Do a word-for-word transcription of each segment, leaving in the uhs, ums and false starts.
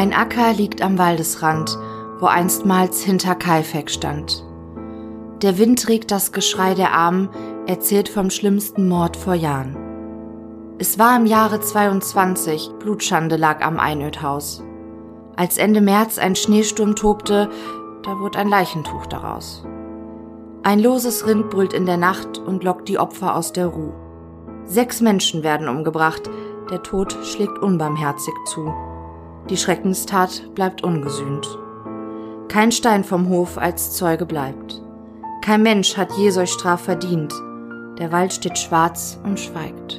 Ein Acker liegt am Waldesrand, wo einstmals Hinterkaifeck stand. Der Wind trägt das Geschrei der Armen, erzählt vom schlimmsten Mord vor Jahren. Es war im Jahre zweiundzwanzig, Blutschande lag am Einödhaus. Als Ende März ein Schneesturm tobte, da wurde ein Leichentuch daraus. Ein loses Rind brüllt in der Nacht und lockt die Opfer aus der Ruh. Sechs Menschen werden umgebracht, der Tod schlägt unbarmherzig zu. Die Schreckenstat bleibt ungesühnt. Kein Stein vom Hof als Zeuge bleibt. Kein Mensch hat je solch Straf verdient. Der Wald steht schwarz und schweigt.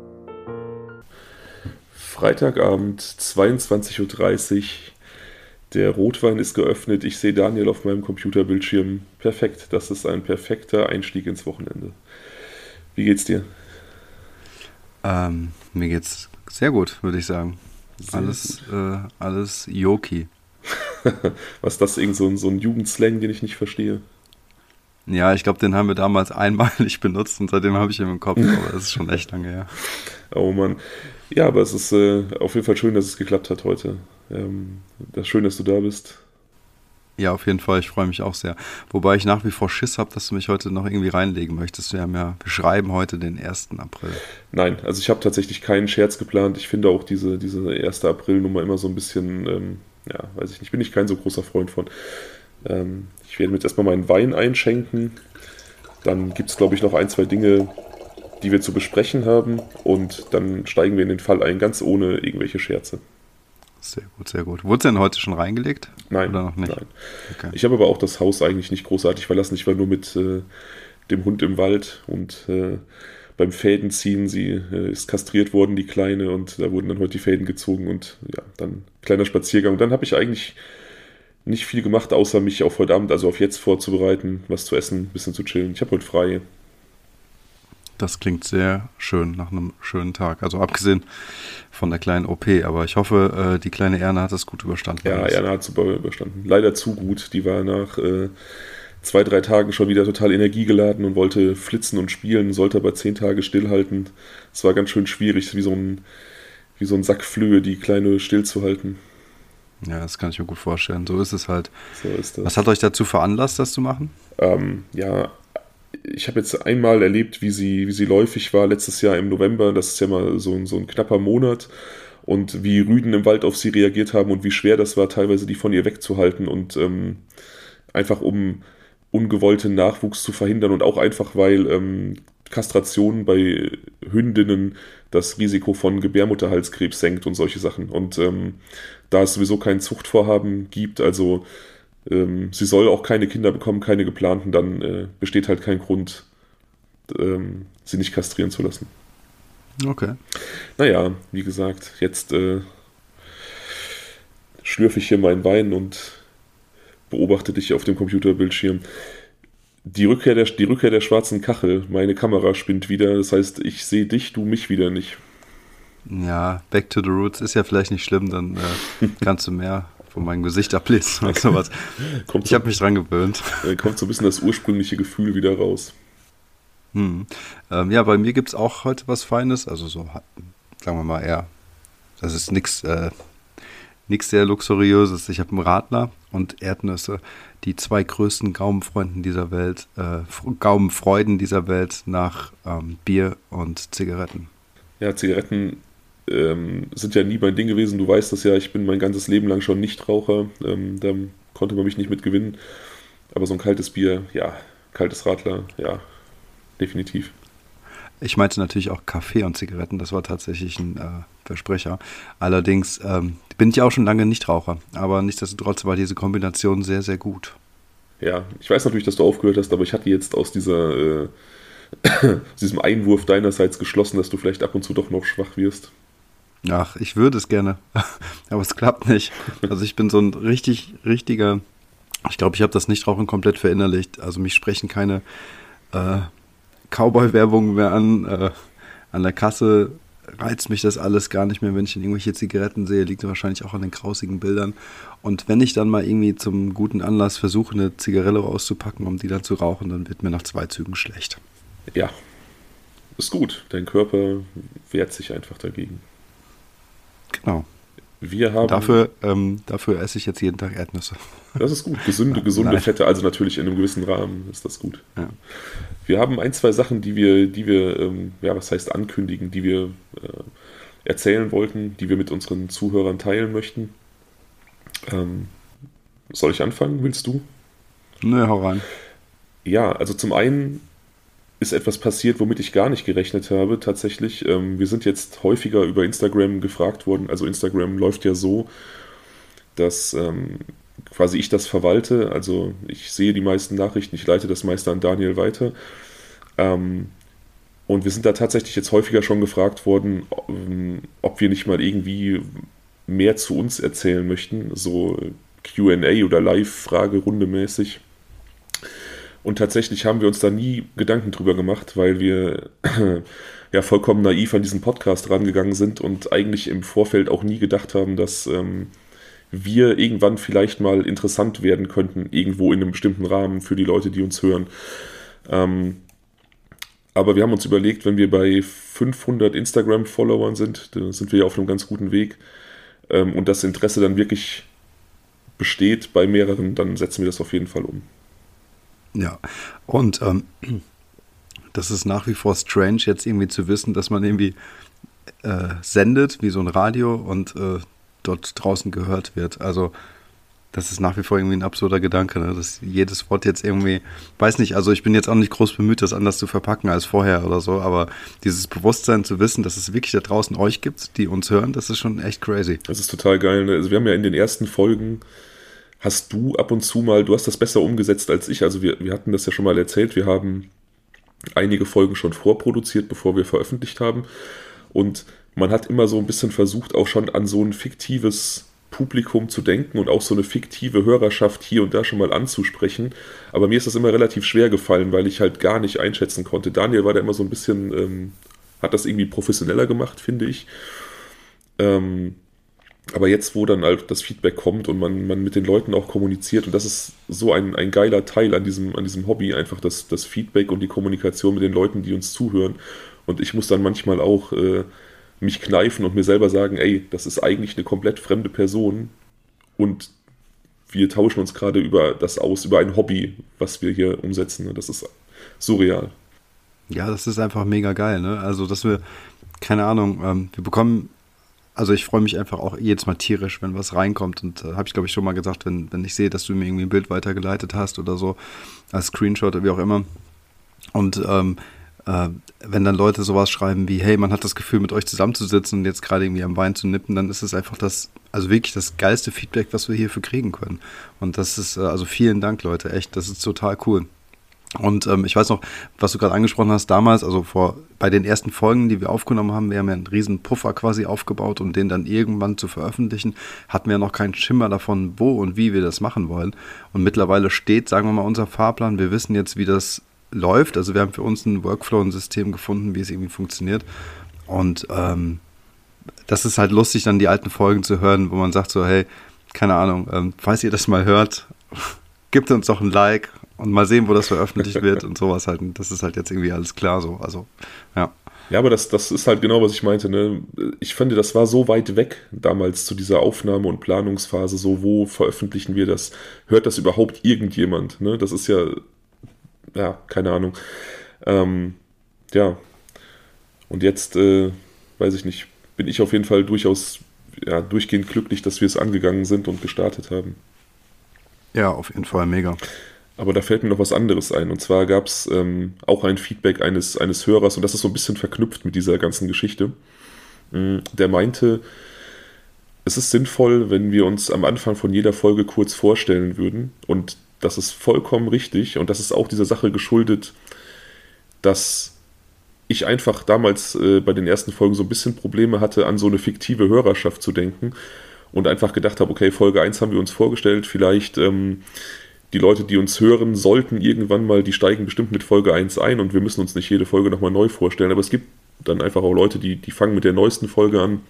Freitagabend, zweiundzwanzig Uhr dreißig. Der Rotwein ist geöffnet. Ich sehe Daniel auf meinem Computerbildschirm. Perfekt. Das ist ein perfekter Einstieg ins Wochenende. Wie geht's dir? Ähm, mir geht's sehr gut, würde ich sagen. Sehr alles, gut. Äh, alles Yoki. Was ist das? Irgend so ein, so ein Jugendslang, den ich nicht verstehe? Ja, ich glaube, den haben wir damals einmalig benutzt und seitdem habe ich ihn im Kopf, aber das ist schon echt lange her. Oh Mann. Ja, aber es ist äh, auf jeden Fall schön, dass es geklappt hat heute. Ähm, das ist schön, dass du da bist. Ja, auf jeden Fall. Ich freue mich auch sehr. Wobei ich nach wie vor Schiss habe, dass du mich heute noch irgendwie reinlegen möchtest. Wir haben ja, wir schreiben heute den ersten April. Nein, also ich habe tatsächlich keinen Scherz geplant. Ich finde auch diese, diese erste April-Nummer immer so ein bisschen, ähm, ja, weiß ich nicht, bin ich kein so großer Freund von. Ähm, ich werde mir jetzt erstmal meinen Wein einschenken. Dann gibt es, glaube ich, noch ein, zwei Dinge, die wir zu besprechen haben. Und dann steigen wir in den Fall ein, ganz ohne irgendwelche Scherze. Sehr gut, sehr gut. Wurde es denn heute schon reingelegt? Nein, oder noch nicht? Nein. Okay. Ich habe aber auch das Haus eigentlich nicht großartig verlassen. Ich war nur mit äh, dem Hund im Wald und äh, beim Fädenziehen, sie äh, ist kastriert worden, die Kleine, und da wurden dann heute die Fäden gezogen und ja, dann kleiner Spaziergang. Und dann habe ich eigentlich nicht viel gemacht, außer mich auf heute Abend, also auf jetzt vorzubereiten, was zu essen, ein bisschen zu chillen. Ich habe heute frei. Das klingt sehr schön nach einem schönen Tag. Also abgesehen von der kleinen O P. Aber ich hoffe, die kleine Erna hat das gut überstanden. Ja, Erna hat super überstanden. Leider zu gut. Die war nach äh, zwei, drei Tagen schon wieder total energiegeladen und wollte flitzen und spielen, sollte aber zehn Tage stillhalten. Es war ganz schön schwierig, wie so ein, wie so ein Sack Flöhe, die Kleine stillzuhalten. Ja, das kann ich mir gut vorstellen. So ist es halt. So ist das. Was hat euch dazu veranlasst, das zu machen? Ähm, ja, ich habe jetzt einmal erlebt, wie sie, wie sie läufig war letztes Jahr im November. Das ist ja mal so ein, so ein knapper Monat. Und wie Rüden im Wald auf sie reagiert haben und wie schwer das war, teilweise die von ihr wegzuhalten. Und ähm, einfach um ungewollten Nachwuchs zu verhindern und auch einfach, weil ähm, Kastration bei Hündinnen das Risiko von Gebärmutterhalskrebs senkt und solche Sachen. Und ähm, da es sowieso kein Zuchtvorhaben gibt, also ähm, sie soll auch keine Kinder bekommen, keine geplanten, dann äh, besteht halt kein Grund, ähm, sie nicht kastrieren zu lassen. Okay. Naja, wie gesagt, jetzt äh, schlürfe ich hier meinen Wein und beobachte dich auf dem Computerbildschirm. Die Rückkehr der, die Rückkehr der schwarzen Kachel, meine Kamera spinnt wieder, das heißt, ich sehe dich, du mich wieder nicht. Ja, back to the roots ist ja vielleicht nicht schlimm, dann äh, kannst du mehr von meinem Gesicht ablesen oder sowas. Kommt ich so, habe mich dran gewöhnt. Kommt so ein bisschen das ursprüngliche Gefühl wieder raus. Hm. Ähm, ja, bei mir gibt es auch heute was Feines, also so, sagen wir mal eher, das ist nichts äh, nix sehr Luxuriöses. Ich habe einen Radler und Erdnüsse, die zwei größten Gaumenfreunden dieser Welt, äh, Gaumenfreuden dieser Welt nach ähm, Bier und Zigaretten. Ja, Zigaretten ähm, sind ja nie mein Ding gewesen. Du weißt das ja, ich bin mein ganzes Leben lang schon Nichtraucher. Ähm, da konnte man mich nicht mit gewinnen. Aber so ein kaltes Bier, ja, kaltes Radler, ja, definitiv. Ich meinte natürlich auch Kaffee und Zigaretten, das war tatsächlich ein äh, Versprecher. Allerdings ähm, bin ich auch schon lange Nichtraucher, aber nichtsdestotrotz war diese Kombination sehr, sehr gut. Ja, ich weiß natürlich, dass du aufgehört hast, aber ich hatte jetzt aus dieser, äh, aus diesem Einwurf deinerseits geschlossen, dass du vielleicht ab und zu doch noch schwach wirst. Ach, ich würde es gerne, aber es klappt nicht. Also ich bin so ein richtig, richtiger, ich glaube, ich habe das Nichtrauchen komplett verinnerlicht. Also mich sprechen keine äh, Cowboy-Werbung mehr an. Äh, an der Kasse reizt mich das alles gar nicht mehr, wenn ich irgendwelche Zigaretten sehe. Liegt wahrscheinlich auch an den grausigen Bildern. Und wenn ich dann mal irgendwie zum guten Anlass versuche, eine Zigarette rauszupacken, um die dann zu rauchen, dann wird mir nach zwei Zügen schlecht. Ja, ist gut. Dein Körper wehrt sich einfach dagegen. Genau. Wir haben, dafür, ähm, dafür esse ich jetzt jeden Tag Erdnüsse. Das ist gut. Gesunde, gesunde Nein. Fette, also natürlich in einem gewissen Rahmen ist das gut. Ja. Wir haben ein, zwei Sachen, die wir, die wir, ähm, ja, was heißt ankündigen, die wir äh, erzählen wollten, die wir mit unseren Zuhörern teilen möchten. Ähm, soll ich anfangen? Willst du? Nö, hau rein. Ja, also zum einen ist etwas passiert, womit ich gar nicht gerechnet habe, tatsächlich. Ähm, wir sind jetzt häufiger über Instagram gefragt worden. Also Instagram läuft ja so, dass ähm, quasi ich das verwalte. Also ich sehe die meisten Nachrichten, ich leite das meiste an Daniel weiter. Ähm, und wir sind da tatsächlich jetzt häufiger schon gefragt worden, ob wir nicht mal irgendwie mehr zu uns erzählen möchten, so Q and A oder Live-Fragerunde mäßig. Und tatsächlich haben wir uns da nie Gedanken drüber gemacht, weil wir ja vollkommen naiv an diesen Podcast rangegangen sind und eigentlich im Vorfeld auch nie gedacht haben, dass ähm, wir irgendwann vielleicht mal interessant werden könnten, irgendwo in einem bestimmten Rahmen für die Leute, die uns hören. Ähm, aber wir haben uns überlegt, wenn wir bei fünfhundert Instagram-Followern sind, dann sind wir ja auf einem ganz guten Weg, ähm, und das Interesse dann wirklich besteht bei mehreren, dann setzen wir das auf jeden Fall um. Ja, und ähm, das ist nach wie vor strange, jetzt irgendwie zu wissen, dass man irgendwie äh, sendet, wie so ein Radio und äh, dort draußen gehört wird. Also das ist nach wie vor irgendwie ein absurder Gedanke, ne? Dass jedes Wort jetzt irgendwie, weiß nicht, also ich bin jetzt auch nicht groß bemüht, das anders zu verpacken als vorher oder so, aber dieses Bewusstsein zu wissen, dass es wirklich da draußen euch gibt, die uns hören, das ist schon echt crazy. Das ist total geil, ne? Also wir haben ja in den ersten Folgen hast du ab und zu mal, du hast das besser umgesetzt als ich, also wir, wir hatten das ja schon mal erzählt, wir haben einige Folgen schon vorproduziert, bevor wir veröffentlicht haben, und man hat immer so ein bisschen versucht, auch schon an so ein fiktives Publikum zu denken und auch so eine fiktive Hörerschaft hier und da schon mal anzusprechen, aber mir ist das immer relativ schwer gefallen, weil ich halt gar nicht einschätzen konnte. Daniel war da immer so ein bisschen, ähm, hat das irgendwie professioneller gemacht, finde ich. Ähm, Aber jetzt, wo dann halt das Feedback kommt und man, man mit den Leuten auch kommuniziert, und das ist so ein, ein geiler Teil an diesem, an diesem Hobby, einfach das, das Feedback und die Kommunikation mit den Leuten, die uns zuhören. Und ich muss dann manchmal auch äh, mich kneifen und mir selber sagen, ey, das ist eigentlich eine komplett fremde Person und wir tauschen uns gerade über das aus, über ein Hobby, was wir hier umsetzen. Das ist surreal. Ja, das ist einfach mega geil, ne? Also, dass wir, keine Ahnung, ähm, wir bekommen... Also ich freue mich einfach auch jedes Mal tierisch, wenn was reinkommt, und äh, habe ich glaube ich schon mal gesagt, wenn, wenn ich sehe, dass du mir irgendwie ein Bild weitergeleitet hast oder so, als Screenshot oder wie auch immer, und ähm, äh, wenn dann Leute sowas schreiben wie, hey, man hat das Gefühl, mit euch zusammenzusitzen und jetzt gerade irgendwie am Wein zu nippen, dann ist es einfach das, also wirklich das geilste Feedback, was wir hierfür kriegen können, und das ist, äh, also vielen Dank, Leute, echt, das ist total cool. Und ähm, ich weiß noch, was du gerade angesprochen hast, damals, also vor bei den ersten Folgen, die wir aufgenommen haben, wir haben ja einen riesen Puffer quasi aufgebaut, um den dann irgendwann zu veröffentlichen, hatten wir noch keinen Schimmer davon, wo und wie wir das machen wollen. Und mittlerweile steht, sagen wir mal, unser Fahrplan, wir wissen jetzt, wie das läuft, also wir haben für uns ein Workflow, ein System gefunden, wie es irgendwie funktioniert, und ähm, das ist halt lustig, dann die alten Folgen zu hören, wo man sagt so, hey, keine Ahnung, ähm, falls ihr das mal hört, gebt uns doch ein Like und mal sehen, wo das veröffentlicht wird und sowas halt. Das ist halt jetzt irgendwie alles klar so. Also, ja. Ja, aber das, das ist halt genau, was ich meinte. Ne? Ich finde, das war so weit weg damals zu dieser Aufnahme- und Planungsphase. So, wo veröffentlichen wir das? Hört das überhaupt irgendjemand? Ne? Das ist ja, ja, keine Ahnung. Ähm, ja. Und jetzt, äh, weiß ich nicht, bin ich auf jeden Fall durchaus, ja, durchgehend glücklich, dass wir es angegangen sind und gestartet haben. Ja, auf jeden Fall mega. Aber da fällt mir noch was anderes ein. Und zwar gab es ähm, auch ein Feedback eines, eines Hörers, und das ist so ein bisschen verknüpft mit dieser ganzen Geschichte. Der meinte, es ist sinnvoll, wenn wir uns am Anfang von jeder Folge kurz vorstellen würden. Und das ist vollkommen richtig. Und das ist auch dieser Sache geschuldet, dass ich einfach damals äh, bei den ersten Folgen so ein bisschen Probleme hatte, an so eine fiktive Hörerschaft zu denken. Und einfach gedacht habe, okay, Folge eins haben wir uns vorgestellt, vielleicht ähm, die Leute, die uns hören, sollten irgendwann mal, die steigen bestimmt mit Folge eins ein und wir müssen uns nicht jede Folge nochmal neu vorstellen, aber es gibt dann einfach auch Leute, die, die fangen mit der neuesten Folge an.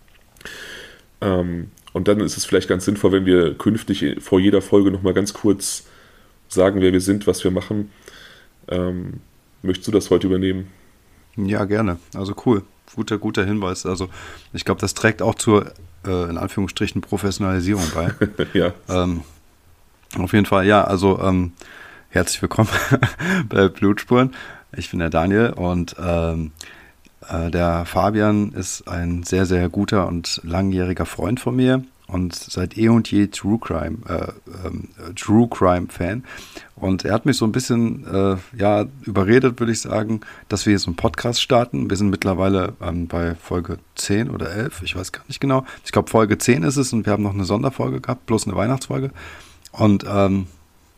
Ähm, und dann ist es vielleicht ganz sinnvoll, wenn wir künftig vor jeder Folge nochmal ganz kurz sagen, wer wir sind, was wir machen. Ähm, möchtest du das heute übernehmen? Ja, gerne. Also cool. guter, guter Hinweis. Also ich glaube, das trägt auch zur, äh, in Anführungsstrichen, Professionalisierung bei. Ja. Ähm, auf jeden Fall, ja, also ähm, herzlich willkommen bei Blutspuren. Ich bin der Daniel und ähm, äh, der Fabian ist ein sehr, sehr guter und langjähriger Freund von mir und seit eh und je True Crime, äh, ähm, True Crime Fan. Und er hat mich so ein bisschen äh, ja, überredet, würde ich sagen, dass wir hier so einen Podcast starten. Wir sind mittlerweile ähm, bei Folge zehn oder elf, ich weiß gar nicht genau. Ich glaube, Folge zehn ist es und wir haben noch eine Sonderfolge gehabt, plus eine Weihnachtsfolge. Und, ähm,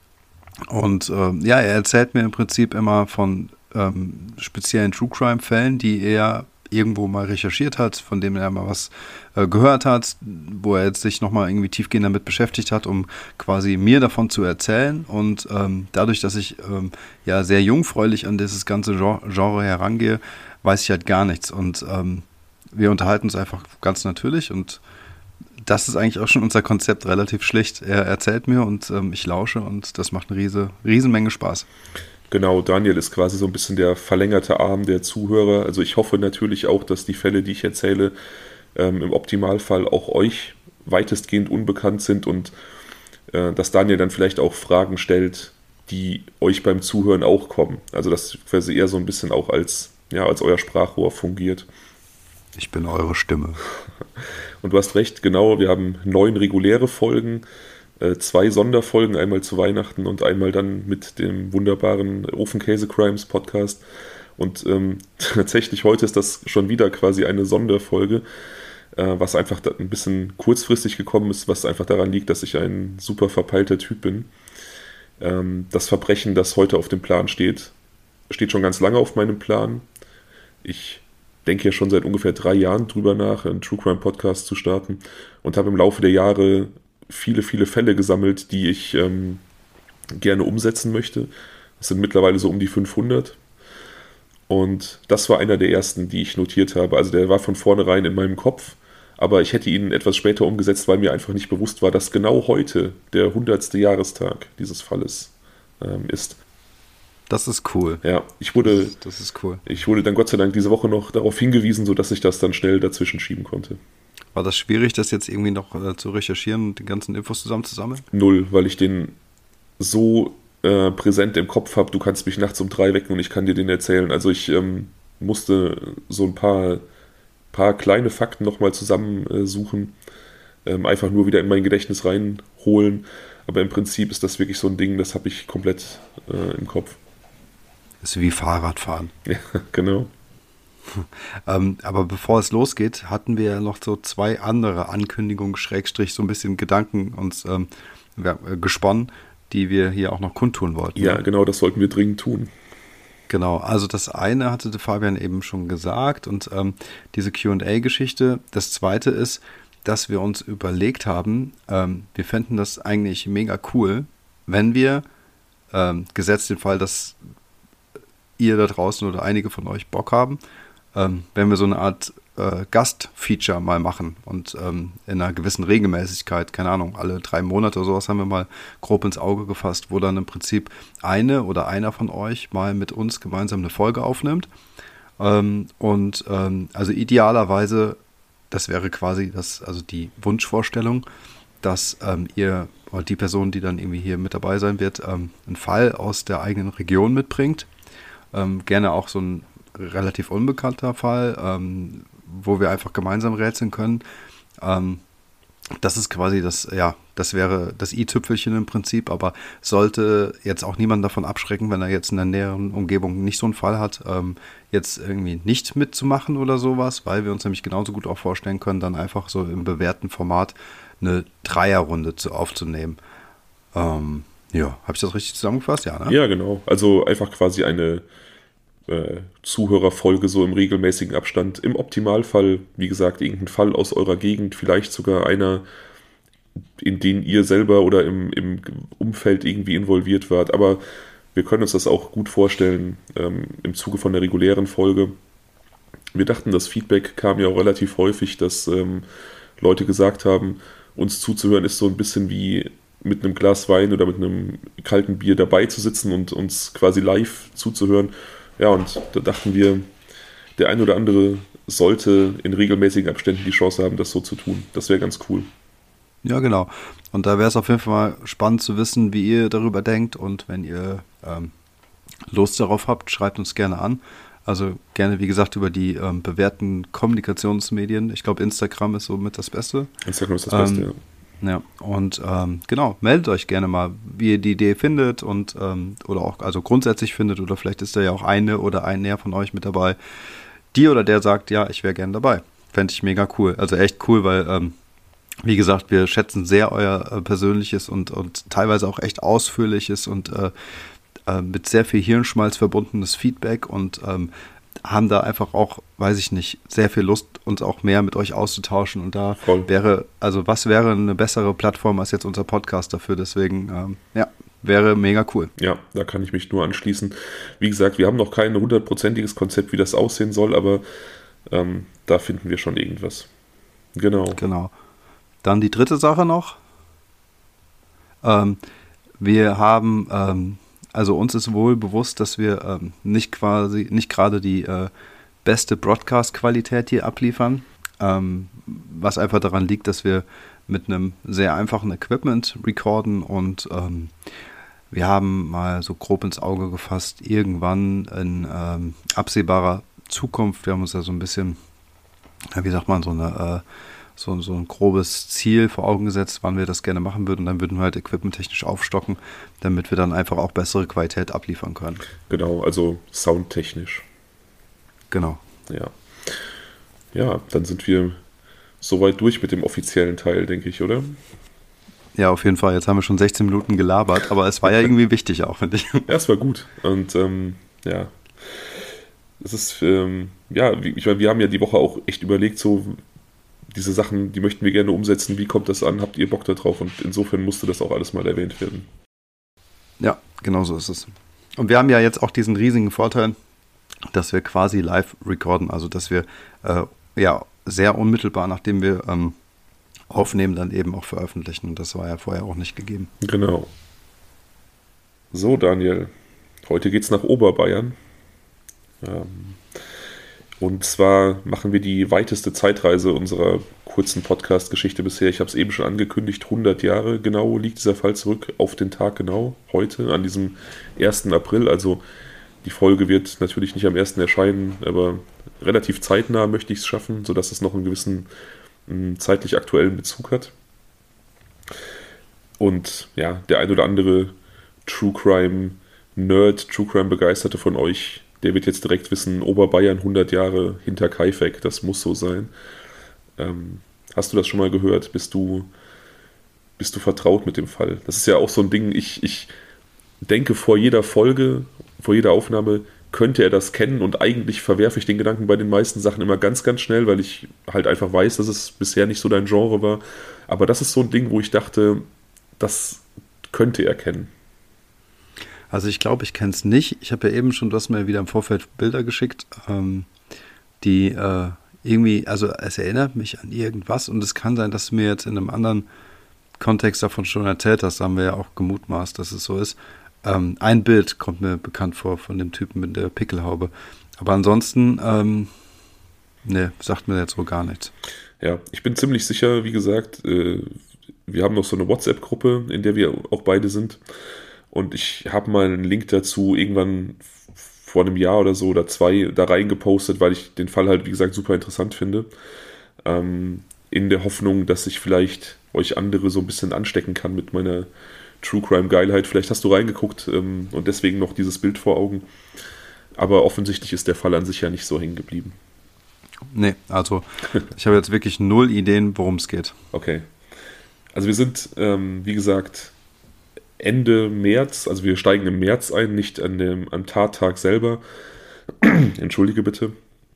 und äh, ja, er erzählt mir im Prinzip immer von ähm, speziellen True Crime Fällen, die er irgendwo mal recherchiert hat, von dem er mal was äh, gehört hat, wo er jetzt sich nochmal irgendwie tiefgehend damit beschäftigt hat, um quasi mir davon zu erzählen. Und ähm, dadurch, dass ich ähm, ja sehr jungfräulich an dieses ganze Genre herangehe, weiß ich halt gar nichts. Und ähm, wir unterhalten uns einfach ganz natürlich und das ist eigentlich auch schon unser Konzept relativ schlicht. Er erzählt mir und ähm, ich lausche und das macht eine riese, riesen Menge Spaß. Genau, Daniel ist quasi so ein bisschen der verlängerte Arm der Zuhörer. Also ich hoffe natürlich auch, dass die Fälle, die ich erzähle, ähm, im Optimalfall auch euch weitestgehend unbekannt sind und äh, dass Daniel dann vielleicht auch Fragen stellt, die euch beim Zuhören auch kommen. Also dass quasi eher so ein bisschen auch als, ja, als euer Sprachrohr fungiert. Ich bin eure Stimme. Und du hast recht, genau, wir haben neun reguläre Folgen, äh, zwei Sonderfolgen, einmal zu Weihnachten und einmal dann mit dem wunderbaren Ofenkäse-Crimes Podcast. Und ähm, tatsächlich heute ist das schon wieder quasi eine Sonderfolge, äh, was einfach ein bisschen kurzfristig gekommen ist, was einfach daran liegt, dass ich ein super verpeilter Typ bin. Ähm, das Verbrechen, das heute auf dem Plan steht, steht schon ganz lange auf meinem Plan. Ich denke ja schon seit ungefähr drei Jahren drüber nach, einen True Crime Podcast zu starten und habe im Laufe der Jahre viele, viele Fälle gesammelt, die ich ähm, gerne umsetzen möchte. Das sind mittlerweile so um die fünfhundert. Und das war einer der ersten, die ich notiert habe. Also der war von vornherein in meinem Kopf, aber ich hätte ihn etwas später umgesetzt, weil mir einfach nicht bewusst war, dass genau heute der hundertste Jahrestag dieses Falles ähm, ist. Das ist cool. Ja, ich wurde, das, das ist cool. Ich wurde dann Gott sei Dank diese Woche noch darauf hingewiesen, sodass ich das dann schnell dazwischen schieben konnte. War das schwierig, das jetzt irgendwie noch äh, zu recherchieren und die ganzen Infos zusammenzusammeln? Null, weil ich den so äh, präsent im Kopf habe, du kannst mich nachts um drei wecken und ich kann dir den erzählen. Also ich ähm, musste so ein paar, paar kleine Fakten nochmal zusammensuchen, äh, ähm, einfach nur wieder in mein Gedächtnis reinholen. Aber im Prinzip ist das wirklich so ein Ding, das habe ich komplett äh, im Kopf. Das ist wie Fahrradfahren. Ja, genau. ähm, aber bevor es losgeht, hatten wir ja noch so zwei andere Ankündigungen, Schrägstrich, so ein bisschen Gedanken uns ähm, äh, gesponnen, die wir hier auch noch kundtun wollten. Ja, genau, das sollten wir dringend tun. Genau, also das eine hatte der Fabian eben schon gesagt und ähm, diese Q und A-Geschichte. Das zweite ist, dass wir uns überlegt haben, ähm, wir fänden das eigentlich mega cool, wenn wir, ähm, gesetzt den Fall, dass ihr da draußen oder einige von euch Bock haben, ähm, wenn wir so eine Art äh, Gastfeature mal machen und ähm, in einer gewissen Regelmäßigkeit, keine Ahnung, alle drei Monate oder sowas haben wir mal grob ins Auge gefasst, wo dann im Prinzip eine oder einer von euch mal mit uns gemeinsam eine Folge aufnimmt. Ähm, und ähm, also idealerweise, das wäre quasi das, also die Wunschvorstellung, dass ähm, ihr oder die Person, die dann irgendwie hier mit dabei sein wird, ähm, einen Fall aus der eigenen Region mitbringt. Ähm, gerne auch so ein relativ unbekannter Fall, ähm, wo wir einfach gemeinsam rätseln können. Ähm, das ist quasi das, ja, das wäre das i-Tüpfelchen im Prinzip, aber sollte jetzt auch niemand davon abschrecken, wenn er jetzt in der näheren Umgebung nicht so einen Fall hat, ähm, jetzt irgendwie nicht mitzumachen oder sowas, weil wir uns nämlich genauso gut auch vorstellen können, dann einfach so im bewährten Format eine Dreierrunde zu, aufzunehmen. Ähm, ja, habe ich das richtig zusammengefasst? Ja, ne? Ja, genau. Also einfach quasi eine äh, Zuhörerfolge so im regelmäßigen Abstand. Im Optimalfall, wie gesagt, irgendein Fall aus eurer Gegend, vielleicht sogar einer, in den ihr selber oder im, im Umfeld irgendwie involviert wart. Aber wir können uns das auch gut vorstellen ähm, im Zuge von der regulären Folge. Wir dachten, das Feedback kam ja auch relativ häufig, dass ähm, Leute gesagt haben, uns zuzuhören ist so ein bisschen wie mit einem Glas Wein oder mit einem kalten Bier dabei zu sitzen und uns quasi live zuzuhören. Ja, und da dachten wir, der ein oder andere sollte in regelmäßigen Abständen die Chance haben, das so zu tun. Das wäre ganz cool. Ja, genau. Und da wäre es auf jeden Fall mal spannend zu wissen, wie ihr darüber denkt. Und wenn ihr ähm, Lust darauf habt, schreibt uns gerne an. Also gerne, wie gesagt, über die ähm, bewährten Kommunikationsmedien. Ich glaube, Instagram ist somit das Beste. Instagram ist das ähm, Beste, ja. Ja, und ähm, genau, meldet euch gerne mal, wie ihr die Idee findet und ähm, oder auch also grundsätzlich findet, oder vielleicht ist da ja auch eine oder ein näher von euch mit dabei, die oder der sagt, ja, ich wäre gerne dabei. Fände ich mega cool. Also echt cool, weil, ähm, wie gesagt, wir schätzen sehr euer äh, persönliches und, und teilweise auch echt ausführliches und äh, äh, mit sehr viel Hirnschmalz verbundenes Feedback und ähm, haben da einfach auch, weiß ich nicht, sehr viel Lust, uns auch mehr mit euch auszutauschen. Und da Voll. wäre, also was wäre eine bessere Plattform als jetzt unser Podcast dafür? Deswegen, ähm, ja, wäre mega cool. Ja, da kann ich mich nur anschließen. Wie gesagt, wir haben noch kein hundertprozentiges Konzept, wie das aussehen soll, aber ähm, da finden wir schon irgendwas. Genau. Genau. Dann die dritte Sache noch. Ähm, wir haben... Ähm, Also uns ist wohl bewusst, dass wir ähm, nicht quasi, nicht gerade die äh, beste Broadcast-Qualität hier abliefern, ähm, was einfach daran liegt, dass wir mit einem sehr einfachen Equipment recorden und ähm, wir haben mal so grob ins Auge gefasst, irgendwann in ähm, absehbarer Zukunft, wir haben uns da so ein bisschen, ja, wie sagt man, so eine äh, So, so ein grobes Ziel vor Augen gesetzt, wann wir das gerne machen würden. Und dann würden wir halt equipmenttechnisch aufstocken, damit wir dann einfach auch bessere Qualität abliefern können. Genau, also soundtechnisch. Genau. Ja. Ja, dann sind wir soweit durch mit dem offiziellen Teil, denke ich, oder? Ja, auf jeden Fall. Jetzt haben wir schon sechzehn Minuten gelabert, aber es war ja irgendwie wichtig auch, finde ich. Ja, es war gut. Und ähm, ja, es ist, ähm, ja, ich meine, wir haben ja die Woche auch echt überlegt, so diese Sachen, die möchten wir gerne umsetzen. Wie kommt das an? Habt ihr Bock da drauf? Und insofern musste das auch alles mal erwähnt werden. Ja, genau so ist es. Und wir haben ja jetzt auch diesen riesigen Vorteil, dass wir quasi live recorden. Also, dass wir äh, ja sehr unmittelbar, nachdem wir ähm, aufnehmen, dann eben auch veröffentlichen. Und das war ja vorher auch nicht gegeben. Genau. So, Daniel. Heute geht's nach Oberbayern. Ähm, Und zwar machen wir die weiteste Zeitreise unserer kurzen Podcast-Geschichte bisher. Ich habe es eben schon angekündigt, hundert Jahre genau liegt dieser Fall zurück, auf den Tag genau, heute, an diesem ersten April. Also die Folge wird natürlich nicht am ersten erscheinen, aber relativ zeitnah möchte ich es schaffen, sodass es noch einen gewissen mh, zeitlich aktuellen Bezug hat. Und ja, der ein oder andere True Crime Nerd, True Crime Begeisterte von euch, der wird jetzt direkt wissen, Oberbayern hundert Jahre hinter Kaifeck, das muss so sein. Ähm, hast du das schon mal gehört? Bist du, bist du vertraut mit dem Fall? Das ist ja auch so ein Ding, ich, ich denke vor jeder Folge, vor jeder Aufnahme, könnte er das kennen, und eigentlich verwerfe ich den Gedanken bei den meisten Sachen immer ganz, ganz schnell, weil ich halt einfach weiß, dass es bisher nicht so dein Genre war. Aber das ist so ein Ding, wo ich dachte, das könnte er kennen. Also ich glaube, ich kenne es nicht. Ich habe ja eben schon, du hast mir wieder im Vorfeld Bilder geschickt, ähm, die äh, irgendwie, also es erinnert mich an irgendwas, und es kann sein, dass du mir jetzt in einem anderen Kontext davon schon erzählt hast, da haben wir ja auch gemutmaßt, dass es so ist. Ähm, ein Bild kommt mir bekannt vor von dem Typen mit der Pickelhaube. Aber ansonsten, ähm, ne, sagt mir jetzt so gar nichts. Ja, ich bin ziemlich sicher, wie gesagt, äh, wir haben noch so eine WhatsApp-Gruppe, in der wir auch beide sind. Und ich habe mal einen Link dazu irgendwann vor einem Jahr oder so oder zwei da reingepostet, weil ich den Fall halt, wie gesagt, super interessant finde. Ähm, in der Hoffnung, dass ich vielleicht euch andere so ein bisschen anstecken kann mit meiner True Crime Geilheit. Vielleicht hast du reingeguckt ähm, und deswegen noch dieses Bild vor Augen. Aber offensichtlich ist der Fall an sich ja nicht so hängen geblieben. Nee, also ich habe jetzt wirklich null Ideen, worum es geht. Okay. Also wir sind, ähm, wie gesagt, Ende März, also wir steigen im März ein, nicht an dem, am Tattag selber. Entschuldige bitte.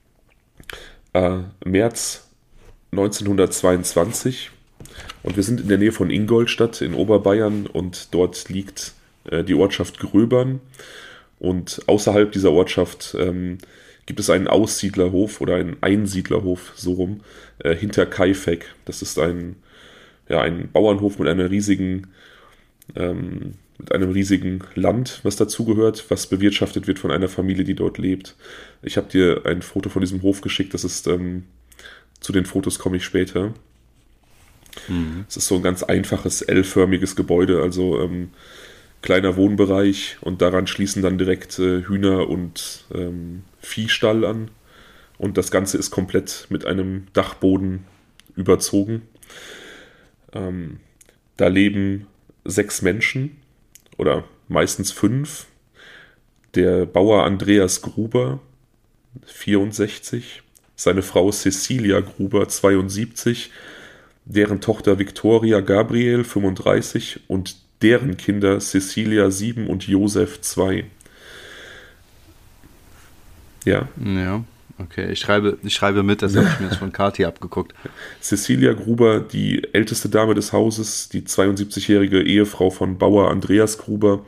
Äh, März neunzehnhundertzweiundzwanzig, und wir sind in der Nähe von Ingolstadt in Oberbayern, und dort liegt äh, die Ortschaft Gröbern, und außerhalb dieser Ortschaft ähm, gibt es einen Aussiedlerhof oder einen Einsiedlerhof, so rum, äh, hinter Kaifeck. Das ist ein, ja, ein Bauernhof mit einer riesigen Ähm, mit einem riesigen Land, was dazugehört, was bewirtschaftet wird von einer Familie, die dort lebt. Ich habe dir ein Foto von diesem Hof geschickt, das ist, ähm, zu den Fotos komme ich später. Mhm. Es ist so ein ganz einfaches L-förmiges Gebäude, also ähm, kleiner Wohnbereich und daran schließen dann direkt äh, Hühner und ähm, Viehstall an und das Ganze ist komplett mit einem Dachboden überzogen. Ähm, da leben sechs Menschen oder meistens fünf. Der Bauer Andreas Gruber, vierundsechzig, seine Frau Cecilia Gruber, zweiundsiebzig, deren Tochter Victoria Gabriel, fünfunddreißig und deren Kinder Cecilia, sieben und Josef, zwei. Ja. Ja, okay. Ich schreibe, ich schreibe mit, das habe ich mir jetzt von Kathi abgeguckt. Cecilia Gruber, die älteste Dame des Hauses, die zweiundsiebzigjährige Ehefrau von Bauer Andreas Gruber,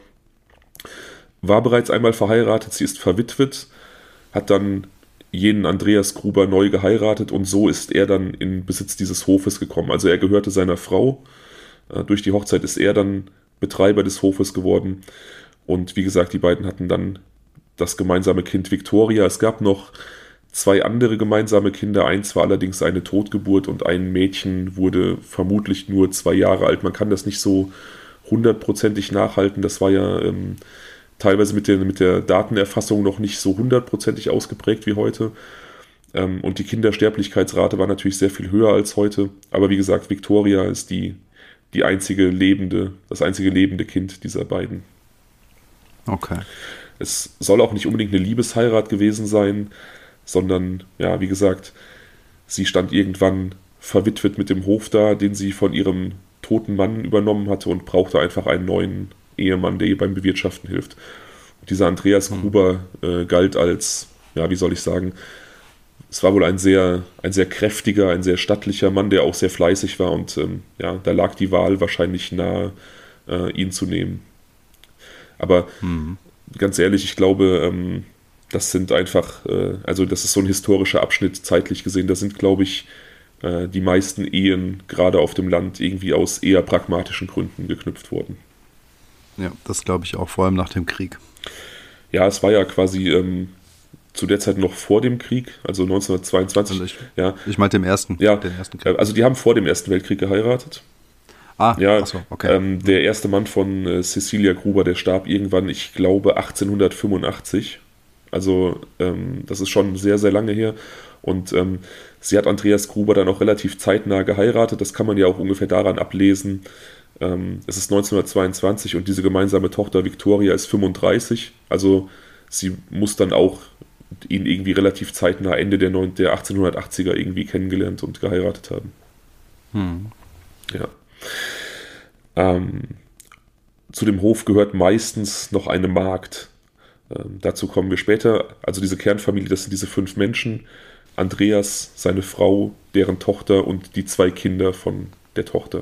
war bereits einmal verheiratet, sie ist verwitwet, hat dann jenen Andreas Gruber neu geheiratet und so ist er dann in Besitz dieses Hofes gekommen. Also er gehörte seiner Frau. Durch die Hochzeit ist er dann Betreiber des Hofes geworden. Und wie gesagt, die beiden hatten dann das gemeinsame Kind Victoria. Es gab noch zwei andere gemeinsame Kinder. Eins war allerdings eine Totgeburt und ein Mädchen wurde vermutlich nur zwei Jahre alt. Man kann das nicht so hundertprozentig nachhalten. Das war ja ähm, teilweise mit der, mit der Datenerfassung noch nicht so hundertprozentig ausgeprägt wie heute. Ähm, und die Kindersterblichkeitsrate war natürlich sehr viel höher als heute. Aber wie gesagt, Victoria ist die, die einzige lebende, das einzige lebende Kind dieser beiden. Okay. Es soll auch nicht unbedingt eine Liebesheirat gewesen sein, sondern, ja, wie gesagt, sie stand irgendwann verwitwet mit dem Hof da, den sie von ihrem toten Mann übernommen hatte und brauchte einfach einen neuen Ehemann, der ihr beim Bewirtschaften hilft. Und dieser Andreas Gruber äh, galt als, ja, wie soll ich sagen, es war wohl ein sehr, ein sehr kräftiger, ein sehr stattlicher Mann, der auch sehr fleißig war und ähm, ja, da lag die Wahl wahrscheinlich nahe, äh, ihn zu nehmen. Aber mhm. ganz ehrlich, ich glaube, ähm, das sind einfach, äh, also das ist so ein historischer Abschnitt zeitlich gesehen, da sind, glaube ich, äh, die meisten Ehen gerade auf dem Land irgendwie aus eher pragmatischen Gründen geknüpft worden. Ja, das glaube ich auch, vor allem nach dem Krieg. Ja, es war ja quasi ähm, zu der Zeit noch vor dem Krieg, also neunzehnhundertzweiundzwanzig. Also ich, ja. ich meinte dem ersten, ja, den ersten Krieg. Also die haben vor dem Ersten Weltkrieg geheiratet. Ah, ja, ach so, okay. Ähm, der erste Mann von äh, Cecilia Gruber, der starb irgendwann, ich glaube, achtzehnhundertfünfundachtzig. Also ähm, das ist schon sehr, sehr lange her. Und ähm, sie hat Andreas Gruber dann auch relativ zeitnah geheiratet. Das kann man ja auch ungefähr daran ablesen. Ähm, es ist neunzehnhundertzweiundzwanzig und diese gemeinsame Tochter Victoria ist fünfunddreißig. Also sie muss dann auch ihn irgendwie relativ zeitnah Ende der, neun, der achtzehnhundertachtziger irgendwie kennengelernt und geheiratet haben. Hm. Ja. Ähm, zu dem Hof gehört meistens noch eine Magd. Ähm, dazu kommen wir später. Also diese Kernfamilie, das sind diese fünf Menschen. Andreas, seine Frau, deren Tochter und die zwei Kinder von der Tochter.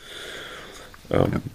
Ähm, ja.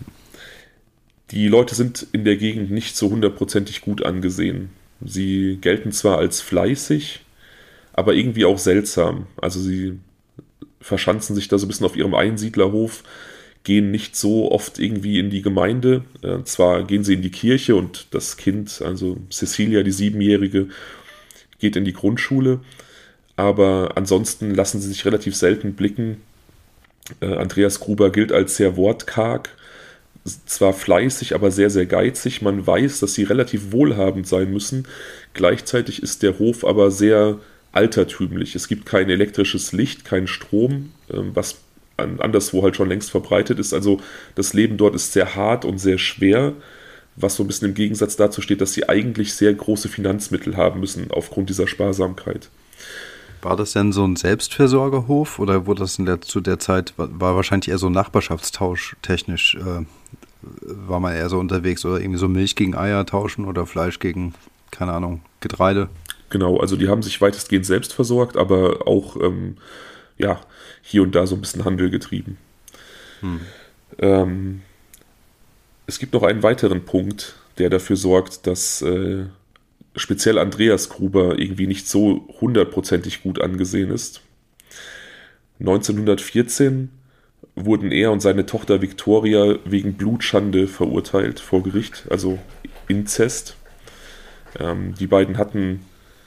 Die Leute sind in der Gegend nicht so hundertprozentig gut angesehen. Sie gelten zwar als fleißig, aber irgendwie auch seltsam. Also sie verschanzen sich da so ein bisschen auf ihrem Einsiedlerhof, gehen nicht so oft irgendwie in die Gemeinde. Äh, zwar gehen sie in die Kirche und das Kind, also Cecilia, die Siebenjährige, geht in die Grundschule, aber ansonsten lassen sie sich relativ selten blicken. Äh, Andreas Gruber gilt als sehr wortkarg, zwar fleißig, aber sehr, sehr geizig. Man weiß, dass sie relativ wohlhabend sein müssen. Gleichzeitig ist der Hof aber sehr altertümlich. Es gibt kein elektrisches Licht, kein Strom, was anderswo halt schon längst verbreitet ist. Also das Leben dort ist sehr hart und sehr schwer, was so ein bisschen im Gegensatz dazu steht, dass sie eigentlich sehr große Finanzmittel haben müssen aufgrund dieser Sparsamkeit. War das denn so ein Selbstversorgerhof oder wurde das in der, zu der Zeit, war, war wahrscheinlich eher so Nachbarschaftstausch technisch, äh, war man eher so unterwegs oder irgendwie so Milch gegen Eier tauschen oder Fleisch gegen, keine Ahnung, Getreide? Genau, also die haben sich weitestgehend selbst versorgt, aber auch ähm, ja, hier und da so ein bisschen Handel getrieben. Hm. Ähm, es gibt noch einen weiteren Punkt, der dafür sorgt, dass äh, speziell Andreas Gruber irgendwie nicht so hundertprozentig gut angesehen ist. neunzehnhundertvierzehn wurden er und seine Tochter Victoria wegen Blutschande verurteilt vor Gericht, also Inzest. Ähm, die beiden hatten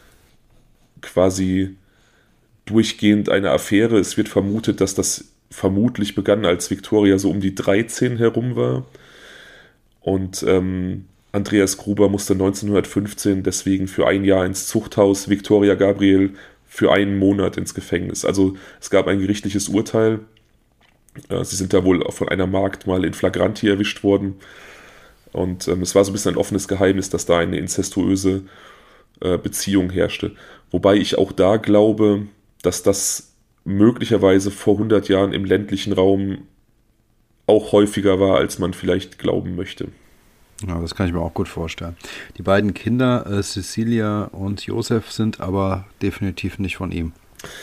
quasi durchgehend eine Affäre. Es wird vermutet, dass das vermutlich begann, als Victoria so um die dreizehn herum war. Und ähm, Andreas Gruber musste neunzehnhundertfünfzehn deswegen für ein Jahr ins Zuchthaus, Victoria Gabriel für einen Monat ins Gefängnis. Also es gab ein gerichtliches Urteil. Äh, sie sind da wohl von einer Magd mal in Flagranti erwischt worden. Und ähm, es war so ein bisschen ein offenes Geheimnis, dass da eine inzestuöse äh, Beziehung herrschte. Wobei ich auch da glaube, dass das möglicherweise vor hundert Jahren im ländlichen Raum auch häufiger war, als man vielleicht glauben möchte. Ja, das kann ich mir auch gut vorstellen. Die beiden Kinder, äh, Cecilia und Josef, sind aber definitiv nicht von ihm.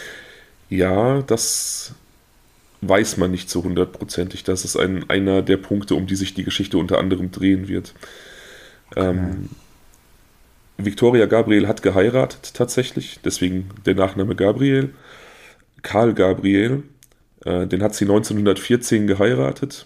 Ja, das weiß man nicht so hundertprozentig. Das ist ein, einer der Punkte, um die sich die Geschichte unter anderem drehen wird. Okay. Ähm, Victoria Gabriel hat geheiratet tatsächlich, deswegen der Nachname Gabriel. Karl Gabriel, äh, den hat sie neunzehnhundertvierzehn geheiratet.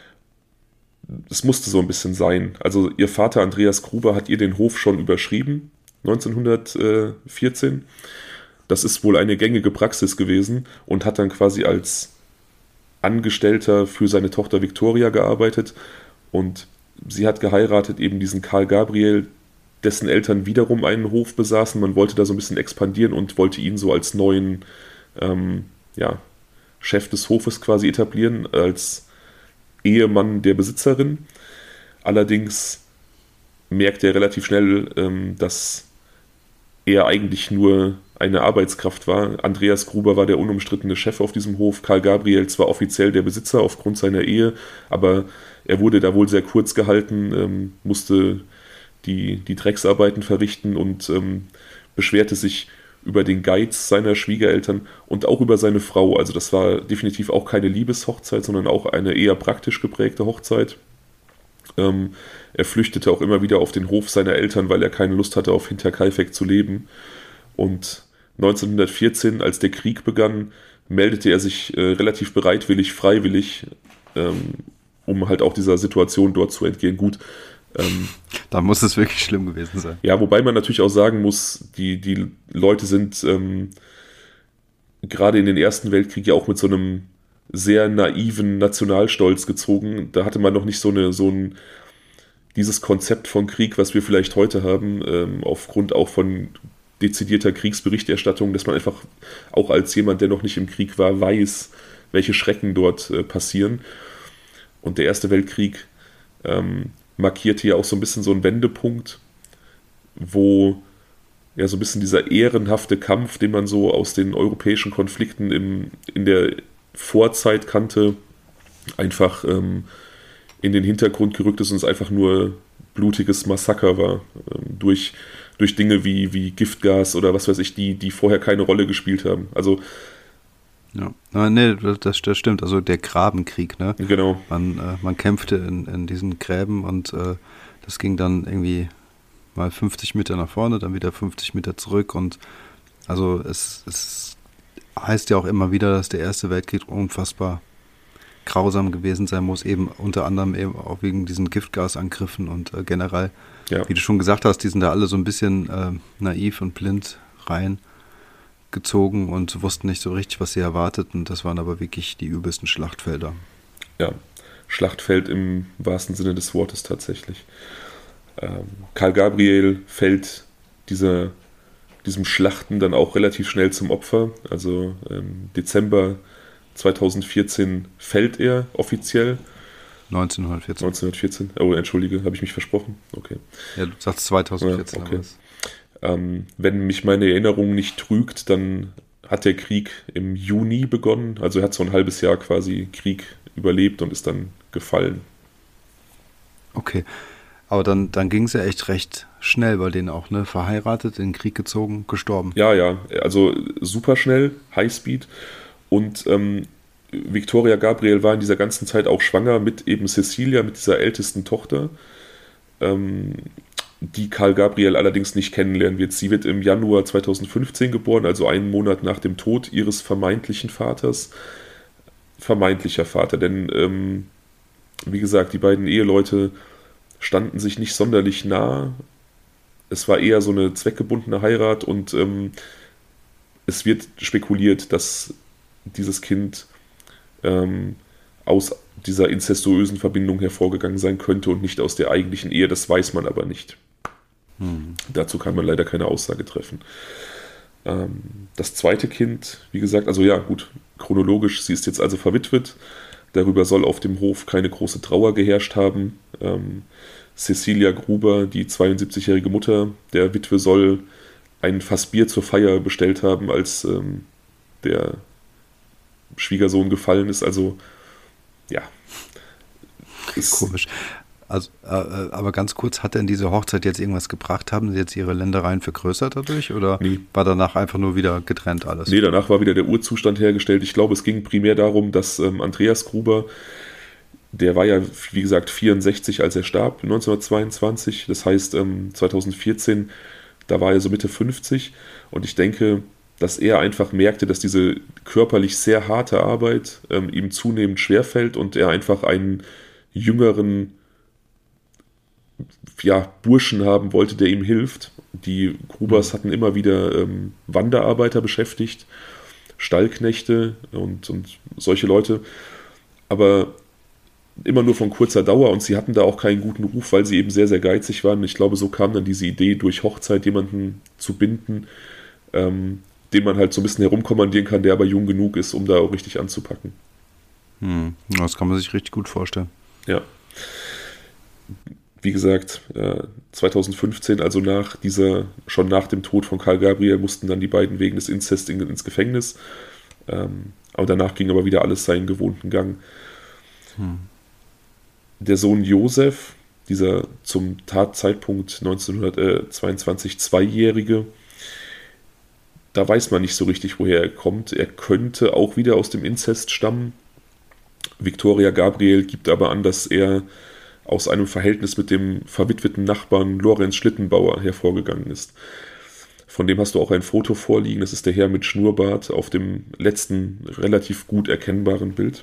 Es musste so ein bisschen sein. Also ihr Vater Andreas Gruber hat ihr den Hof schon überschrieben, neunzehnhundertvierzehn. Das ist wohl eine gängige Praxis gewesen und hat dann quasi als Angestellter für seine Tochter Victoria gearbeitet. Und sie hat geheiratet, eben diesen Karl Gabriel, dessen Eltern wiederum einen Hof besaßen. Man wollte da so ein bisschen expandieren und wollte ihn so als neuen ähm, ja, Chef des Hofes quasi etablieren, als Ehemann der Besitzerin. Allerdings merkte er relativ schnell, ähm, dass er eigentlich nur eine Arbeitskraft war. Andreas Gruber war der unumstrittene Chef auf diesem Hof. Karl Gabriel zwar offiziell der Besitzer aufgrund seiner Ehe, aber er wurde da wohl sehr kurz gehalten, ähm, musste die, die Drecksarbeiten verrichten und ähm, beschwerte sich über den Geiz seiner Schwiegereltern und auch über seine Frau. Also das war definitiv auch keine Liebeshochzeit, sondern auch eine eher praktisch geprägte Hochzeit. Ähm, er flüchtete auch immer wieder auf den Hof seiner Eltern, weil er keine Lust hatte, auf Hinterkaifeck zu leben. Und neunzehnhundertvierzehn, als der Krieg begann, meldete er sich äh, relativ bereitwillig, freiwillig, ähm, um halt auch dieser Situation dort zu entgehen. Gut, Ähm, da muss es wirklich schlimm gewesen sein. Ja, wobei man natürlich auch sagen muss, die, die Leute sind ähm, gerade in den Ersten Weltkrieg ja auch mit so einem sehr naiven Nationalstolz gezogen. Da hatte man noch nicht so eine so ein dieses Konzept von Krieg, was wir vielleicht heute haben, ähm, aufgrund auch von dezidierter Kriegsberichterstattung, dass man einfach auch als jemand, der noch nicht im Krieg war, weiß, welche Schrecken dort äh, passieren. Und der Erste Weltkrieg ähm, markiert hier auch so ein bisschen so einen Wendepunkt, wo ja so ein bisschen dieser ehrenhafte Kampf, den man so aus den europäischen Konflikten im, in der Vorzeit kannte, einfach ähm, in den Hintergrund gerückt ist und es einfach nur blutiges Massaker war. Ähm, durch, durch Dinge wie, wie Giftgas oder was weiß ich, die, die vorher keine Rolle gespielt haben. Also ja, aber nee, das, das stimmt. Also der Grabenkrieg, ne? Genau. Man, äh, man kämpfte in, in diesen Gräben und äh, das ging dann irgendwie mal fünfzig Meter nach vorne, dann wieder fünfzig Meter zurück und also es, es heißt ja auch immer wieder, dass der Erste Weltkrieg unfassbar grausam gewesen sein muss, eben unter anderem eben auch wegen diesen Giftgasangriffen und äh, generell, ja. Wie du schon gesagt hast, die sind da alle so ein bisschen äh, naiv und blind rein gezogen und wussten nicht so richtig, was sie erwarteten. Das waren aber wirklich die übelsten Schlachtfelder. Ja, Schlachtfeld im wahrsten Sinne des Wortes tatsächlich. Ähm, Karl Gabriel fällt dieser, diesem Schlachten dann auch relativ schnell zum Opfer. Also ähm, Dezember zweitausendvierzehn fällt er offiziell. neunzehnhundertvierzehn. neunzehnhundertvierzehn. Oh, entschuldige, habe ich mich versprochen? Okay. Ja, du sagst zweitausendvierzehn. Ja, okay. Ähm, wenn mich meine Erinnerung nicht trügt, dann hat der Krieg im Juni begonnen. Also er hat so ein halbes Jahr quasi Krieg überlebt und ist dann gefallen. Okay, aber dann, dann ging es ja echt recht schnell bei denen auch, ne? Verheiratet, in den Krieg gezogen, gestorben. Ja, ja, also super schnell, Highspeed. Und ähm, Victoria Gabriel war in dieser ganzen Zeit auch schwanger mit eben Cecilia, mit dieser ältesten Tochter. Ähm, die Karl Gabriel allerdings nicht kennenlernen wird. Sie wird im Januar zweitausendfünfzehn geboren, also einen Monat nach dem Tod ihres vermeintlichen Vaters. vermeintlicher Vater, denn ähm, wie gesagt, die beiden Eheleute standen sich nicht sonderlich nah. Es war eher so eine zweckgebundene Heirat und ähm, es wird spekuliert, dass dieses Kind ähm, aus dieser inzestuösen Verbindung hervorgegangen sein könnte und nicht aus der eigentlichen Ehe. Das weiß man aber nicht. Hm. Dazu kann man leider keine Aussage treffen. Ähm, das zweite Kind, wie gesagt, also ja gut, chronologisch, sie ist jetzt also verwitwet. Darüber soll auf dem Hof keine große Trauer geherrscht haben. Ähm, Cecilia Gruber, die zweiundsiebzigjährige Mutter der Witwe, soll ein Fass Bier zur Feier bestellt haben, als ähm, der Schwiegersohn gefallen ist. Also, ja. Ist komisch. Also, äh, aber ganz kurz, hat denn diese Hochzeit jetzt irgendwas gebracht? Haben sie jetzt ihre Ländereien vergrößert dadurch? Oder nee. War danach einfach nur wieder getrennt alles? Nee, danach war wieder der Urzustand hergestellt. Ich glaube, es ging primär darum, dass ähm, Andreas Gruber, der war ja, wie gesagt, vierundsechzig, als er starb, neunzehnhundertzweiundzwanzig. Das heißt, ähm, zweitausendvierzehn, da war er so Mitte fünfzig. Und ich denke, dass er einfach merkte, dass diese körperlich sehr harte Arbeit ähm, ihm zunehmend schwerfällt und er einfach einen jüngeren ja, Burschen haben wollte, der ihm hilft. Die Grubers mhm. hatten immer wieder ähm, Wanderarbeiter beschäftigt, Stallknechte und, und solche Leute, aber immer nur von kurzer Dauer und sie hatten da auch keinen guten Ruf, weil sie eben sehr, sehr geizig waren. Ich glaube, so kam dann diese Idee, durch Hochzeit jemanden zu binden, ähm, den man halt so ein bisschen herumkommandieren kann, der aber jung genug ist, um da auch richtig anzupacken. Hm, das kann man sich richtig gut vorstellen. Ja. Wie gesagt, äh, zweitausendfünfzehn, also nach dieser, schon nach dem Tod von Karl Gabriel, mussten dann die beiden wegen des Inzests in, ins Gefängnis. Ähm, aber danach ging aber wieder alles seinen gewohnten Gang. Hm. Der Sohn Josef, dieser zum Tatzeitpunkt neunzehnhundertzweiundzwanzig Zweijährige, da weiß man nicht so richtig, woher er kommt. Er könnte auch wieder aus dem Inzest stammen. Viktoria Gabriel gibt aber an, dass er aus einem Verhältnis mit dem verwitweten Nachbarn Lorenz Schlittenbauer hervorgegangen ist. Von dem hast du auch ein Foto vorliegen. Das ist der Herr mit Schnurrbart auf dem letzten relativ gut erkennbaren Bild.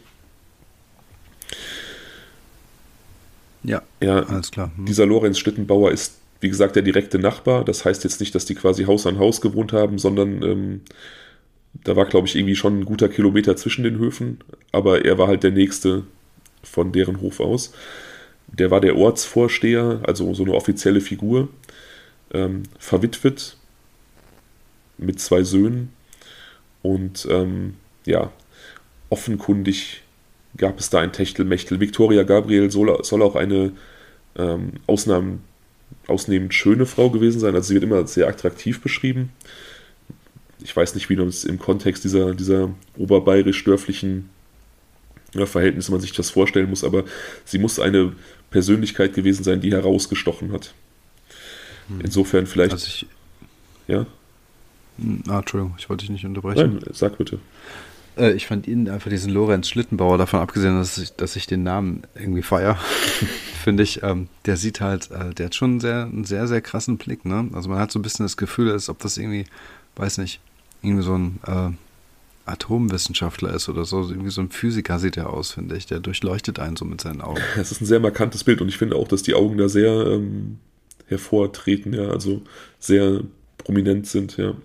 Ja, ja alles klar. Hm. Dieser Lorenz Schlittenbauer ist, wie gesagt, der direkte Nachbar. Das heißt jetzt nicht, dass die quasi Haus an Haus gewohnt haben, sondern ähm, da war, glaube ich, irgendwie schon ein guter Kilometer zwischen den Höfen. Aber er war halt der Nächste von deren Hof aus. Der war der Ortsvorsteher, also so eine offizielle Figur, ähm, verwitwet mit zwei Söhnen und ähm, ja, offenkundig gab es da ein Techtelmechtel. Viktoria Gabriel soll, soll auch eine ähm, Ausnahmen, ausnehmend schöne Frau gewesen sein, also sie wird immer als sehr attraktiv beschrieben. Ich weiß nicht, wie man es im Kontext dieser, dieser oberbayerisch-dörflichen ja, Verhältnisse man sich das vorstellen muss, aber sie muss eine Persönlichkeit gewesen sein, die herausgestochen hat. Hm. Insofern vielleicht... Also ich, ja? Ah, Entschuldigung, ich wollte dich nicht unterbrechen. Nein, sag bitte. Äh, ich fand ihn einfach, diesen Lorenz Schlittenbauer, davon abgesehen, dass ich, dass ich den Namen irgendwie feiere, finde ich, ähm, der sieht halt, äh, der hat schon einen sehr, einen sehr, sehr krassen Blick, ne? Also man hat so ein bisschen das Gefühl, als ob das irgendwie, weiß nicht, irgendwie so ein äh, Atomwissenschaftler ist oder so, irgendwie so ein Physiker sieht er aus, finde ich. Der durchleuchtet einen so mit seinen Augen. Es ist ein sehr markantes Bild und ich finde auch, dass die Augen da sehr ähm, hervortreten, ja, also sehr prominent sind, ja.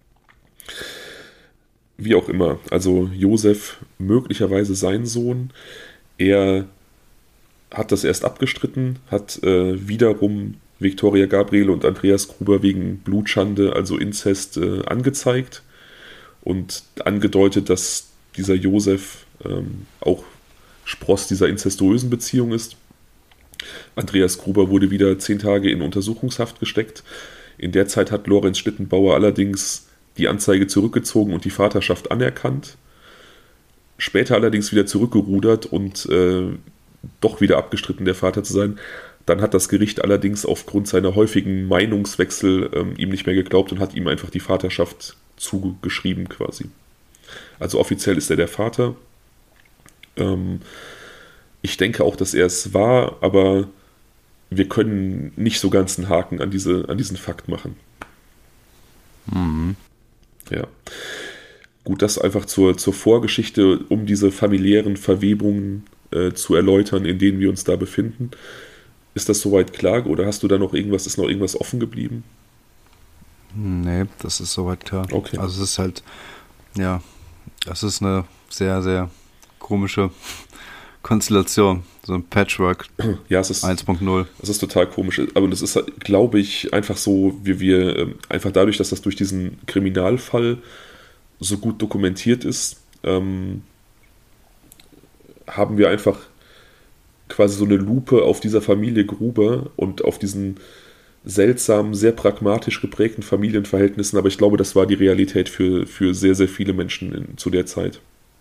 Wie auch immer, also Josef, möglicherweise sein Sohn, er hat das erst abgestritten, hat äh, wiederum Viktoria Gabriel und Andreas Gruber wegen Blutschande, also Inzest, äh, angezeigt und angedeutet, dass dieser Josef ähm, auch Spross dieser inzestuösen Beziehung ist. Andreas Gruber wurde wieder zehn Tage in Untersuchungshaft gesteckt. In der Zeit hat Lorenz Schlittenbauer allerdings die Anzeige zurückgezogen und die Vaterschaft anerkannt. Später allerdings wieder zurückgerudert und äh, doch wieder abgestritten, der Vater zu sein. Dann hat das Gericht allerdings aufgrund seiner häufigen Meinungswechsel ähm, ihm nicht mehr geglaubt und hat ihm einfach die Vaterschaft zugeschrieben quasi. Also offiziell ist er der Vater. Ähm, ich denke auch, dass er es war, aber wir können nicht so ganz einen Haken an, diese, an diesen Fakt machen. Mhm. Ja. Gut, das einfach zur, zur Vorgeschichte, um diese familiären Verwebungen äh, zu erläutern, in denen wir uns da befinden. Ist das soweit klar oder hast du da noch irgendwas, ist noch irgendwas offen geblieben? Nee, das ist soweit klar. Okay. Also es ist halt, ja, das ist eine sehr, sehr komische Konstellation, so ein Patchwork ja, es ist, eins Punkt null. Das ist total komisch, aber das ist, glaube ich, einfach so, wie wir, einfach dadurch, dass das durch diesen Kriminalfall so gut dokumentiert ist, ähm, haben wir einfach quasi so eine Lupe auf dieser Familie Gruber und auf diesen seltsamen, sehr pragmatisch geprägten Familienverhältnissen, aber ich glaube, das war die Realität für, für sehr, sehr viele Menschen in, zu der Zeit.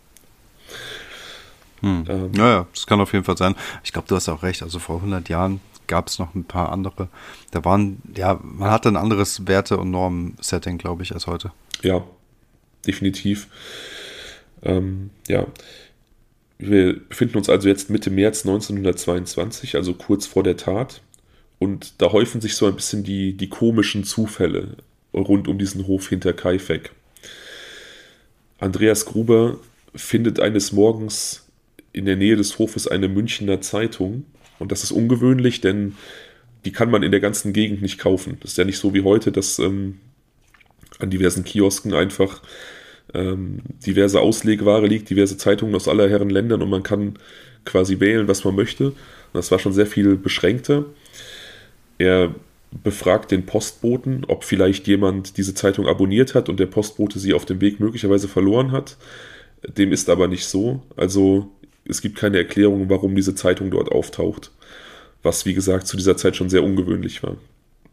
Hm. Ähm, ja, ja, das kann auf jeden Fall sein. Ich glaube, du hast auch recht, also vor hundert Jahren gab es noch ein paar andere, da waren, ja, man hatte ein anderes Werte- und Normen-Setting, glaube ich, als heute. Ja, definitiv. Ähm, ja, wir befinden uns also jetzt Mitte März neunzehnhundertzweiundzwanzig, also kurz vor der Tat. Und da häufen sich so ein bisschen die, die komischen Zufälle rund um diesen Hof Hinterkaifeck. Andreas Gruber findet eines Morgens in der Nähe des Hofes eine Münchner Zeitung. Und das ist ungewöhnlich, denn die kann man in der ganzen Gegend nicht kaufen. Das ist ja nicht so wie heute, dass ähm, an diversen Kiosken einfach ähm, diverse Auslegware liegt, diverse Zeitungen aus aller Herren Ländern und man kann quasi wählen, was man möchte. Und das war schon sehr viel beschränkter. Er befragt den Postboten, ob vielleicht jemand diese Zeitung abonniert hat und der Postbote sie auf dem Weg möglicherweise verloren hat. Dem ist aber nicht so. Also es gibt keine Erklärung, warum diese Zeitung dort auftaucht. Was, wie gesagt, zu dieser Zeit schon sehr ungewöhnlich war.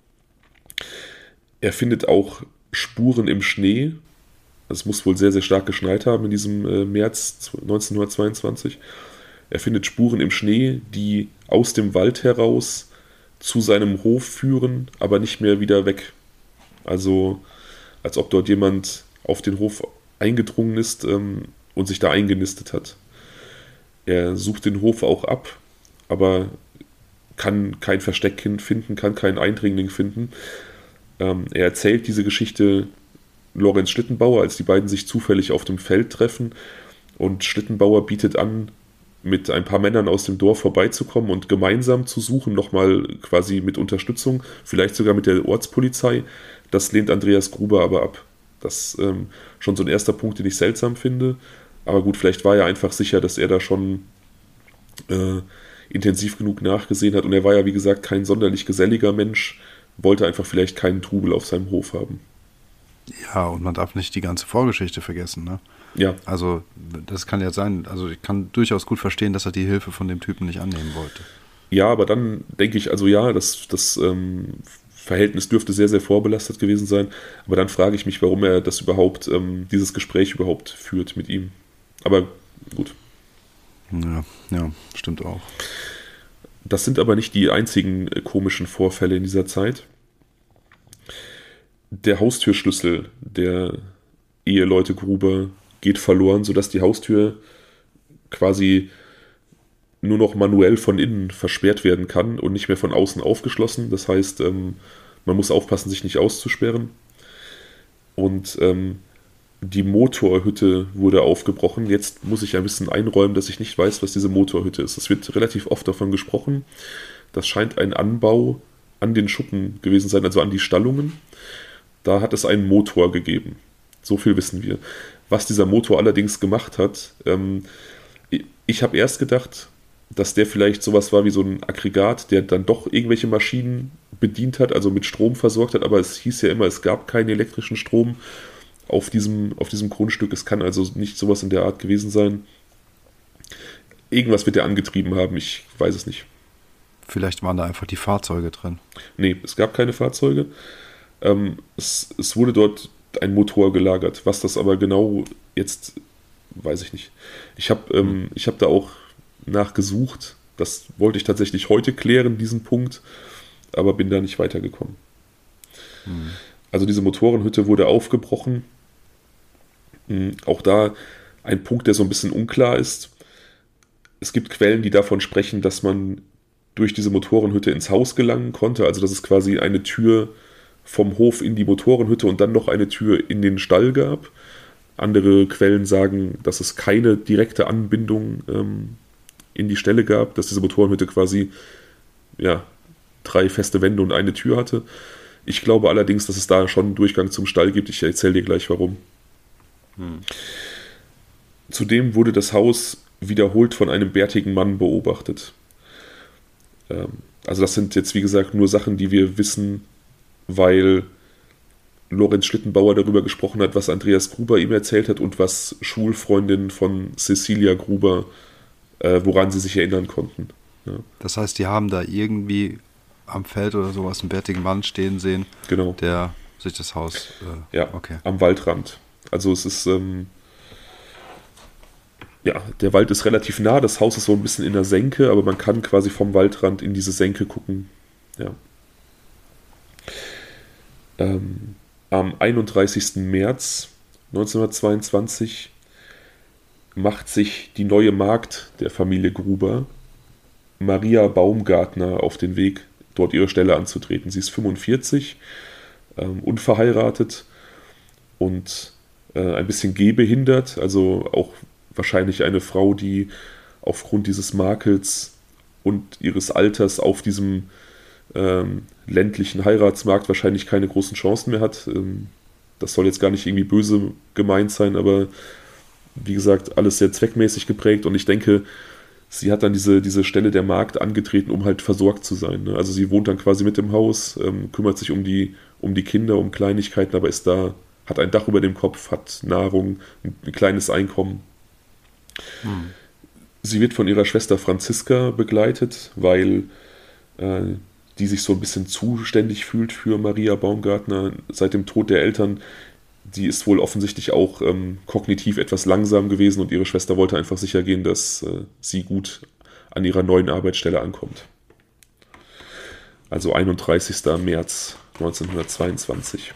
Er findet auch Spuren im Schnee. Es muss wohl sehr, sehr stark geschneit haben in diesem äh, März neunzehnhundertzweiundzwanzig. Er findet Spuren im Schnee, die aus dem Wald heraus zu seinem Hof führen, aber nicht mehr wieder weg. Also als ob dort jemand auf den Hof eingedrungen ist ähm, und sich da eingenistet hat. Er sucht den Hof auch ab, aber kann kein Versteck finden, kann keinen Eindringling finden. Ähm, er erzählt diese Geschichte Lorenz Schlittenbauer, als die beiden sich zufällig auf dem Feld treffen und Schlittenbauer bietet an, mit ein paar Männern aus dem Dorf vorbeizukommen und gemeinsam zu suchen, nochmal quasi mit Unterstützung, vielleicht sogar mit der Ortspolizei. Das lehnt Andreas Gruber aber ab. Das ist ähm, schon so ein erster Punkt, den ich seltsam finde. Aber gut, vielleicht war er einfach sicher, dass er da schon äh, intensiv genug nachgesehen hat. Und er war ja, wie gesagt, kein sonderlich geselliger Mensch, wollte einfach vielleicht keinen Trubel auf seinem Hof haben. Ja, und man darf nicht die ganze Vorgeschichte vergessen, ne? Ja. Also, das kann ja sein, also ich kann durchaus gut verstehen, dass er die Hilfe von dem Typen nicht annehmen wollte. Ja, aber dann denke ich, also ja, das, das ähm, Verhältnis dürfte sehr, sehr vorbelastet gewesen sein. Aber dann frage ich mich, warum er das überhaupt, ähm, dieses Gespräch überhaupt führt mit ihm. Aber gut. Ja, ja, stimmt auch. Das sind aber nicht die einzigen äh, komischen Vorfälle in dieser Zeit. Der Haustürschlüssel der Eheleute Gruber geht verloren, sodass die Haustür quasi nur noch manuell von innen versperrt werden kann und nicht mehr von außen aufgeschlossen. Das heißt, ähm, man muss aufpassen, sich nicht auszusperren. Und ähm, die Motorhütte wurde aufgebrochen. Jetzt muss ich ein bisschen einräumen, dass ich nicht weiß, was diese Motorhütte ist. Es wird relativ oft davon gesprochen. Das scheint ein Anbau an den Schuppen gewesen sein, also an die Stallungen. Da hat es einen Motor gegeben. So viel wissen wir. Was dieser Motor allerdings gemacht hat, ähm, ich habe erst gedacht, dass der vielleicht sowas war wie so ein Aggregat, der dann doch irgendwelche Maschinen bedient hat, also mit Strom versorgt hat, aber es hieß ja immer, es gab keinen elektrischen Strom auf diesem, auf diesem Grundstück. Es kann also nicht sowas in der Art gewesen sein. Irgendwas wird er angetrieben haben, ich weiß es nicht. Vielleicht waren da einfach die Fahrzeuge drin. Nee, es gab keine Fahrzeuge. Ähm, es, es wurde dort ein Motor gelagert. Was das aber genau jetzt, weiß ich nicht. Ich habe ähm, ich hab da auch nachgesucht. Das wollte ich tatsächlich heute klären, diesen Punkt, aber bin da nicht weitergekommen. Hm. Also diese Motorenhütte wurde aufgebrochen. Auch da ein Punkt, der so ein bisschen unklar ist. Es gibt Quellen, die davon sprechen, dass man durch diese Motorenhütte ins Haus gelangen konnte. Also dass es quasi eine Tür vom Hof in die Motorenhütte und dann noch eine Tür in den Stall gab. andere Quellen sagen, dass es keine direkte Anbindung ähm, in die Stelle gab, dass diese Motorenhütte quasi ja, drei feste Wände und eine Tür hatte. Ich glaube allerdings, dass es da schon einen Durchgang zum Stall gibt. Ich erzähle dir gleich warum. Hm. Zudem wurde das Haus wiederholt von einem bärtigen Mann beobachtet. Ähm, also das sind jetzt wie gesagt nur Sachen, die wir wissen, weil Lorenz Schlittenbauer darüber gesprochen hat, was Andreas Gruber ihm erzählt hat und was Schulfreundinnen von Cecilia Gruber, äh, woran sie sich erinnern konnten. Ja. Das heißt, die haben da irgendwie am Feld oder sowas einen bärtigen Mann stehen sehen, genau. der sich das Haus... Äh, ja, okay. am Waldrand. Also es ist... Ähm, ja, der Wald ist relativ nah, das Haus ist so ein bisschen in der Senke, aber man kann quasi vom Waldrand in diese Senke gucken. Ja. Ähm, am einunddreißigsten März neunzehnhundertzweiundzwanzig macht sich die neue Magd der Familie Gruber, Maria Baumgartner, auf den Weg, dort ihre Stelle anzutreten. Sie ist fünfundvierzig, ähm, unverheiratet und äh, ein bisschen gehbehindert, also auch wahrscheinlich eine Frau, die aufgrund dieses Makels und ihres Alters auf diesem ähm, ländlichen Heiratsmarkt wahrscheinlich keine großen Chancen mehr hat. Ähm, das soll jetzt gar nicht irgendwie böse gemeint sein, aber wie gesagt, alles sehr zweckmäßig geprägt und ich denke, sie hat dann diese, diese Stelle der Magd angetreten, um halt versorgt zu sein. Ne? Also sie wohnt dann quasi mit im Haus, ähm, kümmert sich um die, um die Kinder, um Kleinigkeiten, aber ist da, hat ein Dach über dem Kopf, hat Nahrung, ein, ein kleines Einkommen. Hm. Sie wird von ihrer Schwester Franziska begleitet, weil äh, die sich so ein bisschen zuständig fühlt für Maria Baumgartner seit dem Tod der Eltern. Die ist wohl offensichtlich auch ähm, kognitiv etwas langsam gewesen und ihre Schwester wollte einfach sicher gehen, dass äh, sie gut an ihrer neuen Arbeitsstelle ankommt. Also einunddreißigsten März neunzehnhundertzweiundzwanzig.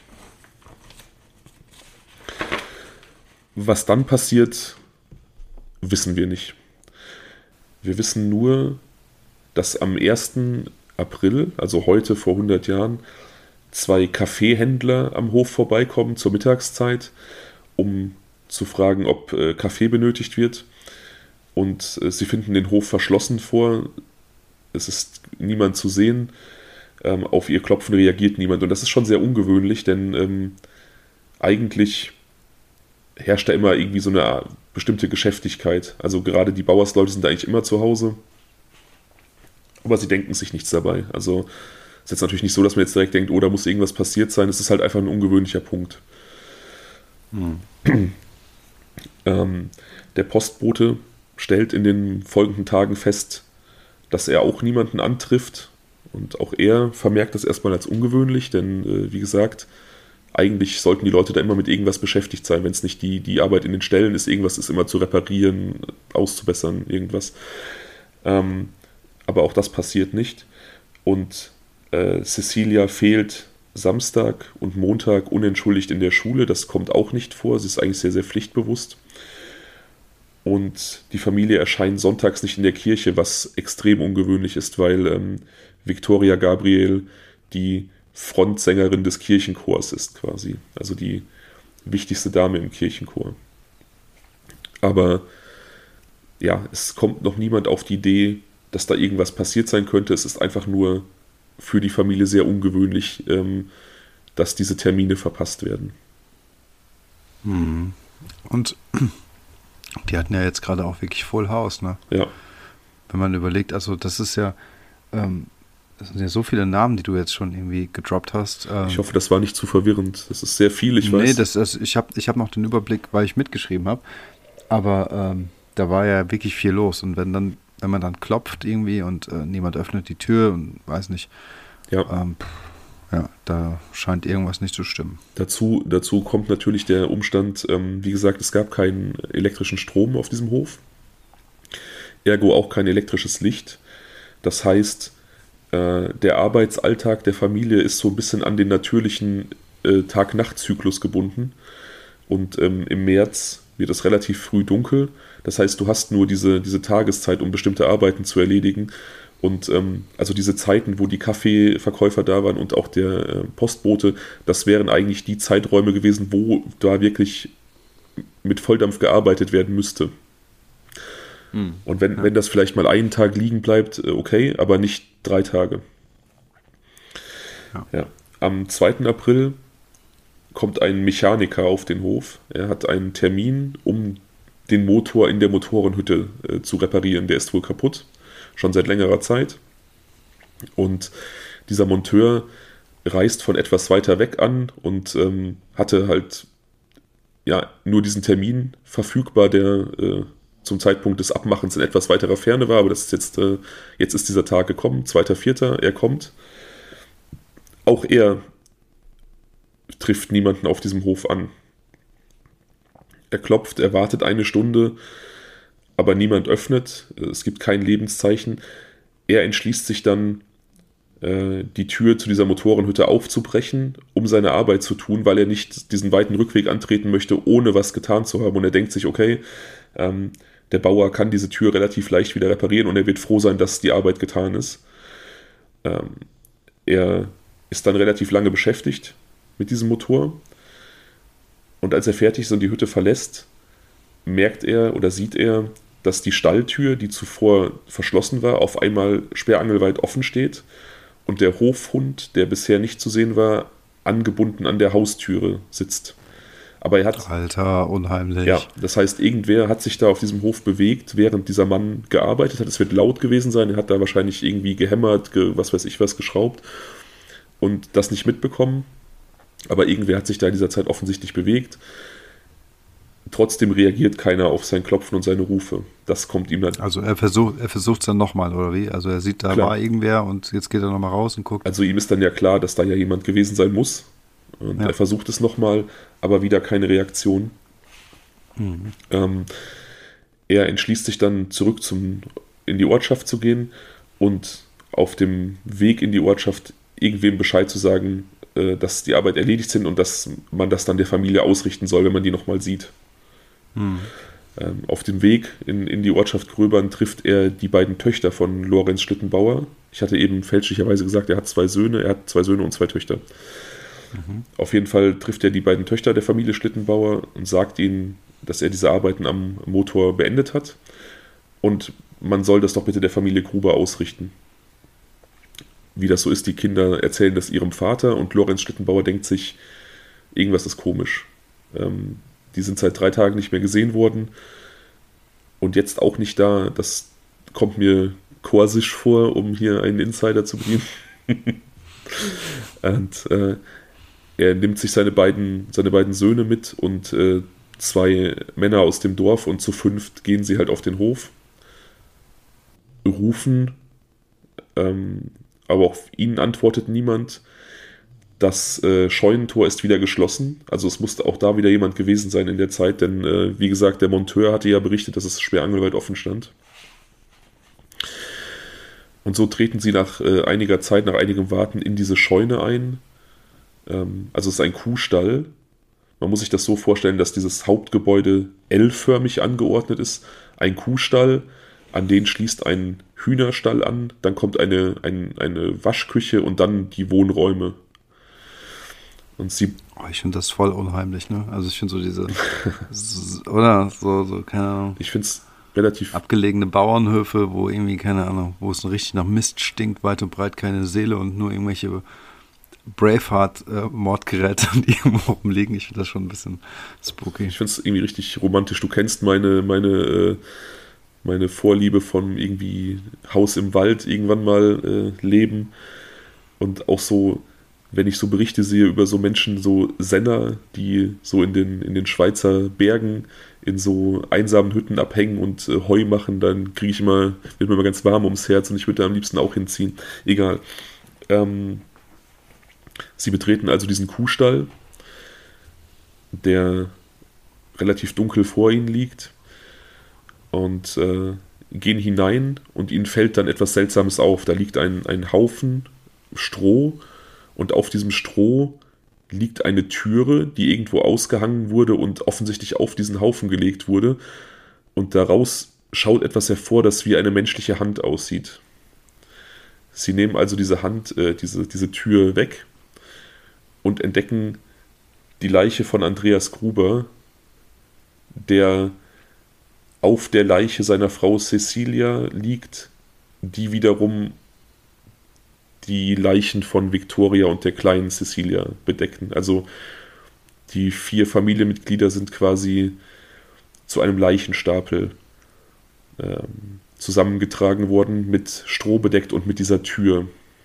Was dann passiert, wissen wir nicht. Wir wissen nur, dass am ersten April, also heute vor hundert Jahren, zwei Kaffeehändler am Hof vorbeikommen zur Mittagszeit, um zu fragen, ob äh, Kaffee benötigt wird. Und äh, sie finden den Hof verschlossen vor. Es ist niemand zu sehen. Ähm, auf ihr Klopfen reagiert niemand. Und das ist schon sehr ungewöhnlich, denn ähm, eigentlich herrscht da immer irgendwie so eine bestimmte Geschäftigkeit. Also gerade die Bauersleute sind eigentlich immer zu Hause. Aber sie denken sich nichts dabei. Also es ist jetzt natürlich nicht so, dass man jetzt direkt denkt, oh, da muss irgendwas passiert sein. Es ist halt einfach ein ungewöhnlicher Punkt. Hm. ähm, der Postbote stellt in den folgenden Tagen fest, dass er auch niemanden antrifft. Und auch er vermerkt das erstmal als ungewöhnlich, denn äh, wie gesagt, eigentlich sollten die Leute da immer mit irgendwas beschäftigt sein. Wenn es nicht die, die Arbeit in den Ställen ist, irgendwas ist immer zu reparieren, auszubessern, irgendwas. Ähm, aber auch das passiert nicht. Und äh, Cecilia fehlt Samstag und Montag unentschuldigt in der Schule. Das kommt auch nicht vor. Sie ist eigentlich sehr, sehr pflichtbewusst. Und die Familie erscheint sonntags nicht in der Kirche, was extrem ungewöhnlich ist, weil ähm, Victoria Gabriel die Frontsängerin des Kirchenchors ist quasi. Also die wichtigste Dame im Kirchenchor. Aber ja, es kommt noch niemand auf die Idee, dass da irgendwas passiert sein könnte. Es ist einfach nur für die Familie sehr ungewöhnlich, ähm, dass diese Termine verpasst werden. Hm. Und die hatten ja jetzt gerade auch wirklich Full House, ne? Ja. Wenn man überlegt, also das ist ja, ähm, das sind ja so viele Namen, die du jetzt schon irgendwie gedroppt hast. Ähm, ich hoffe, das war nicht zu verwirrend. Das ist sehr viel, ich nee, weiß. Nee, das, das, ich habe ich hab noch den Überblick, weil ich mitgeschrieben habe. Aber ähm, da war ja wirklich viel los. Und wenn dann, wenn man dann klopft irgendwie und äh, niemand öffnet die Tür und weiß nicht, ja. Ähm, ja, da scheint irgendwas nicht zu stimmen. Dazu, dazu kommt natürlich der Umstand, ähm, wie gesagt, es gab keinen elektrischen Strom auf diesem Hof. Ergo auch kein elektrisches Licht. Das heißt, äh, der Arbeitsalltag der Familie ist so ein bisschen an den natürlichen äh, Tag-Nacht-Zyklus gebunden. Und ähm, im März wird es relativ früh dunkel. Das heißt, du hast nur diese, diese Tageszeit, um bestimmte Arbeiten zu erledigen. Und ähm, also diese Zeiten, wo die Kaffeeverkäufer da waren und auch der äh, Postbote, das wären eigentlich die Zeiträume gewesen, wo da wirklich mit Volldampf gearbeitet werden müsste. Hm. Und wenn, ja. wenn das vielleicht mal einen Tag liegen bleibt, okay, aber nicht drei Tage. Ja. Ja. Am zweiten April kommt ein Mechaniker auf den Hof. Er hat einen Termin, um den Motor in der Motorenhütte äh, zu reparieren. Der ist wohl kaputt, schon seit längerer Zeit. Und dieser Monteur reist von etwas weiter weg an und ähm, hatte halt ja nur diesen Termin verfügbar, der äh, zum Zeitpunkt des Abmachens in etwas weiterer Ferne war, aber das ist jetzt, äh, jetzt ist dieser Tag gekommen, zweiter vierter er kommt. Auch er trifft niemanden auf diesem Hof an. Er klopft, er wartet eine Stunde, aber niemand öffnet, es gibt kein Lebenszeichen. Er entschließt sich dann, äh, die Tür zu dieser Motorenhütte aufzubrechen, um seine Arbeit zu tun, weil er nicht diesen weiten Rückweg antreten möchte, ohne was getan zu haben. Und er denkt sich, okay, ähm, der Bauer kann diese Tür relativ leicht wieder reparieren und er wird froh sein, dass die Arbeit getan ist. Ähm, er ist dann relativ lange beschäftigt mit diesem Motor. Und als er fertig ist und die Hütte verlässt, merkt er oder sieht er, dass die Stalltür, die zuvor verschlossen war, auf einmal sperrangelweit offen steht und der Hofhund, der bisher nicht zu sehen war, angebunden an der Haustüre sitzt. Aber er hat... Alter, unheimlich. Ja, das heißt, irgendwer hat sich da auf diesem Hof bewegt, während dieser Mann gearbeitet hat. Es wird laut gewesen sein, er hat da wahrscheinlich irgendwie gehämmert, ge, was weiß ich was, geschraubt und das nicht mitbekommen. Aber irgendwer hat sich da in dieser Zeit offensichtlich bewegt. Trotzdem reagiert keiner auf sein Klopfen und seine Rufe. Das kommt ihm dann... Also er versucht er versucht es dann nochmal, oder wie? Also er sieht, da Klar. war irgendwer und jetzt geht er nochmal raus und guckt. Also ihm ist dann ja klar, dass da ja jemand gewesen sein muss. Und ja. er versucht es nochmal, aber wieder keine Reaktion. Mhm. Ähm, er entschließt sich dann zurück zum, in die Ortschaft zu gehen und auf dem Weg in die Ortschaft irgendwem Bescheid zu sagen, dass die Arbeit erledigt sind und dass man das dann der Familie ausrichten soll, wenn man die nochmal sieht. Hm. Ähm, auf dem Weg in, in die Ortschaft Gröbern trifft er die beiden Töchter von Lorenz Schlittenbauer. Ich hatte eben fälschlicherweise gesagt, er hat zwei Söhne, er hat zwei Söhne und zwei Töchter. Mhm. Auf jeden Fall trifft er die beiden Töchter der Familie Schlittenbauer und sagt ihnen, dass er diese Arbeiten am Motor beendet hat und man soll das doch bitte der Familie Gruber ausrichten. Wie das so ist, die Kinder erzählen das ihrem Vater und Lorenz Schlittenbauer denkt sich, irgendwas ist komisch. Ähm, die sind seit drei Tagen nicht mehr gesehen worden und jetzt auch nicht da. Das kommt mir korsisch vor, um hier einen Insider zu bedienen. und äh, er nimmt sich seine beiden, seine beiden Söhne mit und äh, zwei Männer aus dem Dorf und zu fünft gehen sie halt auf den Hof, rufen, ähm, aber auf ihnen antwortet niemand. Das äh, Scheunentor ist wieder geschlossen. Also es musste auch da wieder jemand gewesen sein in der Zeit, denn äh, wie gesagt, der Monteur hatte ja berichtet, dass es sperrangelweit offen stand. Und so treten sie nach äh, einiger Zeit, nach einigem Warten in diese Scheune ein. Ähm, also es ist ein Kuhstall. Man muss sich das so vorstellen, dass dieses Hauptgebäude L-förmig angeordnet ist. Ein Kuhstall, an den schließt ein Hühnerstall an, dann kommt eine, ein, eine Waschküche und dann die Wohnräume. Und sie... Oh, ich finde das voll unheimlich, ne? Also ich finde so diese... oder? So, so, keine Ahnung. Ich finde es relativ... abgelegene Bauernhöfe, wo irgendwie, keine Ahnung, wo es richtig nach Mist stinkt, weit und breit keine Seele und nur irgendwelche Braveheart-Mordgeräte, äh, die irgendwo rumliegen. Ich finde das schon ein bisschen spooky. Ich finde es irgendwie richtig romantisch. Du kennst meine... meine äh, meine Vorliebe von irgendwie Haus im Wald irgendwann mal äh, leben und auch so, wenn ich so Berichte sehe über so Menschen, so Senner, die so in den, in den Schweizer Bergen in so einsamen Hütten abhängen und äh, Heu machen, dann kriege ich immer, wird mir immer ganz warm ums Herz und ich würde da am liebsten auch hinziehen. Egal. Ähm, sie betreten also diesen Kuhstall, der relativ dunkel vor ihnen liegt. Und äh, gehen hinein und ihnen fällt dann etwas Seltsames auf. Da liegt ein, ein Haufen Stroh und auf diesem Stroh liegt eine Türe, die irgendwo ausgehangen wurde und offensichtlich auf diesen Haufen gelegt wurde. Und daraus schaut etwas hervor, das wie eine menschliche Hand aussieht. Sie nehmen also diese Hand, äh, diese, diese Tür weg und entdecken die Leiche von Andreas Gruber, der auf der Leiche seiner Frau Cecilia liegt, die wiederum die Leichen von Victoria und der kleinen Cecilia bedecken. Also die vier Familienmitglieder sind quasi zu einem Leichenstapel ähm, zusammengetragen worden, mit Stroh bedeckt und mit dieser Tür.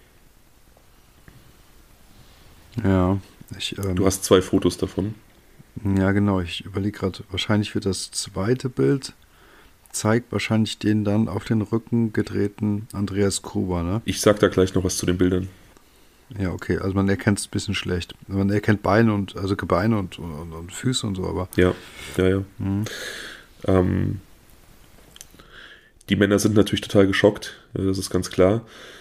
Ja. Ich, ähm, du hast zwei Fotos davon. Ja, genau. Ich überlege gerade, wahrscheinlich wird das zweite Bild zeigt wahrscheinlich den dann auf den Rücken gedrehten Andreas Gruber, ne? Ich sag da gleich noch was zu den Bildern. Ja, okay. Also man erkennt es ein bisschen schlecht. Man erkennt Beine und, also Gebeine und, und, und Füße und so, aber... Ja, ja, ja. Mhm. Ähm, die Männer sind natürlich total geschockt, das ist ganz klar.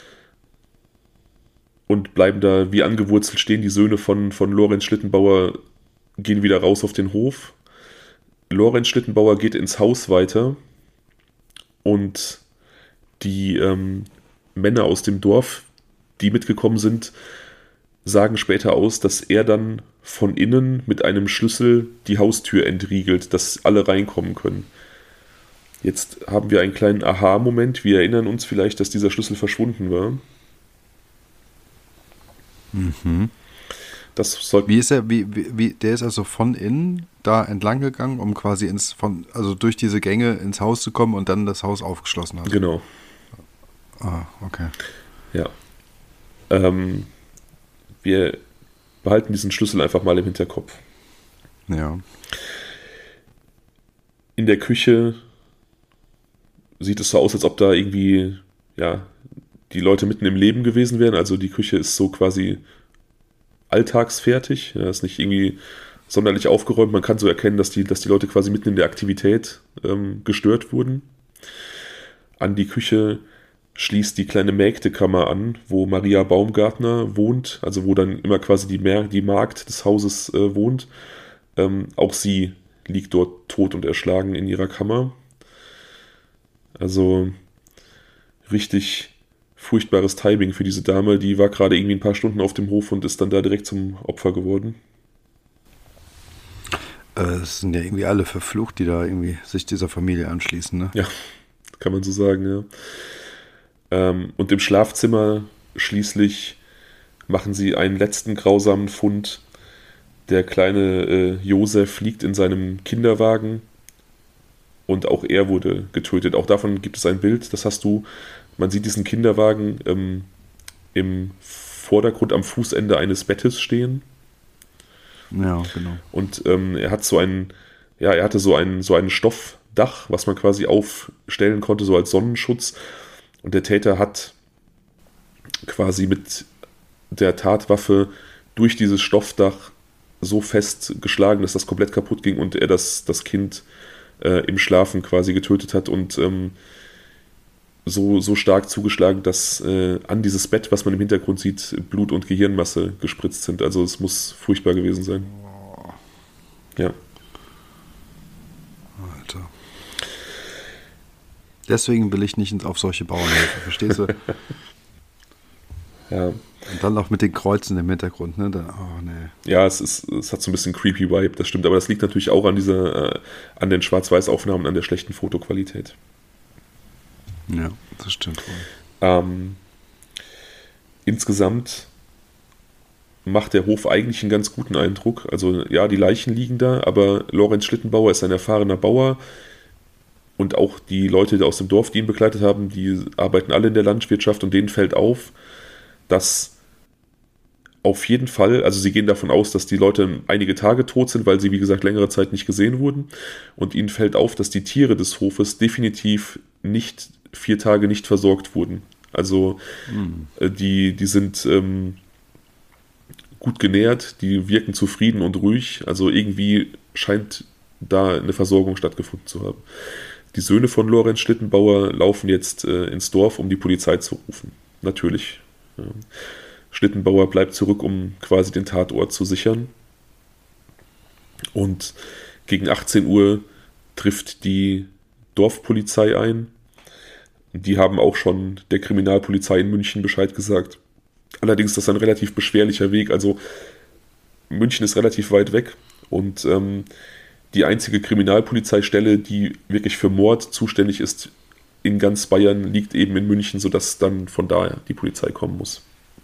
Und bleiben da wie angewurzelt stehen. Die Söhne von, von Lorenz Schlittenbauer gehen wieder raus auf den Hof. Lorenz Schlittenbauer geht ins Haus weiter und die ähm, Männer aus dem Dorf, die mitgekommen sind, sagen später aus, dass er dann von innen mit einem Schlüssel die Haustür entriegelt, dass alle reinkommen können. Jetzt haben wir einen kleinen Aha-Moment. Wir erinnern uns vielleicht, dass dieser Schlüssel verschwunden war. Mhm. Das soll wie ist er, wie, wie, wie, der ist also von innen da entlang gegangen, um quasi ins, von, also durch diese Gänge ins Haus zu kommen und dann das Haus aufgeschlossen hat. Genau. Ah, okay. Ja. Ähm, wir behalten diesen Schlüssel einfach mal im Hinterkopf. Ja. In der Küche sieht es so aus, als ob da irgendwie, ja, die Leute mitten im Leben gewesen wären. Also die Küche ist so quasi alltagsfertig. Ja, ist nicht irgendwie sonderlich aufgeräumt. Man kann so erkennen, dass die, dass die Leute quasi mitten in der Aktivität ähm, gestört wurden. An die Küche schließt die kleine Mägdekammer an, wo Maria Baumgartner wohnt, also wo dann immer quasi die, Mer- die Magd des Hauses äh, wohnt. Ähm, auch sie liegt dort tot und erschlagen in ihrer Kammer. Also richtig furchtbares Timing für diese Dame. Die war gerade irgendwie ein paar Stunden auf dem Hof und ist dann da direkt zum Opfer geworden. Es sind ja irgendwie alle verflucht, die da irgendwie sich dieser Familie anschließen, ne? Ja, kann man so sagen, ja. Ähm, und im Schlafzimmer schließlich machen sie einen letzten grausamen Fund. Der kleine äh, Josef liegt in seinem Kinderwagen und auch er wurde getötet. Auch davon gibt es ein Bild, das hast du. Man sieht diesen Kinderwagen ähm, im Vordergrund am Fußende eines Bettes stehen. Ja, genau. Und ähm, er hat so einen, ja, er hatte so ein, so ein Stoffdach, was man quasi aufstellen konnte, so als Sonnenschutz. Und der Täter hat quasi mit der Tatwaffe durch dieses Stoffdach so fest geschlagen, dass das komplett kaputt ging und er das, das Kind äh, im Schlafen quasi getötet hat und ähm, so, so stark zugeschlagen, dass äh, an dieses Bett, was man im Hintergrund sieht, Blut und Gehirnmasse gespritzt sind. Also es muss furchtbar gewesen sein. Ja. Alter. Deswegen will ich nicht auf solche Bauern helfen, verstehst du? Ja. Und dann noch mit den Kreuzen im Hintergrund, ne? Dann, oh, nee. Ja, es, ist, es hat so ein bisschen creepy Vibe, das stimmt. Aber das liegt natürlich auch an dieser, äh, an den Schwarz-Weiß-Aufnahmen, an der schlechten Fotoqualität. Ja, das stimmt wohl. Ähm, insgesamt macht der Hof eigentlich einen ganz guten Eindruck. Also ja, die Leichen liegen da, aber Lorenz Schlittenbauer ist ein erfahrener Bauer und auch die Leute aus dem Dorf, die ihn begleitet haben, die arbeiten alle in der Landwirtschaft und denen fällt auf, dass auf jeden Fall, also sie gehen davon aus, dass die Leute einige Tage tot sind, weil sie, wie gesagt, längere Zeit nicht gesehen wurden. Und ihnen fällt auf, dass die Tiere des Hofes definitiv nicht vier Tage nicht versorgt wurden. Also mhm. die, die sind ähm, gut genährt, die wirken zufrieden und ruhig. Also irgendwie scheint da eine Versorgung stattgefunden zu haben. Die Söhne von Lorenz Schlittenbauer laufen jetzt äh, ins Dorf, um die Polizei zu rufen. Natürlich. Ja. Schlittenbauer bleibt zurück, um quasi den Tatort zu sichern. Und gegen achtzehn Uhr trifft die Dorfpolizei ein. Die haben auch schon der Kriminalpolizei in München Bescheid gesagt. Allerdings ist das ein relativ beschwerlicher Weg. Also München ist relativ weit weg und ähm, die einzige Kriminalpolizeistelle, die wirklich für Mord zuständig ist in ganz Bayern, liegt eben in München, sodass dann von daher die Polizei kommen muss.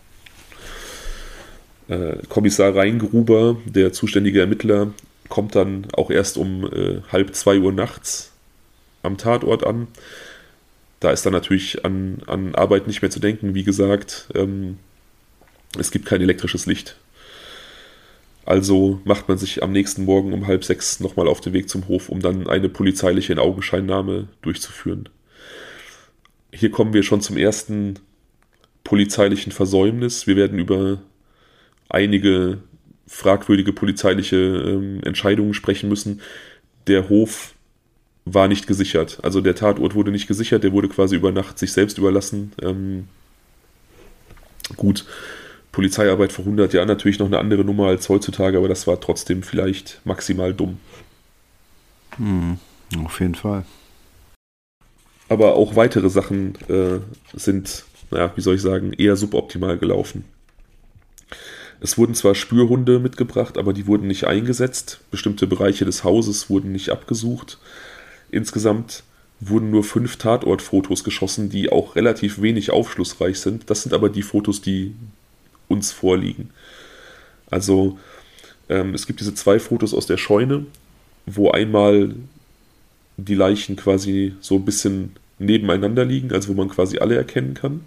Äh, Kommissar Reingruber, der zuständige Ermittler, kommt dann auch erst um äh, halb zwei Uhr nachts am Tatort an. Da ist dann natürlich an, an Arbeit nicht mehr zu denken. Wie gesagt, ähm, es gibt kein elektrisches Licht. Also macht man sich am nächsten Morgen um halb sechs nochmal auf den Weg zum Hof, um dann eine polizeiliche Inaugenscheinnahme durchzuführen. Hier kommen wir schon zum ersten polizeilichen Versäumnis. Wir werden über einige fragwürdige polizeiliche ähm, Entscheidungen sprechen müssen. Der Hof war nicht gesichert. Also der Tatort wurde nicht gesichert, der wurde quasi über Nacht sich selbst überlassen. Ähm, gut, Polizeiarbeit vor hundert Jahren natürlich noch eine andere Nummer als heutzutage, aber das war trotzdem vielleicht maximal dumm. Hm, auf jeden Fall. Aber auch weitere Sachen äh, sind, naja, wie soll ich sagen, eher suboptimal gelaufen. Es wurden zwar Spürhunde mitgebracht, aber die wurden nicht eingesetzt. Bestimmte Bereiche des Hauses wurden nicht abgesucht. Insgesamt wurden nur fünf Tatortfotos geschossen, die auch relativ wenig aufschlussreich sind. Das sind aber die Fotos, die uns vorliegen. Also ähm, es gibt diese zwei Fotos aus der Scheune, wo einmal die Leichen quasi so ein bisschen nebeneinander liegen, also wo man quasi alle erkennen kann.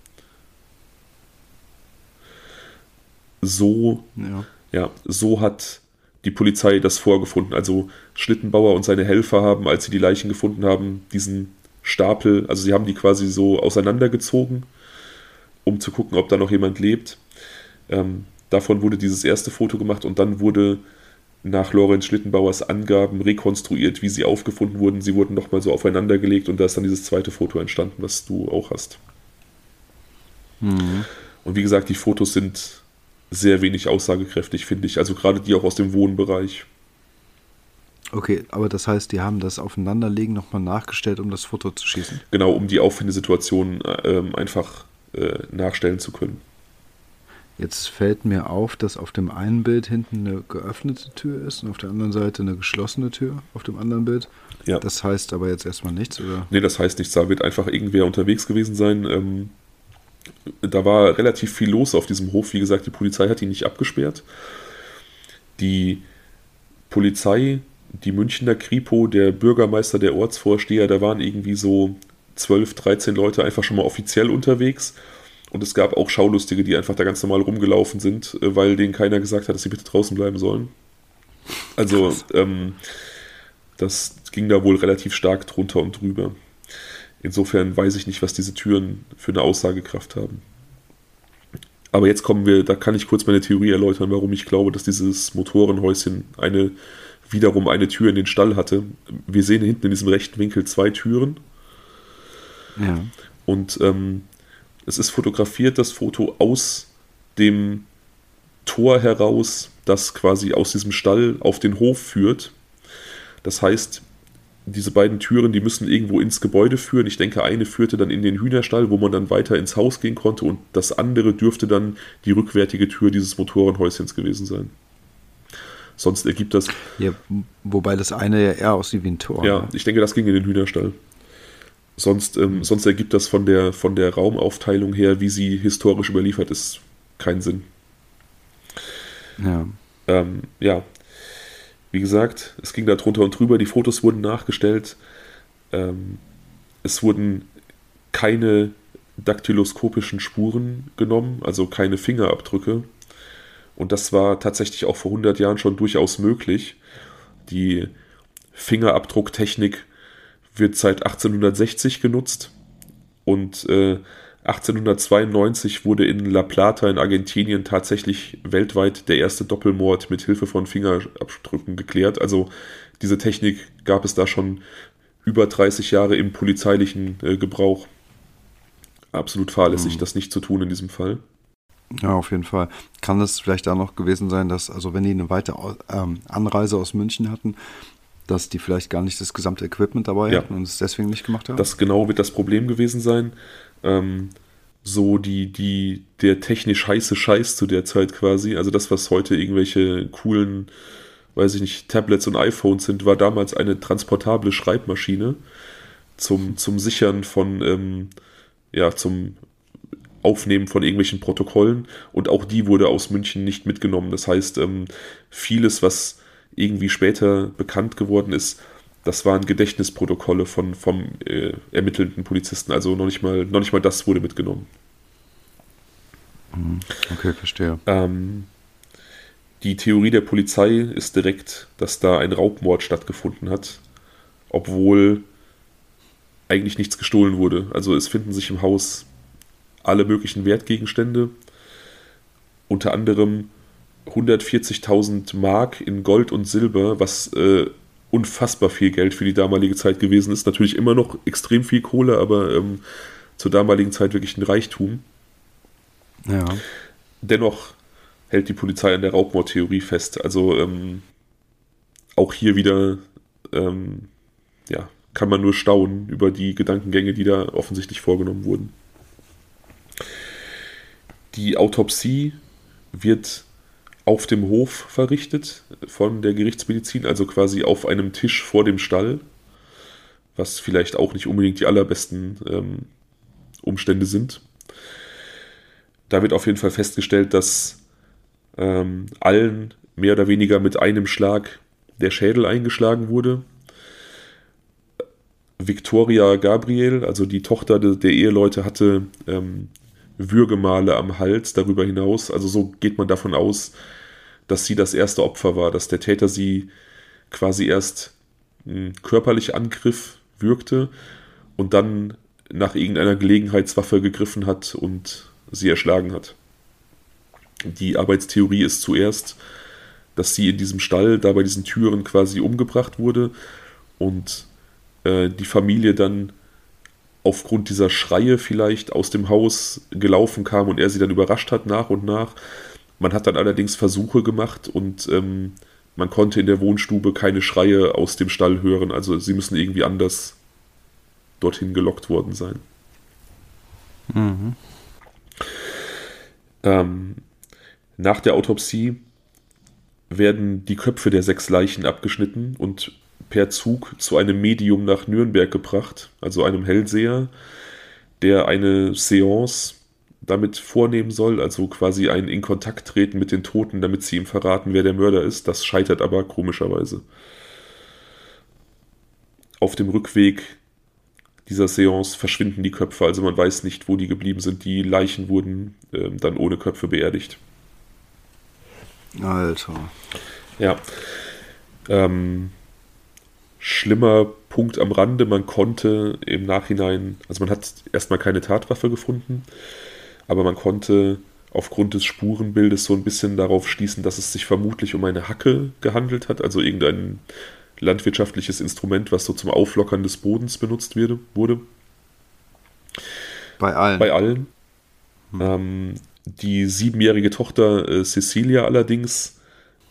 So, ja. Ja, so hat die Polizei das vorgefunden. Also Schlittenbauer und seine Helfer haben, als sie die Leichen gefunden haben, diesen Stapel, also sie haben die quasi so auseinandergezogen, um zu gucken, ob da noch jemand lebt. Ähm, davon wurde dieses erste Foto gemacht und dann wurde nach Lorenz Schlittenbauers Angaben rekonstruiert, wie sie aufgefunden wurden. Sie wurden nochmal so aufeinander gelegt und da ist dann dieses zweite Foto entstanden, was du auch hast. Mhm. Und wie gesagt, die Fotos sind sehr wenig aussagekräftig, finde ich. Also gerade die auch aus dem Wohnbereich. Okay, aber das heißt, die haben das Aufeinanderlegen nochmal nachgestellt, um das Foto zu schießen? Genau, um die Auffindesituation äh, einfach äh, nachstellen zu können. Jetzt fällt mir auf, dass auf dem einen Bild hinten eine geöffnete Tür ist und auf der anderen Seite eine geschlossene Tür auf dem anderen Bild. Ja. Das heißt aber jetzt erstmal nichts, oder? Nee, das heißt nichts. Da wird einfach irgendwer unterwegs gewesen sein. Ähm, da war relativ viel los auf diesem Hof. Wie gesagt, die Polizei hat ihn nicht abgesperrt. Die Polizei, die Münchner Kripo, der Bürgermeister, der Ortsvorsteher, da waren irgendwie so zwölf, dreizehn Leute einfach schon mal offiziell unterwegs. Und es gab auch Schaulustige, die einfach da ganz normal rumgelaufen sind, weil denen keiner gesagt hat, dass sie bitte draußen bleiben sollen. Also ähm, das ging da wohl relativ stark drunter und drüber. Insofern weiß ich nicht, was diese Türen für eine Aussagekraft haben. Aber jetzt kommen wir, da kann ich kurz meine Theorie erläutern, warum ich glaube, dass dieses Motorenhäuschen eine, wiederum eine Tür in den Stall hatte. Wir sehen hinten in diesem rechten Winkel zwei Türen. Ja. Und ähm, es ist fotografiert, das Foto aus dem Tor heraus, das quasi aus diesem Stall auf den Hof führt. Das heißt, diese beiden Türen, die müssen irgendwo ins Gebäude führen. Ich denke, eine führte dann in den Hühnerstall, wo man dann weiter ins Haus gehen konnte, und das andere dürfte dann die rückwärtige Tür dieses Motorenhäuschens gewesen sein. Sonst ergibt das... Ja, wobei das eine ja eher aussieht wie ein Tor. Ja, ne? ich denke, das ging in den Hühnerstall. Sonst, ähm, sonst ergibt das von der, von der Raumaufteilung her, wie sie historisch überliefert ist, keinen Sinn. Ja. Ähm, ja, wie gesagt, es ging da drunter und drüber, die Fotos wurden nachgestellt, ähm, es wurden keine daktyloskopischen Spuren genommen, also keine Fingerabdrücke, und das war tatsächlich auch vor hundert Jahren schon durchaus möglich. Die Fingerabdrucktechnik wird seit achtzehnhundertsechzig genutzt und äh, achtzehnhundertzweiundneunzig wurde in La Plata in Argentinien tatsächlich weltweit der erste Doppelmord mit Hilfe von Fingerabdrücken geklärt. Also diese Technik gab es da schon über dreißig Jahre im polizeilichen äh, Gebrauch. Absolut fahrlässig, mhm. das nicht zu tun in diesem Fall. Ja, auf jeden Fall. Kann es vielleicht auch noch gewesen sein, dass, also wenn die eine weitere ähm, Anreise aus München hatten, dass die vielleicht gar nicht das gesamte Equipment dabei Ja. hatten und es deswegen nicht gemacht haben? Das genau wird das Problem gewesen sein. Ähm, so die, die, der technisch heiße Scheiß zu der Zeit quasi, also das, was heute irgendwelche coolen weiß ich nicht, Tablets und iPhones sind, war damals eine transportable Schreibmaschine zum, zum Sichern von, ähm, ja, zum Aufnehmen von irgendwelchen Protokollen, und auch die wurde aus München nicht mitgenommen. Das heißt, ähm, vieles, was irgendwie später bekannt geworden ist, das waren Gedächtnisprotokolle von, vom äh, ermittelnden Polizisten. Also noch nicht mal, noch nicht mal das wurde mitgenommen. Okay, verstehe. Ähm, die Theorie der Polizei ist direkt, dass da ein Raubmord stattgefunden hat, obwohl eigentlich nichts gestohlen wurde. Also es finden sich im Haus alle möglichen Wertgegenstände, unter anderem hundertvierzigtausend Mark in Gold und Silber, was äh, unfassbar viel Geld für die damalige Zeit gewesen ist. Natürlich immer noch extrem viel Kohle, aber ähm, zur damaligen Zeit wirklich ein Reichtum. Ja. Dennoch hält die Polizei an der Raubmordtheorie fest. Also ähm, auch hier wieder ähm, ja, kann man nur staunen über die Gedankengänge, die da offensichtlich vorgenommen wurden. Die Autopsie wird auf dem Hof verrichtet von der Gerichtsmedizin, also quasi auf einem Tisch vor dem Stall, was vielleicht auch nicht unbedingt die allerbesten ähm, Umstände sind. Da wird auf jeden Fall festgestellt, dass ähm, allen mehr oder weniger mit einem Schlag der Schädel eingeschlagen wurde. Victoria Gabriel, also die Tochter de, der Eheleute, hatte ähm, Würgemale am Hals darüber hinaus. Also so geht man davon aus, dass sie das erste Opfer war, dass der Täter sie quasi erst mh, körperlich angriff, würgte und dann nach irgendeiner Gelegenheitswaffe gegriffen hat und sie erschlagen hat. Die Arbeitstheorie ist zuerst, dass sie in diesem Stall, da bei diesen Türen quasi umgebracht wurde und äh, die Familie dann aufgrund dieser Schreie vielleicht aus dem Haus gelaufen kam und er sie dann überrascht hat nach und nach. Man hat dann allerdings Versuche gemacht und ähm, man konnte in der Wohnstube keine Schreie aus dem Stall hören. Also sie müssen irgendwie anders dorthin gelockt worden sein. Mhm. Ähm, nach der Autopsie werden die Köpfe der sechs Leichen abgeschnitten und per Zug zu einem Medium nach Nürnberg gebracht, also einem Hellseher, der eine Seance damit vornehmen soll, also quasi ein in Kontakt treten mit den Toten, damit sie ihm verraten, wer der Mörder ist. Das scheitert aber komischerweise. Auf dem Rückweg dieser Seance verschwinden die Köpfe, also man weiß nicht, wo die geblieben sind. Die Leichen wurden äh, dann ohne Köpfe beerdigt. Alter. Ja. Ähm, schlimmer Punkt am Rande, man konnte im Nachhinein, also man hat erstmal keine Tatwaffe gefunden, aber man konnte aufgrund des Spurenbildes so ein bisschen darauf schließen, dass es sich vermutlich um eine Hacke gehandelt hat, also irgendein landwirtschaftliches Instrument, was so zum Auflockern des Bodens benutzt wurde. wurde. Bei allen? Bei allen. Hm. Ähm, die siebenjährige Tochter äh, Cecilia allerdings,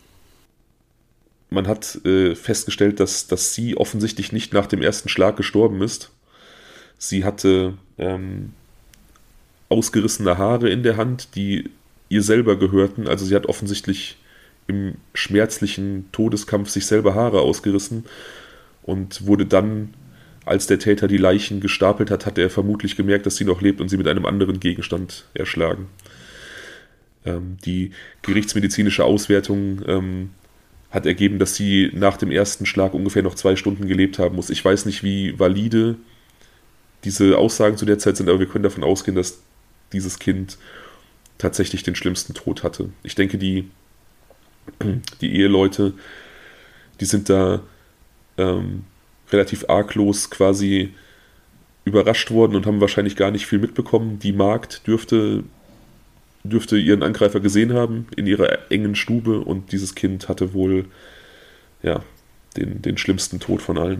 man hat äh, festgestellt, dass, dass sie offensichtlich nicht nach dem ersten Schlag gestorben ist. Sie hatte ähm, ausgerissene Haare in der Hand, die ihr selber gehörten. Also sie hat offensichtlich im schmerzlichen Todeskampf sich selber Haare ausgerissen und wurde dann, als der Täter die Leichen gestapelt hat, hat er vermutlich gemerkt, dass sie noch lebt und sie mit einem anderen Gegenstand erschlagen. Ähm, die gerichtsmedizinische Auswertung ähm, hat ergeben, dass sie nach dem ersten Schlag ungefähr noch zwei Stunden gelebt haben muss. Ich weiß nicht, wie valide diese Aussagen zu der Zeit sind, aber wir können davon ausgehen, dass dieses Kind tatsächlich den schlimmsten Tod hatte. Ich denke, die, die Eheleute, die sind da ähm, relativ arglos quasi überrascht worden und haben wahrscheinlich gar nicht viel mitbekommen. Die Magd dürfte, dürfte ihren Angreifer gesehen haben in ihrer engen Stube und dieses Kind hatte wohl ja, den, den schlimmsten Tod von allen.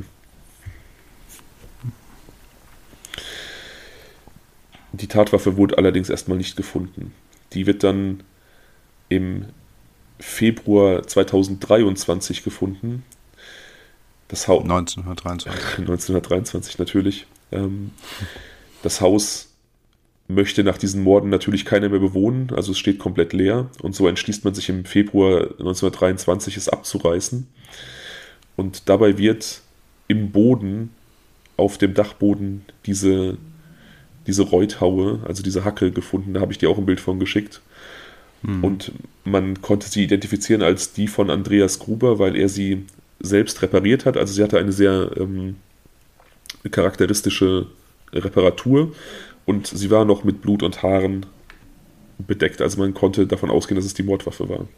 Die Tatwaffe wurde allerdings erstmal nicht gefunden. Die wird dann im Februar zweitausenddreiundzwanzig gefunden. Das Haus neunzehnhundertdreiundzwanzig. neunzehnhundertdreiundzwanzig natürlich. Ähm, das Haus möchte nach diesen Morden natürlich keiner mehr bewohnen, also es steht komplett leer. Und so entschließt man sich im Februar neunzehnhundertdreiundzwanzig, es abzureißen. Und dabei wird im Boden, auf dem Dachboden, diese, diese Reuthaue, also diese Hacke gefunden. Da habe ich dir auch ein Bild von geschickt. Mhm. Und man konnte sie identifizieren als die von Andreas Gruber, weil er sie selbst repariert hat. Also sie hatte eine sehr ähm, charakteristische Reparatur und sie war noch mit Blut und Haaren bedeckt. Also man konnte davon ausgehen, dass es die Mordwaffe war.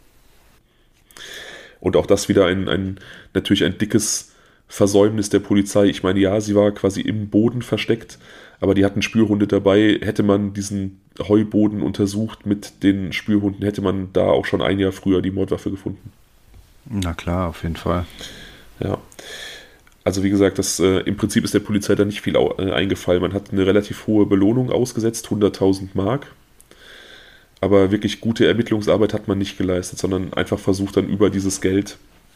Und auch das wieder ein, ein natürlich ein dickes Versäumnis der Polizei. Ich meine, ja, sie war quasi im Boden versteckt, aber die hatten Spürhunde dabei. Hätte man diesen Heuboden untersucht mit den Spürhunden, hätte man da auch schon ein Jahr früher die Mordwaffe gefunden. Na klar, auf jeden Fall. Ja. Also wie gesagt, das, äh, im Prinzip ist der Polizei da nicht viel au- äh, eingefallen. Man hat eine relativ hohe Belohnung ausgesetzt, hunderttausend Mark. Aber wirklich gute Ermittlungsarbeit hat man nicht geleistet, sondern einfach versucht dann über dieses Geld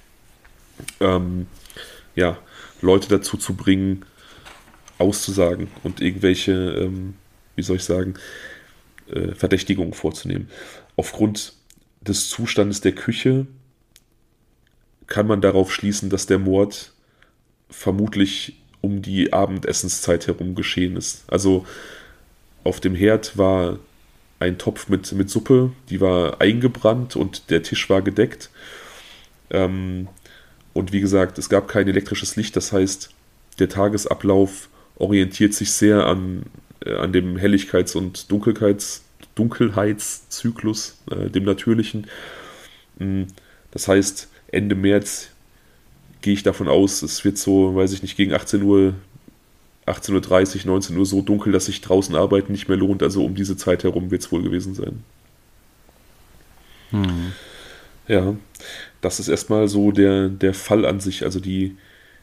ähm, ja, Leute dazu zu bringen, auszusagen und irgendwelche, ähm, wie soll ich sagen, äh, Verdächtigungen vorzunehmen. Aufgrund des Zustandes der Küche kann man darauf schließen, dass der Mord vermutlich um die Abendessenszeit herum geschehen ist. Also auf dem Herd war ein Topf mit, mit Suppe, die war eingebrannt und der Tisch war gedeckt. Ähm, und wie gesagt, es gab kein elektrisches Licht, das heißt, der Tagesablauf orientiert sich sehr an, äh, an dem Helligkeits- und Dunkelheits, Dunkelheitszyklus, äh, dem natürlichen. Das heißt, Ende März gehe ich davon aus, es wird so, weiß ich nicht, gegen achtzehn Uhr, achtzehn Uhr dreißig, neunzehn Uhr so dunkel, dass sich draußen arbeiten nicht mehr lohnt. Also um diese Zeit herum wird es wohl gewesen sein. Hm. Ja, das ist erstmal so der, der Fall an sich, also die,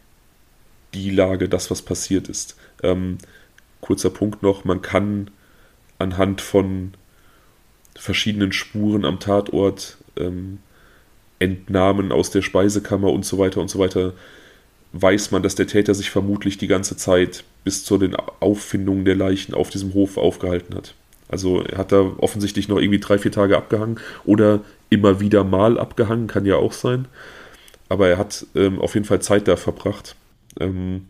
die Lage, das, was passiert ist. Ähm, kurzer Punkt noch, man kann anhand von verschiedenen Spuren am Tatort, ähm, Entnahmen aus der Speisekammer und so weiter und so weiter, weiß man, dass der Täter sich vermutlich die ganze Zeit bis zu den Auffindungen der Leichen auf diesem Hof aufgehalten hat. Also er hat da offensichtlich noch irgendwie drei, vier Tage abgehangen oder immer wieder mal abgehangen, kann ja auch sein. Aber er hat ähm, auf jeden Fall Zeit da verbracht. Ähm,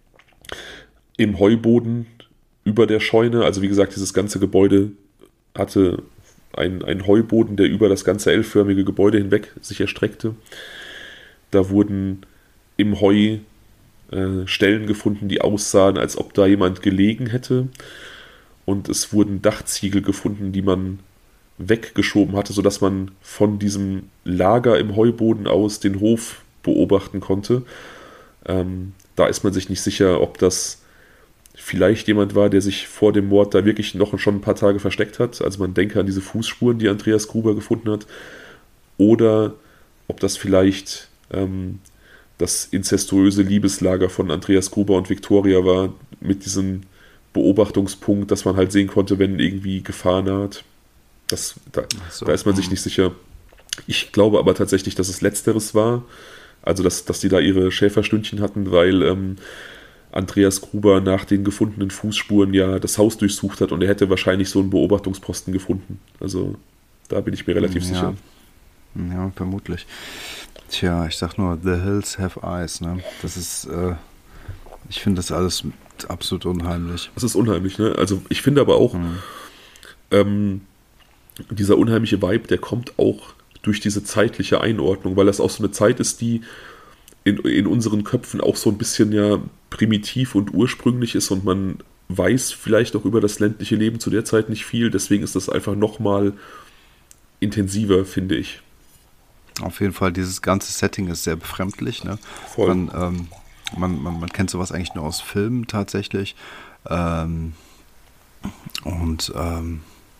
im Heuboden über der Scheune, also wie gesagt, dieses ganze Gebäude hatte ein, ein Heuboden, der über das ganze L-förmige Gebäude hinweg sich erstreckte. Da wurden im Heu äh, Stellen gefunden, die aussahen, als ob da jemand gelegen hätte. Und es wurden Dachziegel gefunden, die man weggeschoben hatte, sodass man von diesem Lager im Heuboden aus den Hof beobachten konnte. Ähm, da ist man sich nicht sicher, ob das vielleicht jemand war, der sich vor dem Mord da wirklich noch schon ein paar Tage versteckt hat. Also man denke an diese Fußspuren, die Andreas Gruber gefunden hat. Oder ob das vielleicht ähm, das inzestuöse Liebeslager von Andreas Gruber und Victoria war, mit diesem Beobachtungspunkt, dass man halt sehen konnte, wenn irgendwie Gefahr naht. Das, da, so. da ist man sich nicht sicher. Ich glaube aber tatsächlich, dass es Letzteres war. Also, dass, dass die da ihre Schäferstündchen hatten, weil ähm, Andreas Gruber nach den gefundenen Fußspuren ja das Haus durchsucht hat und er hätte wahrscheinlich so einen Beobachtungsposten gefunden. Also, da bin ich mir relativ ja. sicher. Ja, vermutlich. Tja, ich sag nur, the hills have eyes, ne? Das ist, äh, ich finde das alles absolut unheimlich. Das ist unheimlich, ne? Also, ich finde aber auch, hm. ähm, dieser unheimliche Vibe, der kommt auch durch diese zeitliche Einordnung, weil das auch so eine Zeit ist, die in, in unseren Köpfen auch so ein bisschen ja primitiv und ursprünglich ist und man weiß vielleicht auch über das ländliche Leben zu der Zeit nicht viel, deswegen ist das einfach nochmal intensiver, finde ich. Auf jeden Fall, dieses ganze Setting ist sehr befremdlich, ne? Voll. Man, ähm, man, man, man kennt sowas eigentlich nur aus Filmen tatsächlich. Ähm, und ähm,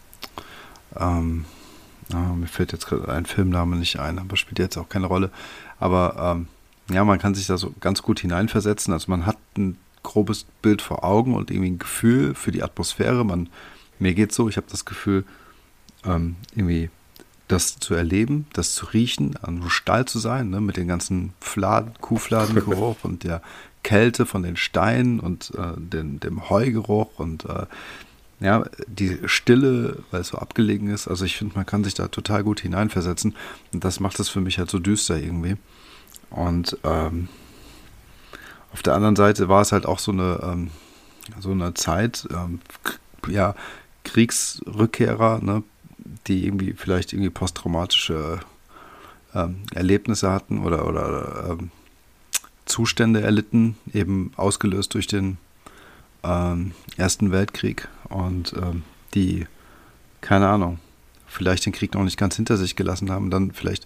ähm, ah, mir fällt jetzt gerade ein Filmname nicht ein, aber spielt jetzt auch keine Rolle. Aber ähm, ja, man kann sich da so ganz gut hineinversetzen. Also man hat ein grobes Bild vor Augen und irgendwie ein Gefühl für die Atmosphäre. Man, mir geht's so, ich habe das Gefühl, ähm, irgendwie das zu erleben, das zu riechen, an einem Stall zu sein, ne, mit den ganzen Fladen, Kuhfladengeruch und der Kälte von den Steinen und äh, den, dem Heugeruch und äh, ja, die Stille, weil es so abgelegen ist, also ich finde, man kann sich da total gut hineinversetzen und das macht es für mich halt so düster irgendwie. Und ähm, auf der anderen Seite war es halt auch so eine, ähm, so eine Zeit, ähm, k- ja, Kriegsrückkehrer, ne, die irgendwie vielleicht irgendwie posttraumatische ähm, Erlebnisse hatten oder, oder ähm, Zustände erlitten, eben ausgelöst durch den ähm, Ersten Weltkrieg und ähm, die, keine Ahnung, vielleicht den Krieg noch nicht ganz hinter sich gelassen haben, dann vielleicht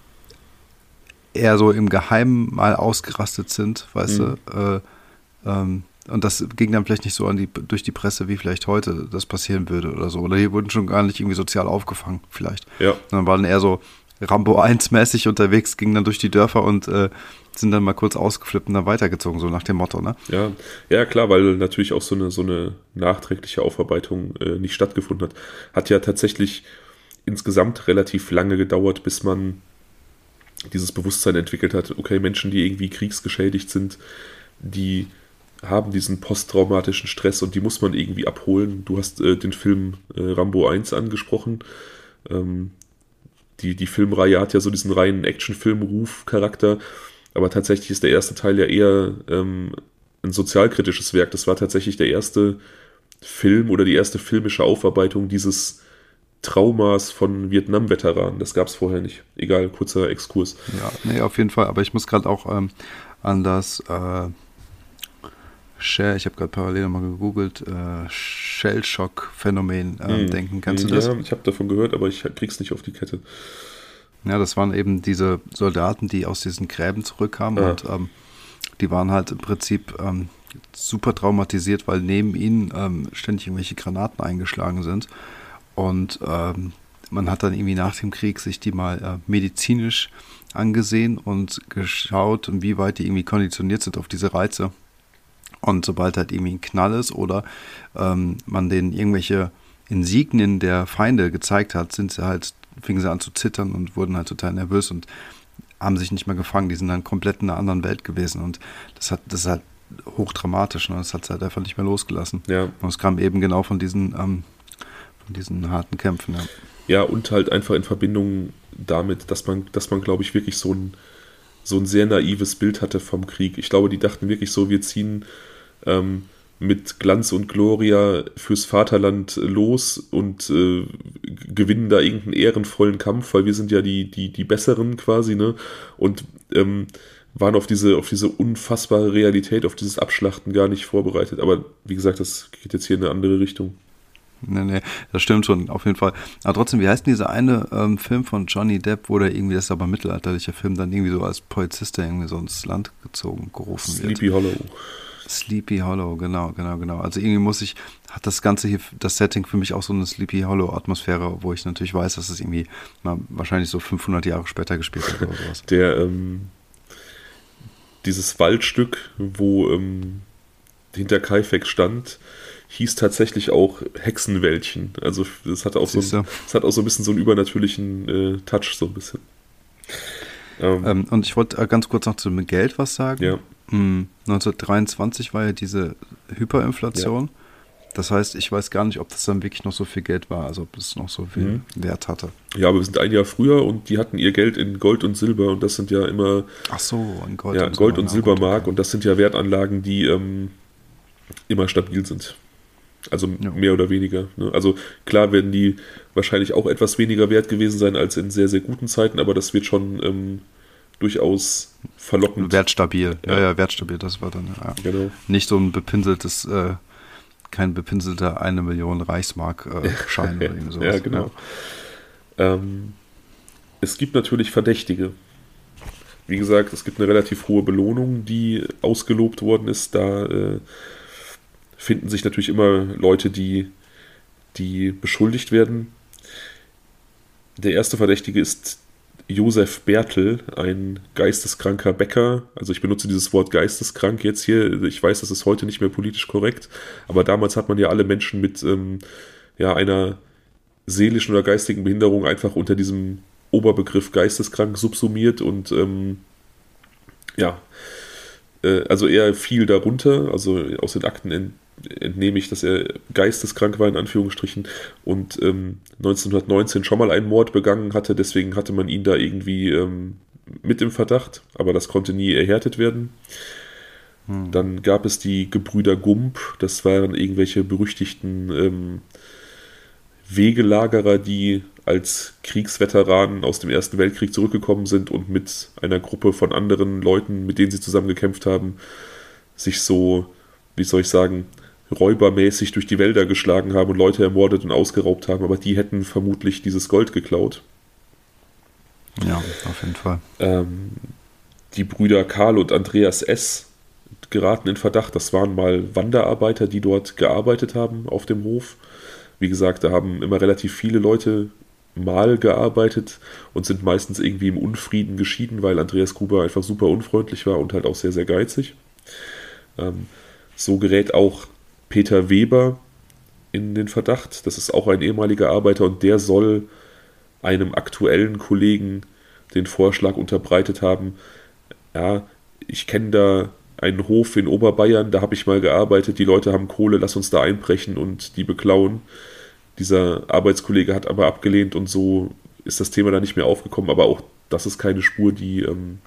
eher so im Geheimen mal ausgerastet sind, weißt Mhm. du, äh, ähm, und das ging dann vielleicht nicht so an die, durch die Presse, wie vielleicht heute das passieren würde oder so. Oder die wurden schon gar nicht irgendwie sozial aufgefangen, vielleicht. Ja. Dann waren eher so Rambo eins mäßig unterwegs, gingen dann durch die Dörfer und äh, sind dann mal kurz ausgeflippt und dann weitergezogen, so nach dem Motto, ne? Ja, ja klar, weil natürlich auch so eine, so eine nachträgliche Aufarbeitung äh, nicht stattgefunden hat. Hat ja tatsächlich insgesamt relativ lange gedauert, bis man dieses Bewusstsein entwickelt hat. Okay, Menschen, die irgendwie kriegsgeschädigt sind, die haben diesen posttraumatischen Stress und die muss man irgendwie abholen. Du hast äh, den Film äh, Rambo eins angesprochen. Ähm, die, die Filmreihe hat ja so diesen reinen Actionfilm-Ruf-Charakter, aber tatsächlich ist der erste Teil ja eher ähm, ein sozialkritisches Werk. Das war tatsächlich der erste Film oder die erste filmische Aufarbeitung dieses Traumas von Vietnam-Veteranen. Das gab es vorher nicht. Egal, kurzer Exkurs. Ja, nee, auf jeden Fall. Aber ich muss gerade auch ähm, an das äh, Shell, ich habe gerade parallel nochmal gegoogelt, äh, Shell-Shock-Phänomen ähm, Hm. denken. Kennst Hm, du das? Ja, ich habe davon gehört, aber ich krieg's nicht auf die Kette. Ja, das waren eben diese Soldaten, die aus diesen Gräben zurückkamen Ah. und ähm, die waren halt im Prinzip ähm, super traumatisiert, weil neben ihnen ähm, ständig irgendwelche Granaten eingeschlagen sind. Und ähm, man hat dann irgendwie nach dem Krieg sich die mal äh, medizinisch angesehen und geschaut, inwieweit die irgendwie konditioniert sind auf diese Reize. Und sobald halt irgendwie ein Knall ist oder ähm, man denen irgendwelche Insignien der Feinde gezeigt hat, sind sie halt, fingen sie an zu zittern und wurden halt total nervös und haben sich nicht mehr gefangen. Die sind dann komplett in einer anderen Welt gewesen und das hat, das ist halt hochdramatisch, ne? Das hat es halt einfach nicht mehr losgelassen. Ja. Und es kam eben genau von diesen, ähm, von diesen harten Kämpfen, ja. Ja, und halt einfach in Verbindung damit, dass man, dass man, glaube ich, wirklich so ein, so ein sehr naives Bild hatte vom Krieg. Ich glaube, die dachten wirklich so, wir ziehen ähm, mit Glanz und Gloria fürs Vaterland los und äh, gewinnen da irgendeinen ehrenvollen Kampf, weil wir sind ja die, die, die Besseren quasi, ne? Und ähm, waren auf diese, auf diese unfassbare Realität, auf dieses Abschlachten gar nicht vorbereitet. Aber wie gesagt, das geht jetzt hier in eine andere Richtung. Nee, nee, das stimmt schon, auf jeden Fall. Aber trotzdem, wie heißt denn dieser eine ähm, Film von Johnny Depp, wo der irgendwie, das ist aber ein mittelalterlicher Film, dann irgendwie so als Polizist, der irgendwie so ins Land gezogen, gerufen wird. Sleepy Hollow. Sleepy Hollow, genau, genau, genau. Also irgendwie muss ich, hat das Ganze hier, das Setting für mich auch so eine Sleepy Hollow Atmosphäre, wo ich natürlich weiß, dass es irgendwie mal wahrscheinlich so fünfhundert Jahre später gespielt wird oder sowas. Der, ähm, dieses Waldstück, wo ähm, hinter Kaifek stand, hieß tatsächlich auch Hexenwäldchen. Also es hat auch so Siehste. ein, es hat auch so ein bisschen so einen übernatürlichen äh, Touch, so ein bisschen. Ähm, Ähm, und ich wollte äh, ganz kurz noch zu dem Geld was sagen. ja. Hm, neunzehnhundertdreiundzwanzig war ja diese Hyperinflation. Das heißt, ich weiß gar nicht, ob das dann wirklich noch so viel Geld war, also ob es noch so viel Mhm. Wert hatte. ja, aber wir sind ein Jahr früher und die hatten ihr Geld in Gold und Silber und das sind ja immer Ach so, in Gold ja, und Gold Silber. und Na Silbermark gut, okay. und das sind ja Wertanlagen, die ähm, immer stabil sind. Also Ja. mehr oder weniger. Ne? Also klar werden die wahrscheinlich auch etwas weniger wert gewesen sein als in sehr, sehr guten Zeiten, aber das wird schon ähm, durchaus verlockend. Wertstabil, ja. Ja. ja, wertstabil, das war dann, ja. Genau. Nicht so ein bepinseltes, äh, kein bepinselter eine Million Reichsmark-Schein oder irgendwie sowas. Ja, genau. Ähm, es gibt natürlich Verdächtige. Wie gesagt, es gibt eine relativ hohe Belohnung, die ausgelobt worden ist. Da äh, finden sich natürlich immer Leute, die, die beschuldigt werden. Der erste Verdächtige ist Josef Bertel, ein geisteskranker Bäcker. Also ich benutze dieses Wort geisteskrank jetzt hier. Ich weiß, das ist heute nicht mehr politisch korrekt, aber damals hat man ja alle Menschen mit ähm, ja, einer seelischen oder geistigen Behinderung einfach unter diesem Oberbegriff geisteskrank subsumiert und ähm, ja, äh, also eher viel darunter. Also aus den Akten ent- entnehme ich, dass er geisteskrank war, in Anführungsstrichen, und ähm, neunzehnhundertneunzehn schon mal einen Mord begangen hatte, deswegen hatte man ihn da irgendwie ähm, mit im Verdacht, aber das konnte nie erhärtet werden. Hm. Dann gab es die Gebrüder Gump, das waren irgendwelche berüchtigten ähm, Wegelagerer, die als Kriegsveteranen aus dem Ersten Weltkrieg zurückgekommen sind und mit einer Gruppe von anderen Leuten, mit denen sie zusammen gekämpft haben, sich so, wie soll ich sagen, räubermäßig durch die Wälder geschlagen haben und Leute ermordet und ausgeraubt haben, aber die hätten vermutlich dieses Gold geklaut. Ja, auf jeden Fall. Ähm, die Brüder Karl und Andreas S. geraten in Verdacht. Das waren mal Wanderarbeiter, die dort gearbeitet haben auf dem Hof. Wie gesagt, da haben immer relativ viele Leute mal gearbeitet und sind meistens irgendwie im Unfrieden geschieden, weil Andreas Gruber einfach super unfreundlich war und halt auch sehr, sehr geizig. Ähm, so gerät auch Peter Weber in den Verdacht. Das ist auch ein ehemaliger Arbeiter und der soll einem aktuellen Kollegen den Vorschlag unterbreitet haben, ja, ich kenne da einen Hof in Oberbayern, da habe ich mal gearbeitet, die Leute haben Kohle, lass uns da einbrechen und die beklauen. Dieser Arbeitskollege hat aber abgelehnt und so ist das Thema da nicht mehr aufgekommen, aber auch das ist keine Spur, die, ähm,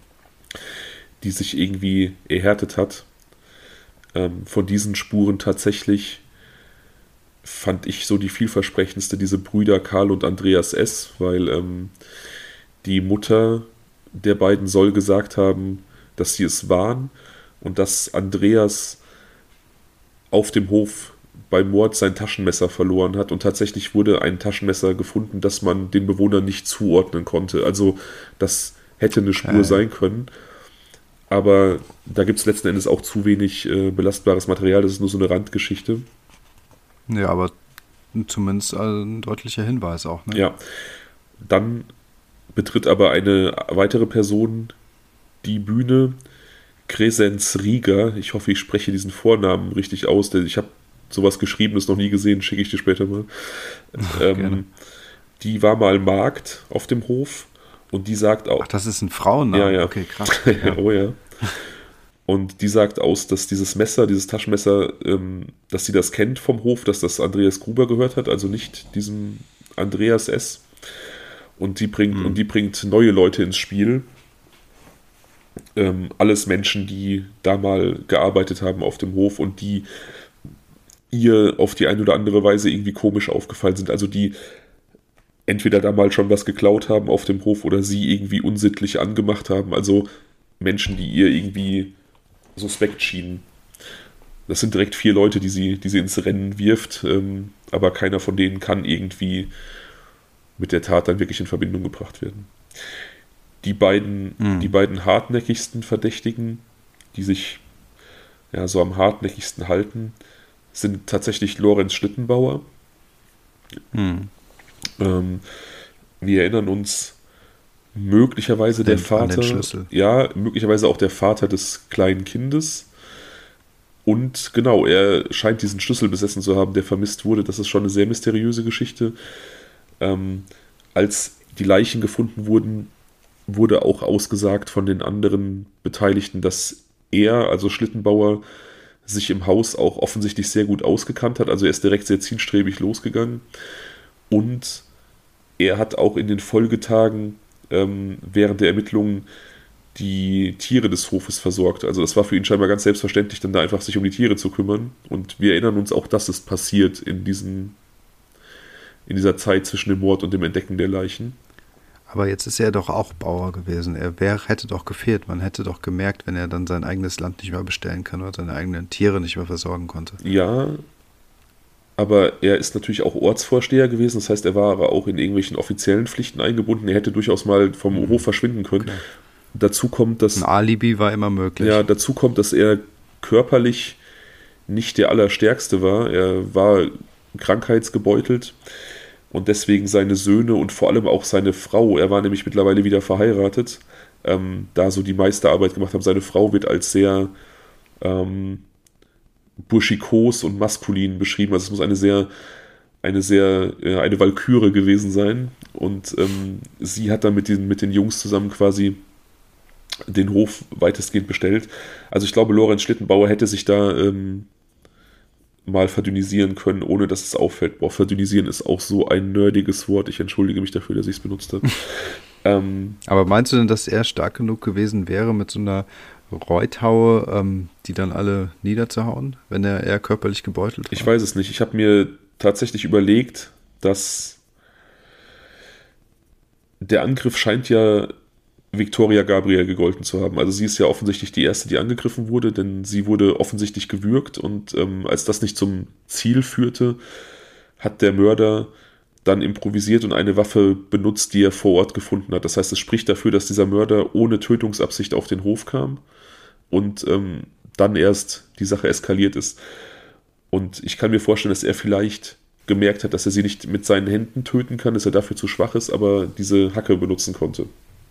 die sich irgendwie erhärtet hat. Ähm, von diesen Spuren tatsächlich fand ich so die vielversprechendste diese Brüder Karl und Andreas S., weil ähm, die Mutter der beiden soll gesagt haben, dass sie es waren und dass Andreas auf dem Hof beim Mord sein Taschenmesser verloren hat und tatsächlich wurde ein Taschenmesser gefunden, das man den Bewohnern nicht zuordnen konnte. Also das hätte eine Spur äh. sein können, aber da gibt es letzten Endes auch zu wenig äh, belastbares Material, das ist nur so eine Randgeschichte. Ja, aber zumindest ein deutlicher Hinweis auch. Ne? Ja, dann betritt aber eine weitere Person die Bühne, Crescens Rieger. Ich hoffe, ich spreche diesen Vornamen richtig aus, denn ich habe sowas Geschriebenes noch nie gesehen, schicke ich dir später mal. ähm, die war mal Magd auf dem Hof und die sagt auch... Ach, das ist ein Frauenname? Ja, ja. Okay, krass. Ja. Oh ja. Und die sagt aus, dass dieses Messer, dieses Taschenmesser, ähm, dass sie das kennt vom Hof, dass das Andreas Gruber gehört hat, also nicht diesem Andreas S. Und die bringt, mhm. und die bringt neue Leute ins Spiel. Ähm, alles Menschen, die da mal gearbeitet haben auf dem Hof und die ihr auf die eine oder andere Weise irgendwie komisch aufgefallen sind. Also die entweder da mal schon was geklaut haben auf dem Hof oder sie irgendwie unsittlich angemacht haben. Also Menschen, die ihr irgendwie suspekt schienen. Das sind direkt vier Leute, die sie, die sie ins Rennen wirft, ähm, aber keiner von denen kann irgendwie mit der Tat dann wirklich in Verbindung gebracht werden. Die beiden, mhm. die beiden hartnäckigsten Verdächtigen, die sich ja so am hartnäckigsten halten, sind tatsächlich Lorenz Schlittenbauer. Mhm. Ähm, wir erinnern uns möglicherweise der, der Vater, ja, möglicherweise auch der Vater des kleinen Kindes. Und genau, er scheint diesen Schlüssel besessen zu haben, der vermisst wurde. Das ist schon eine sehr mysteriöse Geschichte. Ähm, als die Leichen gefunden wurden, wurde auch ausgesagt von den anderen Beteiligten, dass er, also Schlittenbauer, sich im Haus auch offensichtlich sehr gut ausgekannt hat. Also er ist direkt sehr zielstrebig losgegangen. Und er hat auch in den Folgetagen ähm, während der Ermittlungen die Tiere des Hofes versorgt. Also das war für ihn scheinbar ganz selbstverständlich, dann da einfach sich um die Tiere zu kümmern. Und wir erinnern uns auch, dass es passiert in diesen, in dieser Zeit zwischen dem Mord und dem Entdecken der Leichen. Aber jetzt ist er doch auch Bauer gewesen. Er wär, hätte doch gefehlt. Man hätte doch gemerkt, wenn er dann sein eigenes Land nicht mehr bestellen kann oder seine eigenen Tiere nicht mehr versorgen konnte. Ja, aber er ist natürlich auch Ortsvorsteher gewesen. Das heißt, er war aber auch in irgendwelchen offiziellen Pflichten eingebunden. Er hätte durchaus mal vom mhm. Hof verschwinden können. Okay. Dazu kommt, dass... Ein Alibi war immer möglich. Ja, dazu kommt, dass er körperlich nicht der Allerstärkste war. Er war krankheitsgebeutelt und deswegen seine Söhne und vor allem auch seine Frau, er war nämlich mittlerweile wieder verheiratet, ähm, da so die meiste Arbeit gemacht haben. Seine Frau wird als sehr ähm, burschikos und maskulin beschrieben. Also es muss eine sehr, eine sehr, ja, eine Walküre gewesen sein. Und ähm, sie hat dann mit den, mit den Jungs zusammen quasi den Hof weitestgehend bestellt. Also ich glaube, Lorenz Schlittenbauer hätte sich da ähm, mal verdünnisieren können, ohne dass es auffällt. Boah, verdünnisieren ist auch so ein nerdiges Wort. Ich entschuldige mich dafür, dass ich es benutzt habe. ähm, Aber meinst du denn, dass er stark genug gewesen wäre mit so einer Reuthaue, ähm, die dann alle niederzuhauen, wenn er eher körperlich gebeutelt war? Ich weiß es nicht. Ich habe mir tatsächlich überlegt, dass der Angriff scheint ja Victoria Gabriel gegolten zu haben. Also sie ist ja offensichtlich die erste, die angegriffen wurde, denn sie wurde offensichtlich gewürgt und ähm, als das nicht zum Ziel führte, hat der Mörder dann improvisiert und eine Waffe benutzt, die er vor Ort gefunden hat. Das heißt, es spricht dafür, dass dieser Mörder ohne Tötungsabsicht auf den Hof kam und ähm, dann erst die Sache eskaliert ist. Und ich kann mir vorstellen, dass er vielleicht gemerkt hat, dass er sie nicht mit seinen Händen töten kann, dass er dafür zu schwach ist, aber diese Hacke benutzen konnte.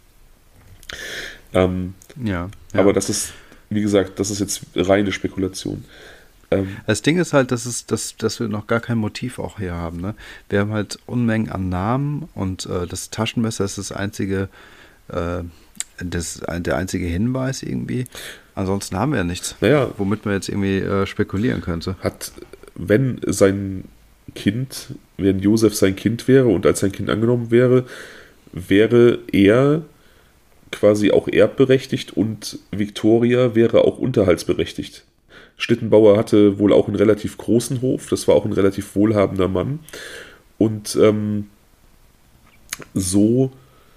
Ähm, ja, ja. Aber das ist, wie gesagt, das ist jetzt reine Spekulation. Ähm, das Ding ist halt, dass, es, dass, dass wir noch gar kein Motiv auch hier haben. Ne? Wir haben halt Unmengen an Namen und äh, das Taschenmesser ist das einzige, äh, das, der einzige Hinweis irgendwie. Ansonsten haben wir ja nichts, naja, womit man jetzt irgendwie äh, spekulieren könnte. Hat, wenn sein Kind, wenn Josef sein Kind wäre und als sein Kind angenommen wäre, wäre er quasi auch erbberechtigt und Victoria wäre auch unterhaltsberechtigt. Schlittenbauer hatte wohl auch einen relativ großen Hof, das war auch ein relativ wohlhabender Mann und ähm, so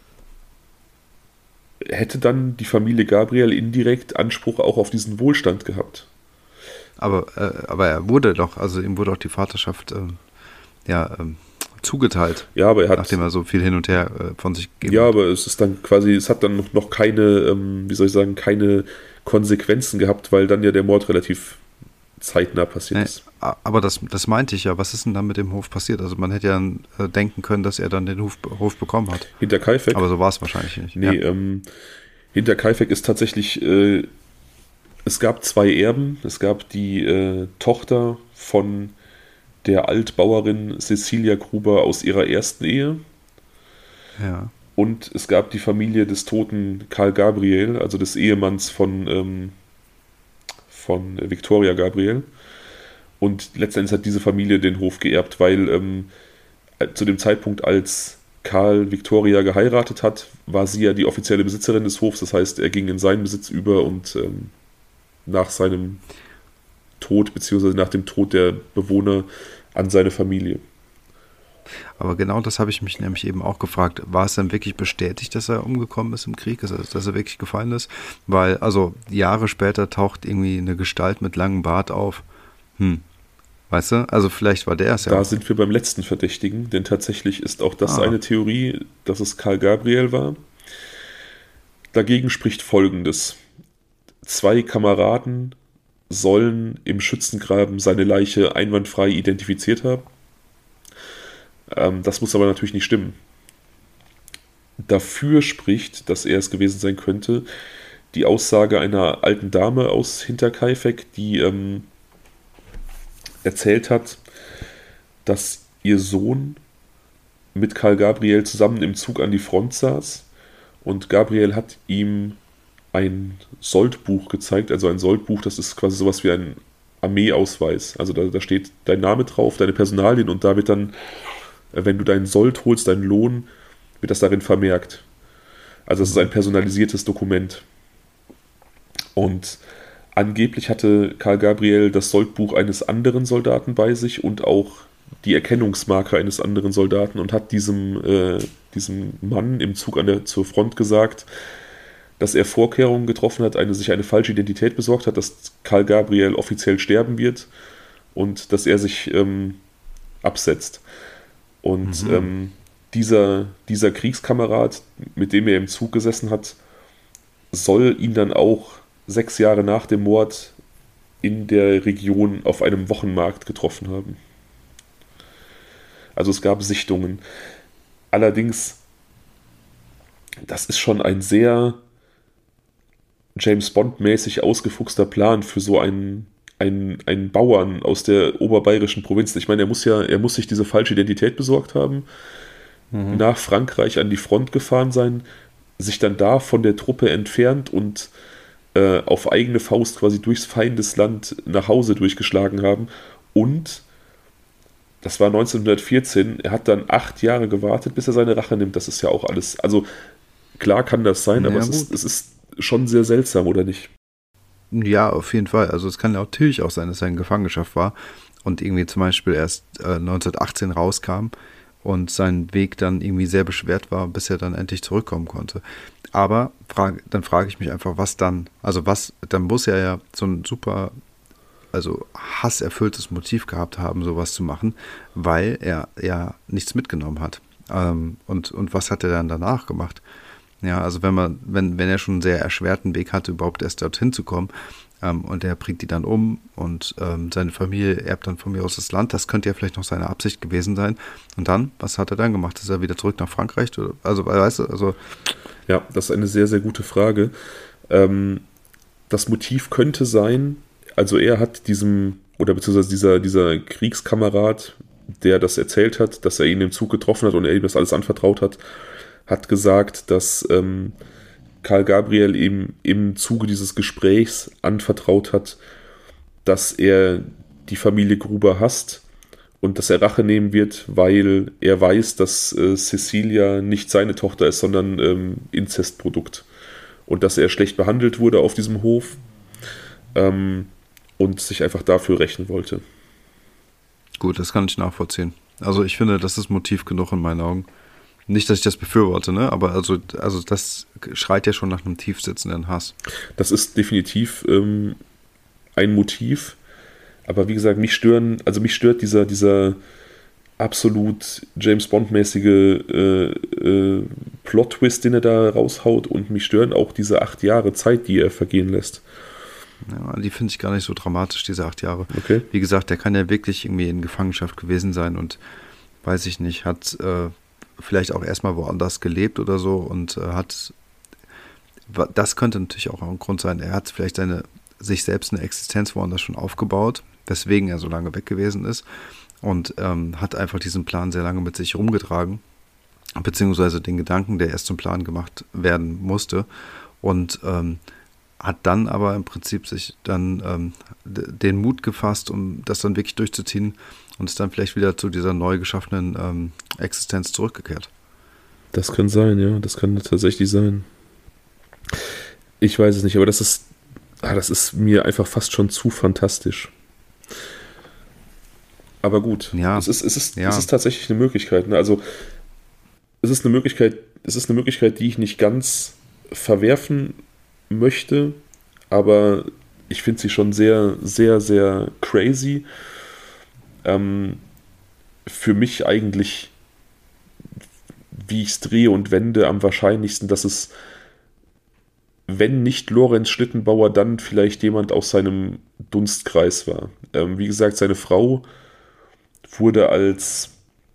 hätte dann die Familie Gabriel indirekt Anspruch auch auf diesen Wohlstand gehabt. Aber, äh, aber er wurde doch, also ihm wurde auch die Vaterschaft ähm, ja, ähm, zugeteilt. Ja, aber er hat, nachdem er so viel hin und her äh, von sich gegeben ja, hat. aber es ist dann quasi, es hat dann noch, noch keine, ähm, wie soll ich sagen, keine Konsequenzen gehabt, weil dann ja der Mord relativ zeitnah passiert nee, ist. Aber das, das meinte ich ja. Was ist denn dann mit dem Hof passiert? Also man hätte ja äh, denken können, dass er dann den Hof, Hof bekommen hat. Hinterkaifeck? Aber so war es wahrscheinlich nicht. Nee, ja. ähm, Hinterkaifeck ist tatsächlich, äh, es gab zwei Erben. Es gab die äh, Tochter von der Altbauerin Cecilia Gruber aus ihrer ersten Ehe. Ja. Und es gab die Familie des toten Karl Gabriel, also des Ehemanns von, ähm, von Victoria Gabriel. Und letztendlich hat diese Familie den Hof geerbt, weil ähm, zu dem Zeitpunkt, als Karl Victoria geheiratet hat, war sie ja die offizielle Besitzerin des Hofs. Das heißt, er ging in seinen Besitz über und ähm, nach seinem Tod, beziehungsweise nach dem Tod der Bewohner an seine Familie. Aber genau das habe ich mich nämlich eben auch gefragt. War es dann wirklich bestätigt, dass er umgekommen ist im Krieg, also, dass er wirklich gefallen ist? Weil, also Jahre später taucht irgendwie eine Gestalt mit langem Bart auf. Hm. Weißt du? Also vielleicht war der es ja. Da auch. sind wir beim letzten Verdächtigen, denn tatsächlich ist auch das Ah. eine Theorie, dass es Karl Gabriel war. Dagegen spricht Folgendes. Zwei Kameraden sollen im Schützengraben seine Leiche einwandfrei identifiziert haben. Ähm, das muss aber natürlich nicht stimmen. Dafür spricht, dass er es gewesen sein könnte, die Aussage einer alten Dame aus Hinterkaifeck, die ähm, erzählt hat, dass ihr Sohn mit Karl Gabriel zusammen im Zug an die Front saß und Gabriel hat ihm ein Soldbuch gezeigt, also ein Soldbuch, das ist quasi sowas wie ein Armeeausweis, also da, da steht dein Name drauf, deine Personalien und da wird dann, wenn du deinen Sold holst, deinen Lohn, wird das darin vermerkt. Also es ist ein personalisiertes Dokument. Und angeblich hatte Karl Gabriel das Soldbuch eines anderen Soldaten bei sich und auch die Erkennungsmarke eines anderen Soldaten und hat diesem, äh, diesem Mann im Zug an der, zur Front gesagt, dass er Vorkehrungen getroffen hat, eine, sich eine falsche Identität besorgt hat, dass Karl Gabriel offiziell sterben wird und dass er sich ähm, absetzt. Und mhm. ähm, dieser, dieser Kriegskamerad, mit dem er im Zug gesessen hat, soll ihn dann auch sechs Jahre nach dem Mord in der Region auf einem Wochenmarkt getroffen haben. Also es gab Sichtungen. Allerdings, das ist schon ein sehr James Bond-mäßig ausgefuchster Plan für so einen, einen, einen Bauern aus der oberbayerischen Provinz. Ich meine, er muss ja, er muss sich diese falsche Identität besorgt haben, mhm. nach Frankreich an die Front gefahren sein, sich dann da von der Truppe entfernt und äh, auf eigene Faust quasi durchs Feindesland nach Hause durchgeschlagen haben Und das war neunzehnhundertvierzehn, er hat dann acht Jahre gewartet, bis er seine Rache nimmt. Das ist ja auch alles, also klar kann das sein, Ja, aber es gut. ist, es ist schon sehr seltsam, oder nicht? Ja, auf jeden Fall. Also es kann ja natürlich auch sein, dass er in Gefangenschaft war und irgendwie zum Beispiel erst äh, neunzehnhundertachtzehn rauskam und sein Weg dann irgendwie sehr beschwert war, bis er dann endlich zurückkommen konnte. Aber frag, dann frage ich mich einfach, was dann? Also was, dann muss er ja so ein super, also hasserfülltes Motiv gehabt haben, sowas zu machen, weil er ja nichts mitgenommen hat. Ähm, und, und was hat er dann danach gemacht? Ja, also wenn man, wenn, wenn er schon einen sehr erschwerten Weg hatte, überhaupt erst dorthin zu kommen, ähm, und er bringt die dann um und ähm, seine Familie erbt dann von mir aus das Land, das könnte ja vielleicht noch seine Absicht gewesen sein. Und dann, was hat er dann gemacht? Ist er wieder zurück nach Frankreich? Oder, also, weißt du, also. Ja, das ist eine sehr, sehr gute Frage. Ähm, das Motiv könnte sein, also er hat diesem, oder beziehungsweise dieser, dieser Kriegskamerad, der das erzählt hat, dass er ihn im Zug getroffen hat und er ihm das alles anvertraut hat, hat gesagt, dass ähm, Karl Gabriel ihm im Zuge dieses Gesprächs anvertraut hat, dass er die Familie Gruber hasst und dass er Rache nehmen wird, weil er weiß, dass äh, Cecilia nicht seine Tochter ist, sondern ähm, Inzestprodukt. Und dass er schlecht behandelt wurde auf diesem Hof ähm, und sich einfach dafür rächen wollte. Gut, das kann ich nachvollziehen. Also ich finde, das ist Motiv genug in meinen Augen. Nicht, dass ich das befürworte, ne? Aber also, also das schreit ja schon nach einem tiefsitzenden Hass. Das ist definitiv ähm, ein Motiv. Aber wie gesagt, mich stören, also mich stört dieser, dieser absolut James Bond-mäßige äh, äh, Plot-Twist, den er da raushaut, und mich stören auch diese acht Jahre Zeit, die er vergehen lässt. Ja, die finde ich gar nicht so dramatisch, diese acht Jahre. Okay. Wie gesagt, der kann ja wirklich irgendwie in Gefangenschaft gewesen sein und weiß ich nicht, hat äh, vielleicht auch erstmal woanders gelebt oder so und äh, hat, das könnte natürlich auch ein Grund sein, er hat vielleicht seine, sich selbst eine Existenz woanders schon aufgebaut, weswegen er so lange weg gewesen ist und ähm, hat einfach diesen Plan sehr lange mit sich rumgetragen, beziehungsweise den Gedanken, der erst zum Plan gemacht werden musste und ähm, hat dann aber im Prinzip sich dann ähm, d- den Mut gefasst, um das dann wirklich durchzuziehen und ist dann vielleicht wieder zu dieser neu geschaffenen ähm, Existenz zurückgekehrt. Das kann sein, ja, das kann tatsächlich sein. Ich weiß es nicht, aber das ist, ah, das ist mir einfach fast schon zu fantastisch. Aber gut, Ja. es ist, es ist, Ja. es ist tatsächlich eine Möglichkeit. Ne? Also es ist eine Möglichkeit, es ist eine Möglichkeit, die ich nicht ganz verwerfen möchte, aber ich finde sie schon sehr, sehr, sehr crazy. Ähm, für mich eigentlich, wie ich es drehe und wende, am wahrscheinlichsten, dass es, wenn nicht Lorenz Schlittenbauer, dann vielleicht jemand aus seinem Dunstkreis war. Ähm, wie gesagt, seine Frau wurde als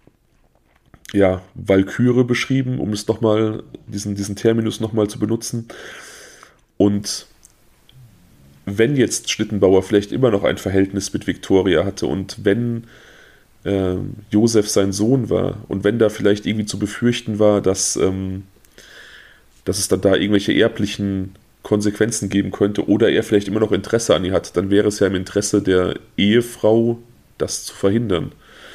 ja, Walküre beschrieben, um es nochmal, diesen, diesen Terminus nochmal zu benutzen. Und wenn jetzt Schlittenbauer vielleicht immer noch ein Verhältnis mit Victoria hatte und wenn äh, Josef sein Sohn war und wenn da vielleicht irgendwie zu befürchten war, dass, ähm, dass es dann da irgendwelche erblichen Konsequenzen geben könnte oder er vielleicht immer noch Interesse an ihr hat, dann wäre es ja im Interesse der Ehefrau, das zu verhindern.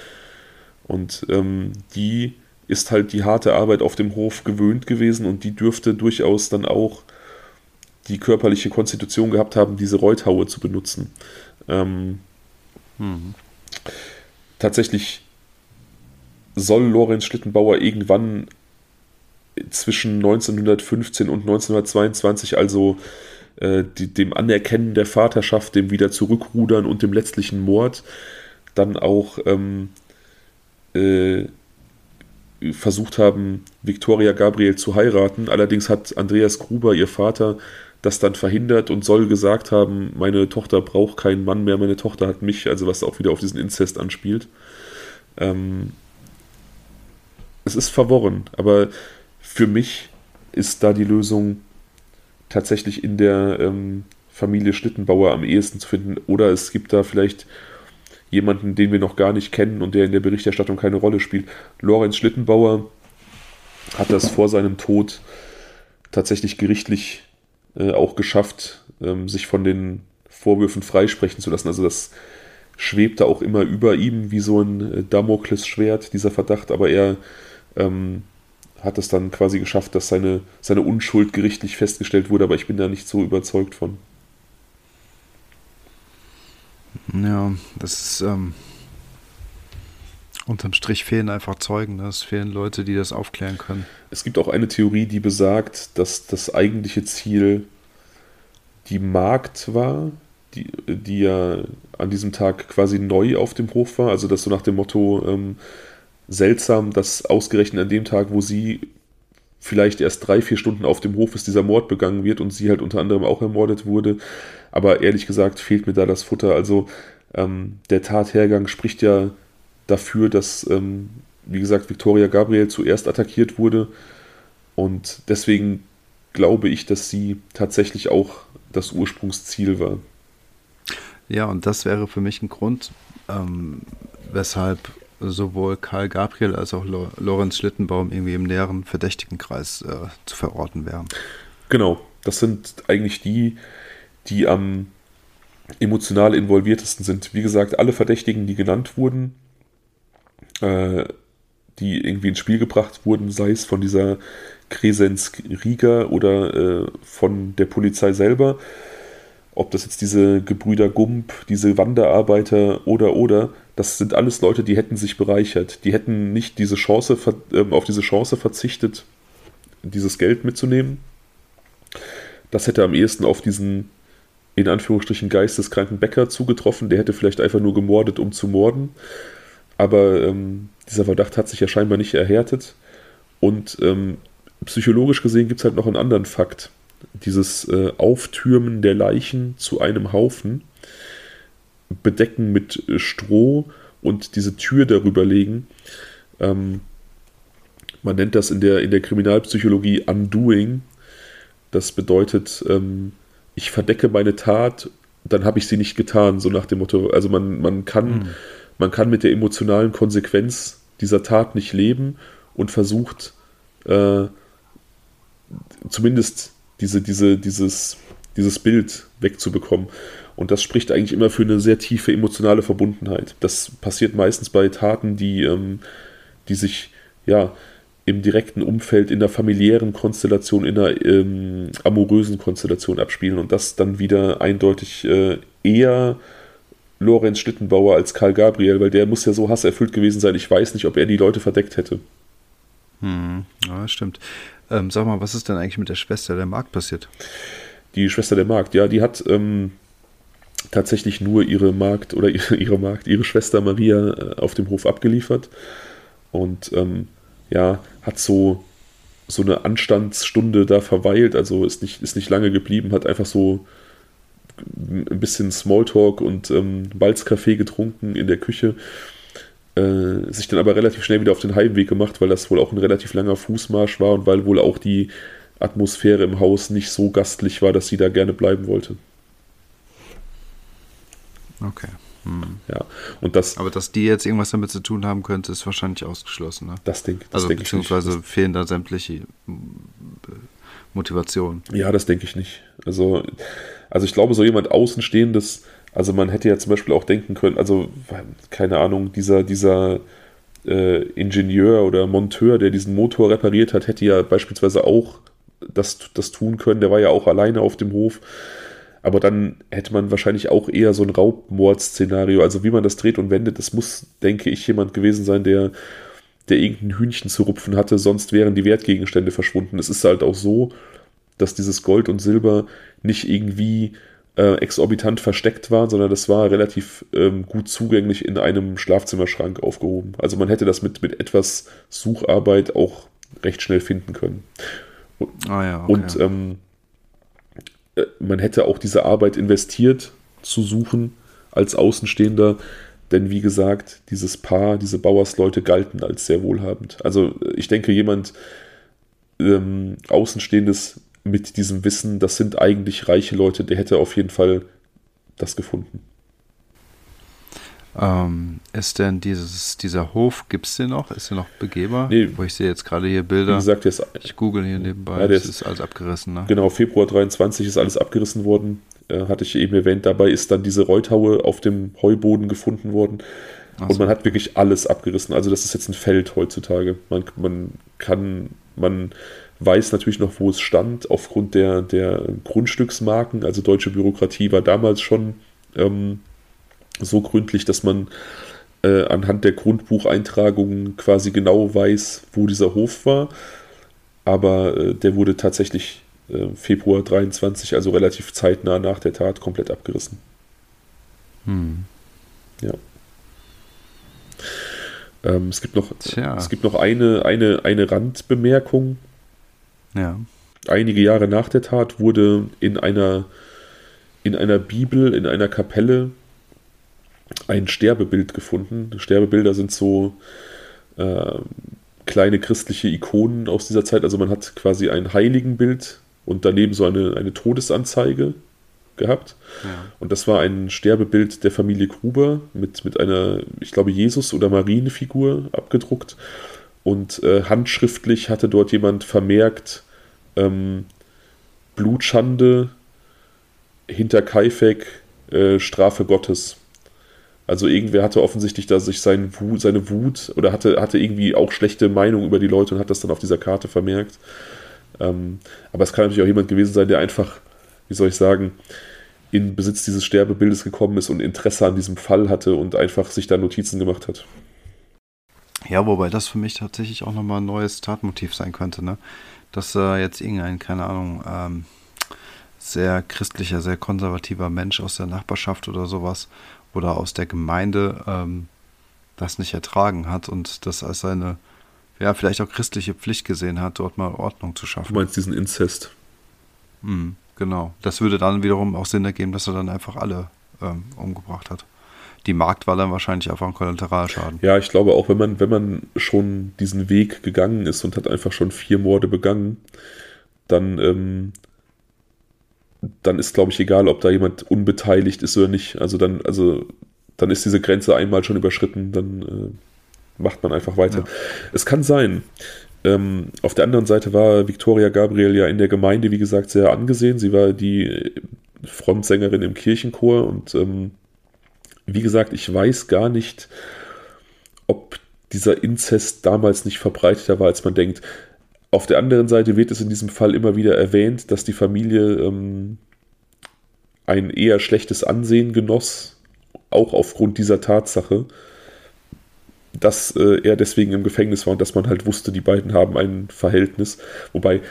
Und ähm, die ist halt die harte Arbeit auf dem Hof gewöhnt gewesen und die dürfte durchaus dann auch die körperliche Konstitution gehabt haben, diese Reuthaue zu benutzen. Ähm, Mhm. Tatsächlich soll Lorenz Schlittenbauer irgendwann zwischen neunzehnhundertfünfzehn und neunzehnhundertzweiundzwanzig, also äh, die, dem Anerkennen der Vaterschaft, dem wieder Zurückrudern und dem letztlichen Mord, dann auch ähm, äh, versucht haben, Victoria Gabriel zu heiraten. Allerdings hat Andreas Gruber, ihr Vater, das dann verhindert und soll gesagt haben, meine Tochter braucht keinen Mann mehr, meine Tochter hat mich, also was auch wieder auf diesen Inzest anspielt. Ähm, es ist verworren, aber für mich ist da die Lösung tatsächlich in der ähm, Familie Schlittenbauer am ehesten zu finden. Oder es gibt da vielleicht jemanden, den wir noch gar nicht kennen und der in der Berichterstattung keine Rolle spielt. Lorenz Schlittenbauer hat das vor seinem Tod tatsächlich gerichtlich äh, auch geschafft, ähm, sich von den Vorwürfen freisprechen zu lassen. Also das schwebte auch immer über ihm wie so ein Damoklesschwert, dieser Verdacht, aber er ähm, hat es dann quasi geschafft, dass seine, seine Unschuld gerichtlich festgestellt wurde, aber ich bin da nicht so überzeugt von. Ja, das ist, ähm, unterm Strich fehlen einfach Zeugen, ne? Es fehlen Leute, die das aufklären können. Es gibt auch eine Theorie, die besagt, dass das eigentliche Ziel die Magd war, die, die ja an diesem Tag quasi neu auf dem Hof war, also das so nach dem Motto, ähm, seltsam, dass ausgerechnet an dem Tag, wo sie vielleicht erst drei, vier Stunden auf dem Hof ist, dieser Mord begangen wird und sie halt unter anderem auch ermordet wurde. Aber ehrlich gesagt fehlt mir da das Futter. Also ähm, der Tathergang spricht ja dafür, dass, ähm, wie gesagt, Victoria Gabriel zuerst attackiert wurde. Und deswegen glaube ich, dass sie tatsächlich auch das Ursprungsziel war. Ja, und das wäre für mich ein Grund, ähm, weshalb sowohl Karl Gabriel als auch Lorenz Schlittenbaum irgendwie im näheren Verdächtigenkreis äh, zu verorten wären. Genau, das sind eigentlich die, die am emotional involviertesten sind. Wie gesagt, alle Verdächtigen, die genannt wurden, äh, die irgendwie ins Spiel gebracht wurden, sei es von dieser Crescens Rieger oder äh, von der Polizei selber, ob das jetzt diese Gebrüder Gump, diese Wanderarbeiter oder oder, das sind alles Leute, die hätten sich bereichert. Die hätten nicht diese Chance äh, auf diese Chance verzichtet, dieses Geld mitzunehmen. Das hätte am ehesten auf diesen, in Anführungsstrichen, geisteskranken Bäcker zugetroffen. Der hätte vielleicht einfach nur gemordet, um zu morden. Aber ähm, dieser Verdacht hat sich ja scheinbar nicht erhärtet. Und ähm, psychologisch gesehen gibt es halt noch einen anderen Fakt. Dieses äh, Auftürmen der Leichen zu einem Haufen, bedecken mit äh, Stroh und diese Tür darüber legen. Ähm, man nennt das in der, in der Kriminalpsychologie Undoing. Das bedeutet, ähm, ich verdecke meine Tat, dann habe ich sie nicht getan, so nach dem Motto. Also man, man kann, mhm. man kann mit der emotionalen Konsequenz dieser Tat nicht leben und versucht äh, zumindest diese, diese, dieses, dieses Bild wegzubekommen. Und das spricht eigentlich immer für eine sehr tiefe emotionale Verbundenheit. Das passiert meistens bei Taten, die, ähm, die sich ja im direkten Umfeld, in der familiären Konstellation, in einer ähm, amorösen Konstellation abspielen und das dann wieder eindeutig äh, eher Lorenz Schlittenbauer als Karl Gabriel, weil der muss ja so hasserfüllt gewesen sein. Ich weiß nicht, ob er die Leute verdeckt hätte. Hm, ja, stimmt. Ähm, sag mal, was ist denn eigentlich mit der Schwester der Magd passiert? Die Schwester der Magd, ja, die hat ähm, tatsächlich nur ihre Magd oder ihre, ihre Magd, ihre Schwester Maria äh, auf dem Hof abgeliefert und ähm, ja, hat so, so eine Anstandsstunde da verweilt, also ist nicht, ist nicht lange geblieben, hat einfach so ein bisschen Smalltalk und ähm, Balzkaffee getrunken in der Küche, äh, sich dann aber relativ schnell wieder auf den Heimweg gemacht, weil das wohl auch ein relativ langer Fußmarsch war und weil wohl auch die Atmosphäre im Haus nicht so gastlich war, dass sie da gerne bleiben wollte. Okay. Hm. Ja, und das, aber dass die jetzt irgendwas damit zu tun haben könnte, ist wahrscheinlich ausgeschlossen. Ne? Das denke also, denk beziehungsweise ich nicht. fehlen da sämtliche Motivationen. Ja, das denke ich nicht. Also, also ich glaube, so jemand Außenstehendes, also man hätte ja zum Beispiel auch denken können, also keine Ahnung, dieser, dieser äh, Ingenieur oder Monteur, der diesen Motor repariert hat, hätte ja beispielsweise auch das, das tun können. Der war ja auch alleine auf dem Hof. Aber dann hätte man wahrscheinlich auch eher so ein Raubmord-Szenario. Also wie man das dreht und wendet, das muss, denke ich, jemand gewesen sein, der, der irgendein Hühnchen zu rupfen hatte, sonst wären die Wertgegenstände verschwunden. Es ist halt auch so, dass dieses Gold und Silber nicht irgendwie äh, exorbitant versteckt war, sondern das war relativ ähm, gut zugänglich in einem Schlafzimmerschrank aufgehoben. Also man hätte das mit, mit etwas Sucharbeit auch recht schnell finden können. Und, ah ja, okay. und ähm, man hätte auch diese Arbeit investiert, zu suchen als Außenstehender, denn wie gesagt, dieses Paar, diese Bauersleute galten als sehr wohlhabend. Also ich denke, jemand ähm, Außenstehendes mit diesem Wissen, das sind eigentlich reiche Leute, der hätte auf jeden Fall das gefunden. Ähm, ist denn dieses, dieser Hof, gibt es den noch? Ist der noch begehbar? Nee, wo ich sehe jetzt gerade hier Bilder. Wie gesagt, der ist, ich google hier nebenbei, ja, das ist, ist alles abgerissen. Ne? Genau, Februar dreiundzwanzig ist alles abgerissen worden. äh, hatte ich eben erwähnt, dabei ist dann diese Reuthaue auf dem Heuboden gefunden worden. So. Und man hat wirklich alles abgerissen. Also das ist jetzt ein Feld heutzutage. Man, man kann, man weiß natürlich noch, wo es stand, aufgrund der, der Grundstücksmarken. Also deutsche Bürokratie war damals schon ähm, so gründlich, dass man äh, anhand der Grundbucheintragungen quasi genau weiß, wo dieser Hof war. Aber äh, der wurde tatsächlich äh, Februar dreiundzwanzig, also relativ zeitnah nach der Tat, komplett abgerissen. Hm. Ja. Ähm, es gibt noch, es gibt noch eine, eine, eine Randbemerkung. Ja. Einige Jahre nach der Tat wurde in einer, in einer Bibel, in einer Kapelle ein Sterbebild gefunden. Sterbebilder sind so äh, kleine christliche Ikonen aus dieser Zeit. Also man hat quasi ein Heiligenbild und daneben so eine, eine Todesanzeige gehabt. Ja. Und das war ein Sterbebild der Familie Gruber mit, mit einer, ich glaube, Jesus- oder Marienfigur abgedruckt. Und äh, handschriftlich hatte dort jemand vermerkt, ähm, Blutschande, Hinterkaifeck, äh, Strafe Gottes. Also irgendwer hatte offensichtlich da sich sein Wut, seine Wut oder hatte, hatte irgendwie auch schlechte Meinung über die Leute und hat das dann auf dieser Karte vermerkt. Ähm, aber es kann natürlich auch jemand gewesen sein, der einfach, wie soll ich sagen, in Besitz dieses Sterbebildes gekommen ist und Interesse an diesem Fall hatte und einfach sich da Notizen gemacht hat. Ja, wobei das für mich tatsächlich auch nochmal ein neues Tatmotiv sein könnte, ne? Dass äh, jetzt irgendein, keine Ahnung, ähm, sehr christlicher, sehr konservativer Mensch aus der Nachbarschaft oder sowas oder aus der Gemeinde ähm, das nicht ertragen hat und das als seine, ja, vielleicht auch christliche Pflicht gesehen hat, dort mal Ordnung zu schaffen. Du meinst diesen Inzest? Mhm, genau. Das würde dann wiederum auch Sinn ergeben, dass er dann einfach alle ähm, umgebracht hat. Die Magd war dann wahrscheinlich einfach ein Kollateralschaden. Ja, ich glaube auch, wenn man, wenn man schon diesen Weg gegangen ist und hat einfach schon vier Morde begangen, dann, ähm, dann ist, glaube ich, egal, ob da jemand unbeteiligt ist oder nicht. Also dann, also dann ist diese Grenze einmal schon überschritten, dann äh, macht man einfach weiter. Ja. Es kann sein. Ähm, auf der anderen Seite war Victoria Gabriel ja in der Gemeinde, wie gesagt, sehr angesehen. Sie war die Frontsängerin im Kirchenchor und ähm, wie gesagt, ich weiß gar nicht, ob dieser Inzest damals nicht verbreiteter war, als man denkt. Auf der anderen Seite wird es in diesem Fall immer wieder erwähnt, dass die Familie ähm, ein eher schlechtes Ansehen genoss, auch aufgrund dieser Tatsache, dass äh, er deswegen im Gefängnis war und dass man halt wusste, die beiden haben ein Verhältnis. Wobei,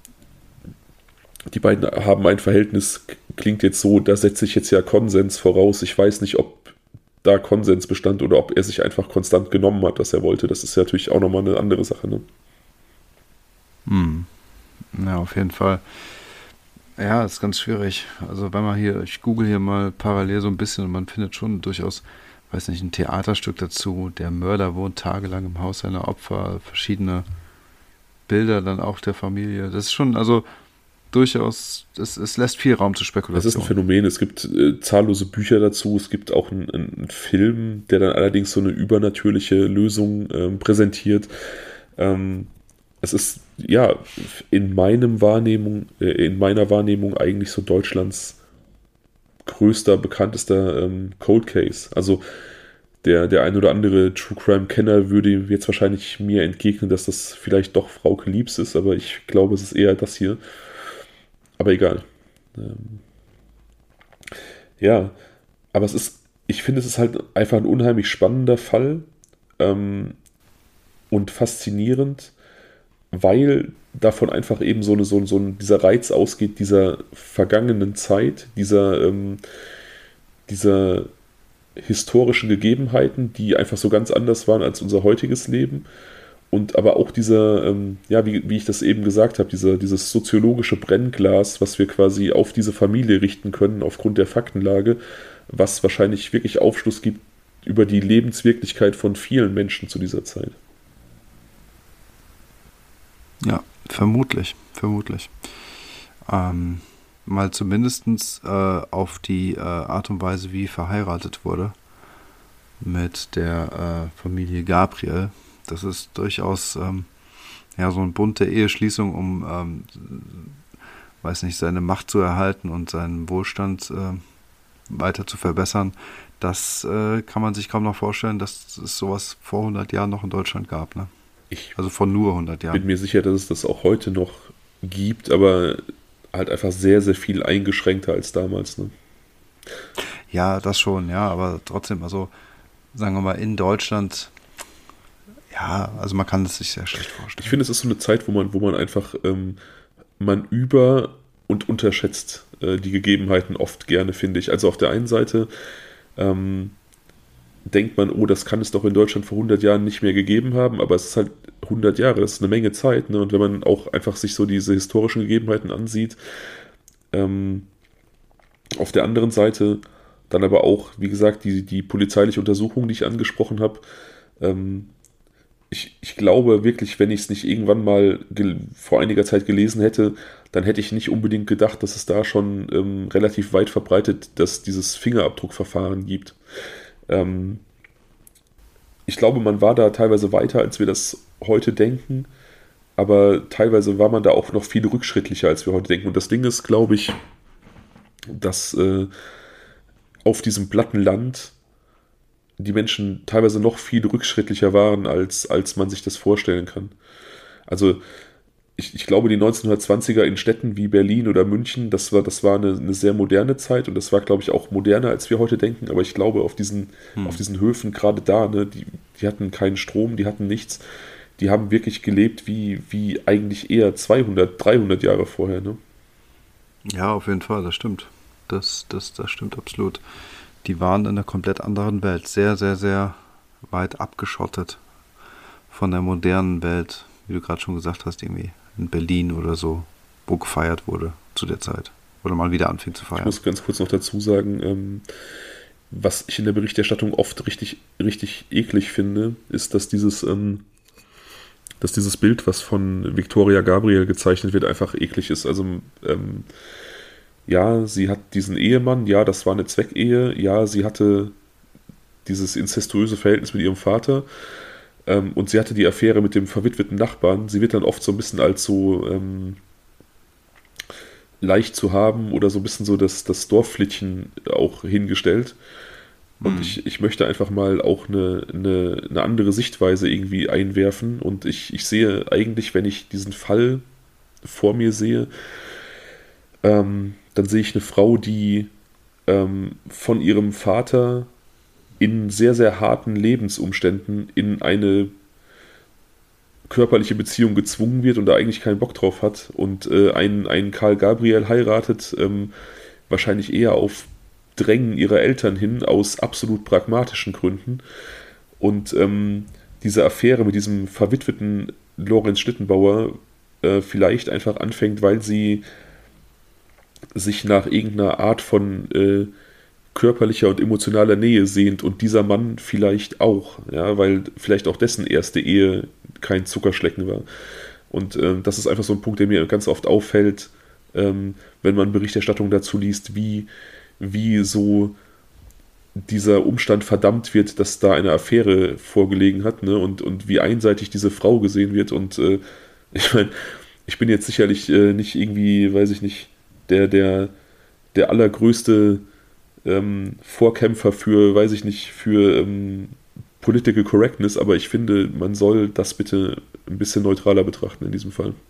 die beiden haben ein Verhältnis, klingt jetzt so, da setze ich jetzt ja Konsens voraus. Ich weiß nicht, ob da Konsens bestand oder ob er sich einfach konstant genommen hat, was er wollte. Das ist ja natürlich auch nochmal eine andere Sache, ne? Hm. Ja, auf jeden Fall. Ja, ist ganz schwierig. Also wenn man hier, ich google hier mal parallel so ein bisschen und man findet schon durchaus, weiß nicht, ein Theaterstück dazu. Der Mörder wohnt tagelang im Haus seiner Opfer, verschiedene Bilder dann auch der Familie. Das ist schon, also durchaus, es, es lässt viel Raum zur Spekulation. Das ist ein Phänomen. Es gibt äh, zahllose Bücher dazu. Es gibt auch einen, einen Film, der dann allerdings so eine übernatürliche Lösung ähm, präsentiert. Ähm, es ist, ja, in meinem Wahrnehmung, äh, in meiner Wahrnehmung eigentlich so Deutschlands größter, bekanntester ähm, Cold Case. Also der, der ein oder andere True Crime Kenner würde jetzt wahrscheinlich mir entgegnen, dass das vielleicht doch Frauke Liebs ist, aber ich glaube, es ist eher das hier. Aber egal. Ähm, ja, aber es ist, ich finde, es ist halt einfach ein unheimlich spannender Fall ähm, und faszinierend, weil davon einfach eben so, eine, so, so ein, dieser Reiz ausgeht, dieser vergangenen Zeit, dieser, ähm, dieser historischen Gegebenheiten, die einfach so ganz anders waren als unser heutiges Leben. Und aber auch dieser, ähm, ja, wie, wie ich das eben gesagt habe, dieser, dieses soziologische Brennglas, was wir quasi auf diese Familie richten können, aufgrund der Faktenlage, was wahrscheinlich wirklich Aufschluss gibt über die Lebenswirklichkeit von vielen Menschen zu dieser Zeit. Ja, vermutlich, vermutlich. Ähm, mal zumindest äh, auf die äh, Art und Weise, wie verheiratet wurde mit der äh, Familie Gabriel. Das ist durchaus ähm, ja, so ein Bund der Eheschließung, um ähm, weiß nicht, seine Macht zu erhalten und seinen Wohlstand äh, weiter zu verbessern, das äh, kann man sich kaum noch vorstellen, dass es sowas vor hundert Jahren noch in Deutschland gab. Ne? Ich also vor nur hundert Jahren. bin mir sicher, dass es das auch heute noch gibt, aber halt einfach sehr, sehr viel eingeschränkter als damals. Ne? Ja, das schon, ja, aber trotzdem, also sagen wir mal in Deutschland, ja, also man kann es sich sehr schlecht vorstellen. Ich finde, es ist so eine Zeit, wo man, wo man einfach, ähm, man über- und unterschätzt äh, die Gegebenheiten oft gerne, finde ich. Also auf der einen Seite ähm, denkt man, oh, das kann es doch in Deutschland vor hundert Jahren nicht mehr gegeben haben, aber es ist halt hundert Jahre, das ist eine Menge Zeit, ne? Und wenn man auch einfach sich so diese historischen Gegebenheiten ansieht, ähm, auf der anderen Seite dann aber auch, wie gesagt, die, die polizeiliche Untersuchung, die ich angesprochen habe, ähm, ich, ich glaube wirklich, wenn ich es nicht irgendwann mal gel- vor einiger Zeit gelesen hätte, dann hätte ich nicht unbedingt gedacht, dass es da schon ähm, relativ weit verbreitet, dass dieses Fingerabdruckverfahren gibt. Ähm, ich glaube, man war da teilweise weiter, als wir das heute denken, aber teilweise war man da auch noch viel rückschrittlicher, als wir heute denken. Und das Ding ist, glaube ich, dass äh, auf diesem platten Land die Menschen teilweise noch viel rückschrittlicher waren, als, als man sich das vorstellen kann. Also ich, ich glaube, die neunzehnhundertzwanziger in Städten wie Berlin oder München, das war, das war eine, eine sehr moderne Zeit und das war, glaube ich, auch moderner, als wir heute denken. Aber ich glaube, auf diesen, hm. auf diesen Höfen, gerade da, ne, die, die hatten keinen Strom, die hatten nichts. Die haben wirklich gelebt wie, wie eigentlich eher zweihundert, dreihundert Jahre vorher. Ne? Ja, auf jeden Fall, das stimmt. Das, das, das stimmt absolut. Die waren in einer komplett anderen Welt, sehr, sehr, sehr weit abgeschottet von der modernen Welt, wie du gerade schon gesagt hast, irgendwie in Berlin oder so, wo gefeiert wurde zu der Zeit. Oder mal wieder anfing zu feiern. Ich muss ganz kurz noch dazu sagen, ähm, was ich in der Berichterstattung oft richtig, richtig eklig finde, ist, dass dieses, ähm, dass dieses Bild, was von Victoria Gabriel gezeichnet wird, einfach eklig ist. Also, ähm, ja, sie hat diesen Ehemann, ja, das war eine Zweckehe, ja, sie hatte dieses inzestuöse Verhältnis mit ihrem Vater ähm, und sie hatte die Affäre mit dem verwitweten Nachbarn. Sie wird dann oft so ein bisschen als so ähm, leicht zu haben oder so ein bisschen so das, das Dorfflittchen auch hingestellt. Und hm. ich, ich möchte einfach mal auch eine, eine, eine andere Sichtweise irgendwie einwerfen und ich, ich sehe eigentlich, wenn ich diesen Fall vor mir sehe, ähm, dann sehe ich eine Frau, die ähm, von ihrem Vater in sehr, sehr harten Lebensumständen in eine körperliche Beziehung gezwungen wird und da eigentlich keinen Bock drauf hat und äh, einen, einen Karl Gabriel heiratet, ähm, wahrscheinlich eher auf Drängen ihrer Eltern hin, aus absolut pragmatischen Gründen. Und ähm, diese Affäre mit diesem verwitweten Lorenz Schlittenbauer äh, vielleicht einfach anfängt, weil sie sich nach irgendeiner Art von äh, körperlicher und emotionaler Nähe sehnt und dieser Mann vielleicht auch, ja, weil vielleicht auch dessen erste Ehe kein Zuckerschlecken war. Und äh, das ist einfach so ein Punkt, der mir ganz oft auffällt, ähm, wenn man Berichterstattung dazu liest, wie, wie so dieser Umstand verdammt wird, dass da eine Affäre vorgelegen hat, ne, und, und wie einseitig diese Frau gesehen wird. Und äh, ich meine, ich bin jetzt sicherlich äh, nicht irgendwie, weiß ich nicht, der, der, der allergrößte ähm, Vorkämpfer für, weiß ich nicht, für ähm, Political Correctness, aber ich finde, man soll das bitte ein bisschen neutraler betrachten in diesem Fall.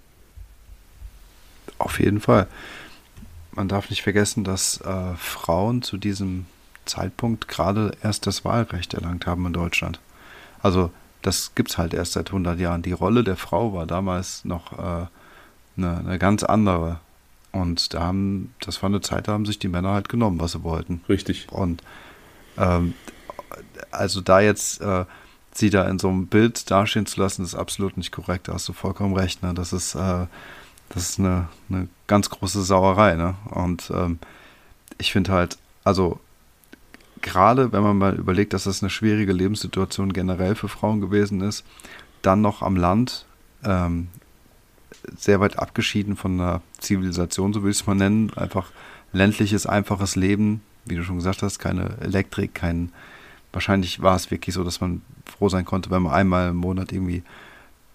Auf jeden Fall. Man darf nicht vergessen, dass äh, Frauen zu diesem Zeitpunkt gerade erst das Wahlrecht erlangt haben in Deutschland. Also das gibt es halt erst seit hundert Jahren. Die Rolle der Frau war damals noch äh, eine, eine ganz andere. Und da haben, das war eine Zeit, da haben sich die Männer halt genommen, was sie wollten. Richtig. Und ähm, also da jetzt äh, sie da in so einem Bild dastehen zu lassen, ist absolut nicht korrekt. Da hast du vollkommen recht. Ne? Das ist, äh, das ist eine, eine ganz große Sauerei. Ne? Und ähm, ich finde halt, also gerade wenn man mal überlegt, dass das eine schwierige Lebenssituation generell für Frauen gewesen ist, dann noch am Land, ähm, sehr weit abgeschieden von einer Zivilisation, so will ich es mal nennen. Einfach ländliches, einfaches Leben, wie du schon gesagt hast, keine Elektrik, kein, wahrscheinlich war es wirklich so, dass man froh sein konnte, wenn man einmal im Monat irgendwie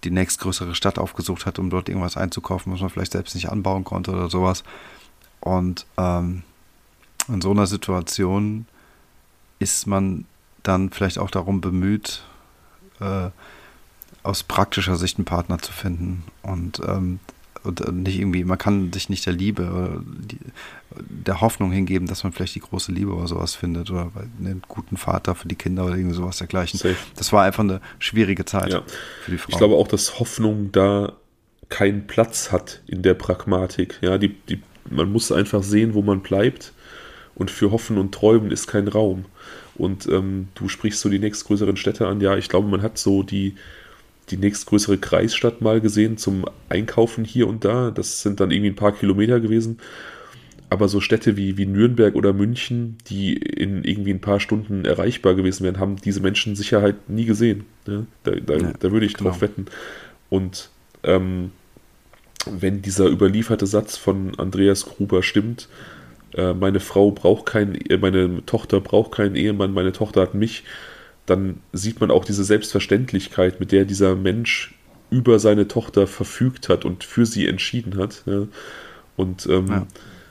die nächstgrößere Stadt aufgesucht hat, um dort irgendwas einzukaufen, was man vielleicht selbst nicht anbauen konnte oder sowas. Und ähm, in so einer Situation ist man dann vielleicht auch darum bemüht, äh, aus praktischer Sicht einen Partner zu finden. Und, ähm, und nicht irgendwie, man kann sich nicht der Liebe oder die, der Hoffnung hingeben, dass man vielleicht die große Liebe oder sowas findet oder einen guten Vater für die Kinder oder irgendwie sowas dergleichen. Safe. Das war einfach eine schwierige Zeit ja. für die Frau. Ich glaube auch, dass Hoffnung da keinen Platz hat in der Pragmatik. Ja, die, die, man muss einfach sehen, wo man bleibt, und für Hoffen und Träumen ist kein Raum. Und ähm, du sprichst so die nächstgrößeren Städte an. Ja, ich glaube, man hat so die, die nächstgrößere Kreisstadt mal gesehen zum Einkaufen hier und da. Das sind dann irgendwie ein paar Kilometer gewesen. Aber so Städte wie, wie Nürnberg oder München, die in irgendwie ein paar Stunden erreichbar gewesen wären, haben diese Menschen sicher halt nie gesehen. Ja, da, da, ja, da würde ich genau. drauf wetten. Und ähm, wenn dieser überlieferte Satz von Andreas Gruber stimmt, meine Frau braucht keinen, meine Tochter braucht keinen Ehemann, meine Tochter hat mich, dann sieht man auch diese Selbstverständlichkeit, mit der dieser Mensch über seine Tochter verfügt hat und für sie entschieden hat. Ja. Und ähm, ja.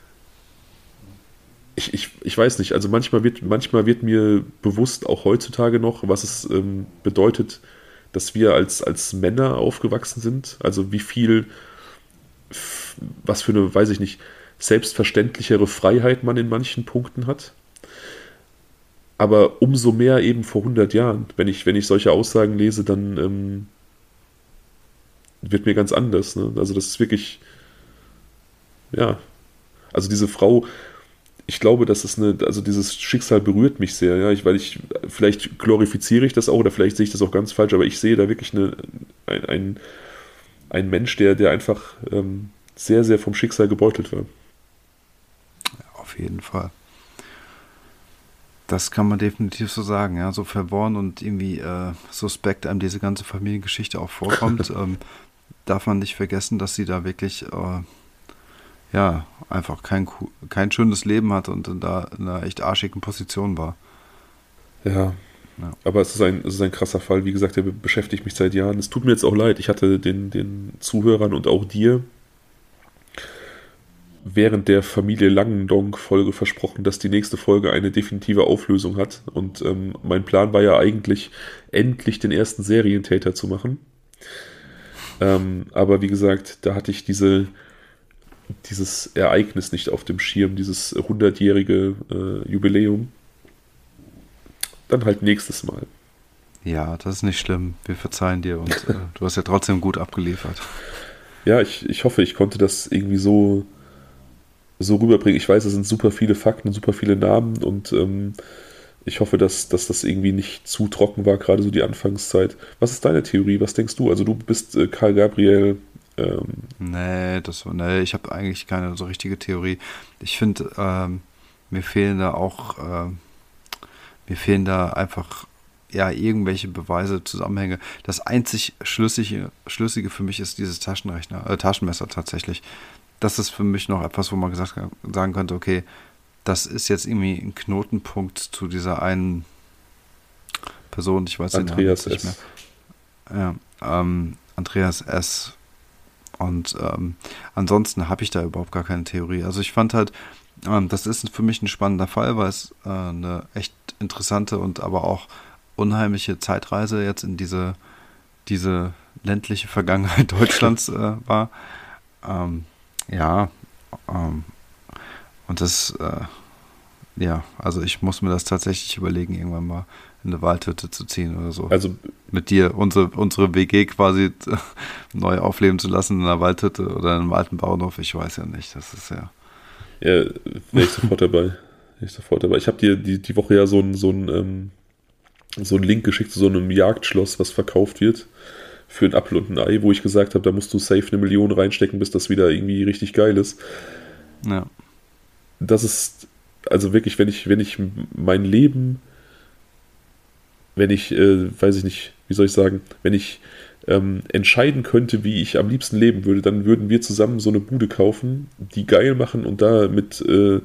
ich, ich, ich weiß nicht, also manchmal wird, manchmal wird mir bewusst, auch heutzutage noch, was es ähm, bedeutet, dass wir als, als Männer aufgewachsen sind. Also wie viel, was für eine, weiß ich nicht, selbstverständlichere Freiheit man in manchen Punkten hat. Aber umso mehr eben vor hundert Jahren. Wenn ich, wenn ich solche Aussagen lese, dann ähm, wird mir ganz anders. Ne? Also das ist wirklich, ja, also diese Frau, ich glaube, das ist eine, also dieses Schicksal berührt mich sehr, ja, ich, weil ich, vielleicht glorifiziere ich das auch, oder vielleicht sehe ich das auch ganz falsch, aber ich sehe da wirklich eine, ein, ein, ein Mensch, der, der einfach ähm, sehr, sehr vom Schicksal gebeutelt war. Auf jeden Fall. Das kann man definitiv so sagen, ja, so verworren und irgendwie äh, suspekt einem diese ganze Familiengeschichte auch vorkommt, ähm, darf man nicht vergessen, dass sie da wirklich äh, ja, einfach kein, kein schönes Leben hatte und da in einer echt arschigen Position war. Ja, ja. Aber es ist, ein, es ist ein krasser Fall, wie gesagt, der beschäftigt mich seit Jahren. Es tut mir jetzt auch leid, ich hatte den, den Zuhörern und auch dir während der Familie Langendonk-Folge versprochen, dass die nächste Folge eine definitive Auflösung hat. Und ähm, mein Plan war ja eigentlich, endlich den ersten Serientäter zu machen. Ähm, aber wie gesagt, da hatte ich diese, dieses Ereignis nicht auf dem Schirm, dieses hundertjährige äh, Jubiläum. Dann halt nächstes Mal. Ja, das ist nicht schlimm. Wir verzeihen dir und äh, du hast ja trotzdem gut abgeliefert. Ja, ich, ich hoffe, ich konnte das irgendwie so so rüberbringen. Ich weiß, es sind super viele Fakten, super viele Namen und ähm, ich hoffe, dass, dass das irgendwie nicht zu trocken war, gerade so die Anfangszeit. Was ist deine Theorie? Was denkst du? Also du bist äh, Karl Gabriel. Ähm nee, das, nee, ich habe eigentlich keine so richtige Theorie. Ich finde, ähm, mir fehlen da auch, äh, mir fehlen da einfach ja irgendwelche Beweise, Zusammenhänge. Das einzig Schlüssige, Schlüssige für mich ist dieses Taschenrechner, äh, Taschenmesser tatsächlich. Das ist für mich noch etwas, wo man gesagt, sagen könnte, okay, das ist jetzt irgendwie ein Knotenpunkt zu dieser einen Person, ich weiß den Namen nicht mehr. Ja, ähm, Andreas S. Und ähm, ansonsten habe ich da überhaupt gar keine Theorie. Also ich fand halt, ähm, das ist für mich ein spannender Fall, weil es äh, eine echt interessante und aber auch unheimliche Zeitreise jetzt in diese, diese ländliche Vergangenheit Deutschlands äh, war. Ähm, Ja, ähm, und das, äh, ja, also ich muss mir das tatsächlich überlegen, irgendwann mal in eine Waldhütte zu ziehen oder so. Also mit dir unsere, unsere W G quasi äh, neu aufleben zu lassen in einer Waldhütte oder in einem alten Bauernhof, ich weiß ja nicht, das ist ja... Ja, wäre ich sofort dabei. Wäre ich sofort dabei. Ich habe dir die, die Woche ja so einen so ein, ähm, so ein Link geschickt zu so einem Jagdschloss, was verkauft wird. Für ein Apfel und ein Ei, wo ich gesagt habe, da musst du safe eine Million reinstecken, bis das wieder irgendwie richtig geil ist. Ja. Das ist, also wirklich, wenn ich, wenn ich mein Leben, wenn ich, äh, weiß ich nicht, wie soll ich sagen, wenn ich ähm, entscheiden könnte, wie ich am liebsten leben würde, dann würden wir zusammen so eine Bude kaufen, die geil machen und da mit äh,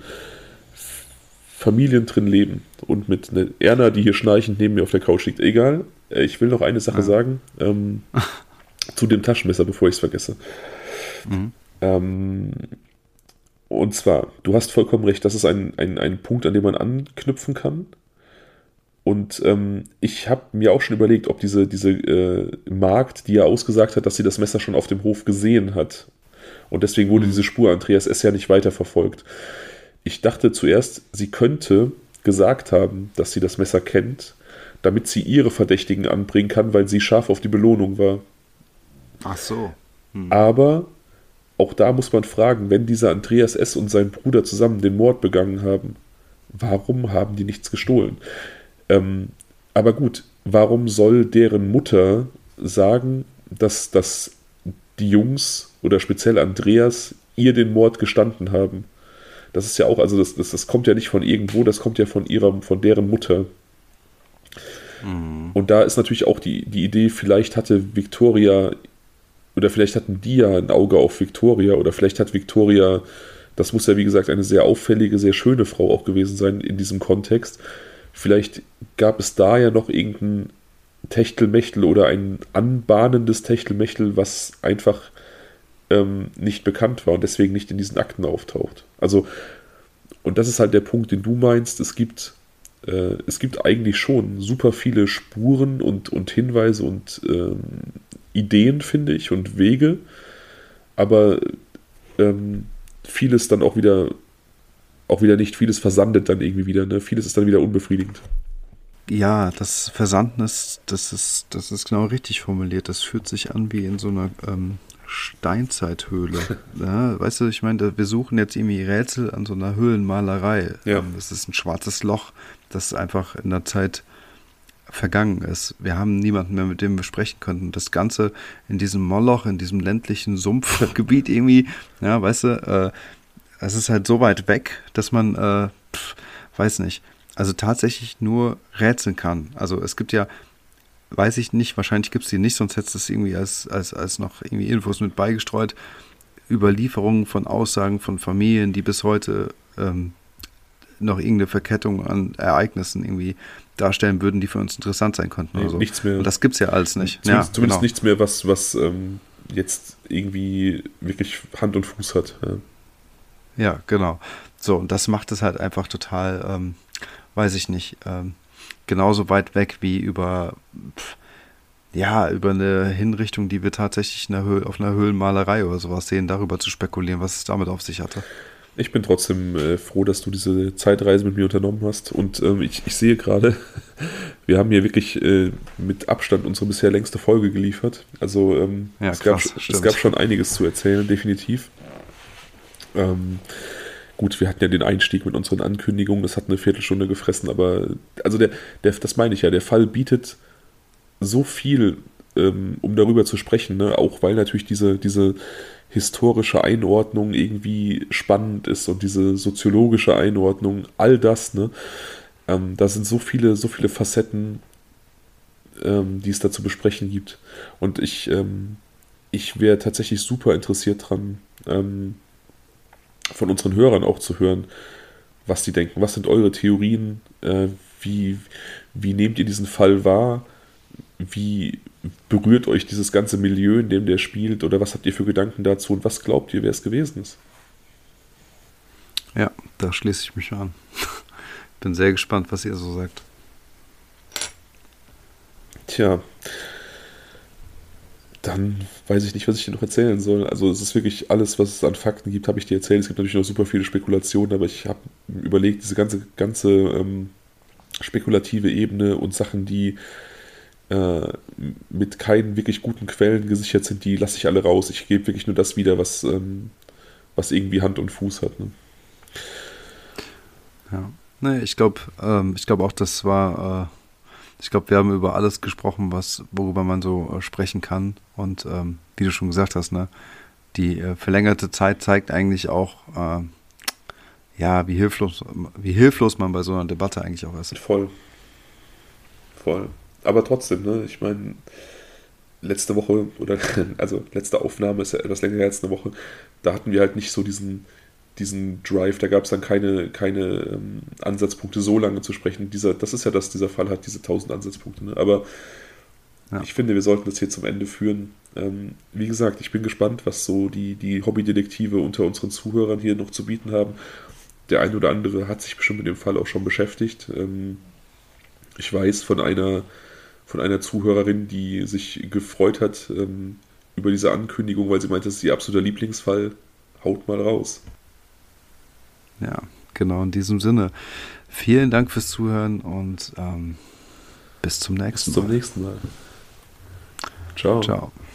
Familien drin leben. Und mit einer Erna, die hier schnarchend neben mir auf der Couch liegt. Egal. Ich will noch eine Sache ja. sagen. Ähm, zu dem Taschenmesser, bevor ich es vergesse. Mhm. Ähm, und zwar, du hast vollkommen recht, das ist ein, ein, ein Punkt, an dem man anknüpfen kann. Und ähm, ich habe mir auch schon überlegt, ob diese, diese äh, Magd, die ja ausgesagt hat, dass sie das Messer schon auf dem Hof gesehen hat. Und deswegen wurde mhm. diese Spur Andreas S. ja nicht weiterverfolgt. Ich dachte zuerst, sie könnte gesagt haben, dass sie das Messer kennt, damit sie ihre Verdächtigen anbringen kann, weil sie scharf auf die Belohnung war. Ach so. Hm. Aber auch da muss man fragen, wenn dieser Andreas S. und sein Bruder zusammen den Mord begangen haben, warum haben die nichts gestohlen? Ähm, aber gut, warum soll deren Mutter sagen, dass, dass die Jungs oder speziell Andreas ihr den Mord gestanden haben? Das ist ja auch, also das, das, das kommt ja nicht von irgendwo, das kommt ja von ihrer, von deren Mutter. Mhm. Und da ist natürlich auch die, die Idee, vielleicht hatte Victoria oder vielleicht hatten die ja ein Auge auf Victoria oder vielleicht hat Victoria, das muss ja wie gesagt eine sehr auffällige, sehr schöne Frau auch gewesen sein in diesem Kontext. Vielleicht gab es da ja noch irgendein Techtelmechtel oder ein anbahnendes Techtelmechtel, was einfach ähm, nicht bekannt war und deswegen nicht in diesen Akten auftaucht. Also, und das ist halt der Punkt, den du meinst, es gibt, äh, es gibt eigentlich schon super viele Spuren und, und Hinweise und ähm, Ideen, finde ich, und Wege, aber ähm, vieles dann auch wieder auch wieder nicht, vieles versandet dann irgendwie wieder, ne? Vieles ist dann wieder unbefriedigend. Ja, das Versanden ist, das ist, das ist genau richtig formuliert. Das fühlt sich an wie in so einer ähm, Steinzeithöhle. Ja, weißt du, ich meine, wir suchen jetzt irgendwie Rätsel an so einer Höhlenmalerei. Ja. Ähm, das ist ein schwarzes Loch, das einfach in der Zeit vergangen ist. Wir haben niemanden mehr, mit dem wir sprechen könnten. Das Ganze in diesem Moloch, in diesem ländlichen Sumpfgebiet irgendwie, ja, weißt du, äh, es ist halt so weit weg, dass man, äh, pf, weiß nicht, also tatsächlich nur rätseln kann. Also es gibt ja, weiß ich nicht, wahrscheinlich gibt es die nicht, sonst hättest du es irgendwie als, als, als noch irgendwie Infos mit beigestreut, Überlieferungen von Aussagen von Familien, die bis heute ähm, noch irgendeine Verkettung an Ereignissen irgendwie darstellen würden, die für uns interessant sein könnten. Nee, oder so. Nichts mehr. Und das gibt es ja alles nicht. Zumindest, ja, zumindest genau. nichts mehr, was, was ähm, jetzt irgendwie wirklich Hand und Fuß hat. Ja. Ja, genau. So, und das macht es halt einfach total, ähm, weiß ich nicht, ähm, genauso weit weg wie über, pf, ja, über eine Hinrichtung, die wir tatsächlich in der Höh- auf einer Höhlenmalerei oder sowas sehen, darüber zu spekulieren, was es damit auf sich hatte. Ich bin trotzdem äh, froh, dass du diese Zeitreise mit mir unternommen hast. Und ähm, ich, ich sehe gerade, wir haben hier wirklich äh, mit Abstand unsere bisher längste Folge geliefert. Also ähm, ja, es, krass, gab, es gab schon einiges zu erzählen, definitiv. Ähm, gut, wir hatten ja den Einstieg mit unseren Ankündigungen, das hat eine Viertelstunde gefressen, aber also der, der, das meine ich ja, der Fall bietet so viel, ähm, um darüber zu sprechen, ne? Auch weil natürlich diese, diese historische Einordnung irgendwie spannend ist und diese soziologische Einordnung, all das, ne? Ähm, da sind so viele, so viele Facetten, ähm, die es da zu besprechen gibt. Und ich, ähm, ich wäre tatsächlich super interessiert dran, ähm, von unseren Hörern auch zu hören, was die denken. Was sind eure Theorien? Äh, wie, wie nehmt ihr diesen Fall wahr? Wie berührt euch dieses ganze Milieu, in dem der spielt? Oder was habt ihr für Gedanken dazu? Und was glaubt ihr, wer es gewesen ist? Ja, da schließe ich mich an. Bin sehr gespannt, was ihr so sagt. Tja, dann weiß ich nicht, was ich dir noch erzählen soll. Also es ist wirklich alles, was es an Fakten gibt, habe ich dir erzählt. Es gibt natürlich noch super viele Spekulationen, aber ich habe überlegt, diese ganze, ganze ähm, spekulative Ebene und Sachen, die äh, mit keinen wirklich guten Quellen gesichert sind, die lasse ich alle raus. Ich gebe wirklich nur das wieder, was, ähm, was irgendwie Hand und Fuß hat. Ne? Ja, nee, ich glaube ähm, ich glaube auch, das war... Äh Ich glaube, wir haben über alles gesprochen, was, worüber man so äh, sprechen kann. Und ähm, wie du schon gesagt hast, ne, die äh, verlängerte Zeit zeigt eigentlich auch, äh, ja, wie hilflos, wie hilflos man bei so einer Debatte eigentlich auch ist. Voll. Voll. Aber trotzdem, ne, ich meine, letzte Woche, oder also letzte Aufnahme ist ja etwas länger als eine Woche, da hatten wir halt nicht so diesen diesen Drive, da gab es dann keine, keine ähm, Ansatzpunkte, so lange zu sprechen. Dieser, das ist ja das, dieser Fall hat, diese tausend Ansatzpunkte. Ne? Aber Ja. Ich finde, wir sollten das hier zum Ende führen. Ähm, wie gesagt, ich bin gespannt, was so die, die Hobbydetektive unter unseren Zuhörern hier noch zu bieten haben. Der ein oder andere hat sich bestimmt mit dem Fall auch schon beschäftigt. Ähm, ich weiß von einer, von einer Zuhörerin, die sich gefreut hat ähm, über diese Ankündigung, weil sie meinte, das ist ihr absoluter Lieblingsfall. Haut mal raus. Ja, genau in diesem Sinne. Vielen Dank fürs Zuhören und ähm, bis zum nächsten Bis zum Mal. nächsten Mal. Ciao. Ciao.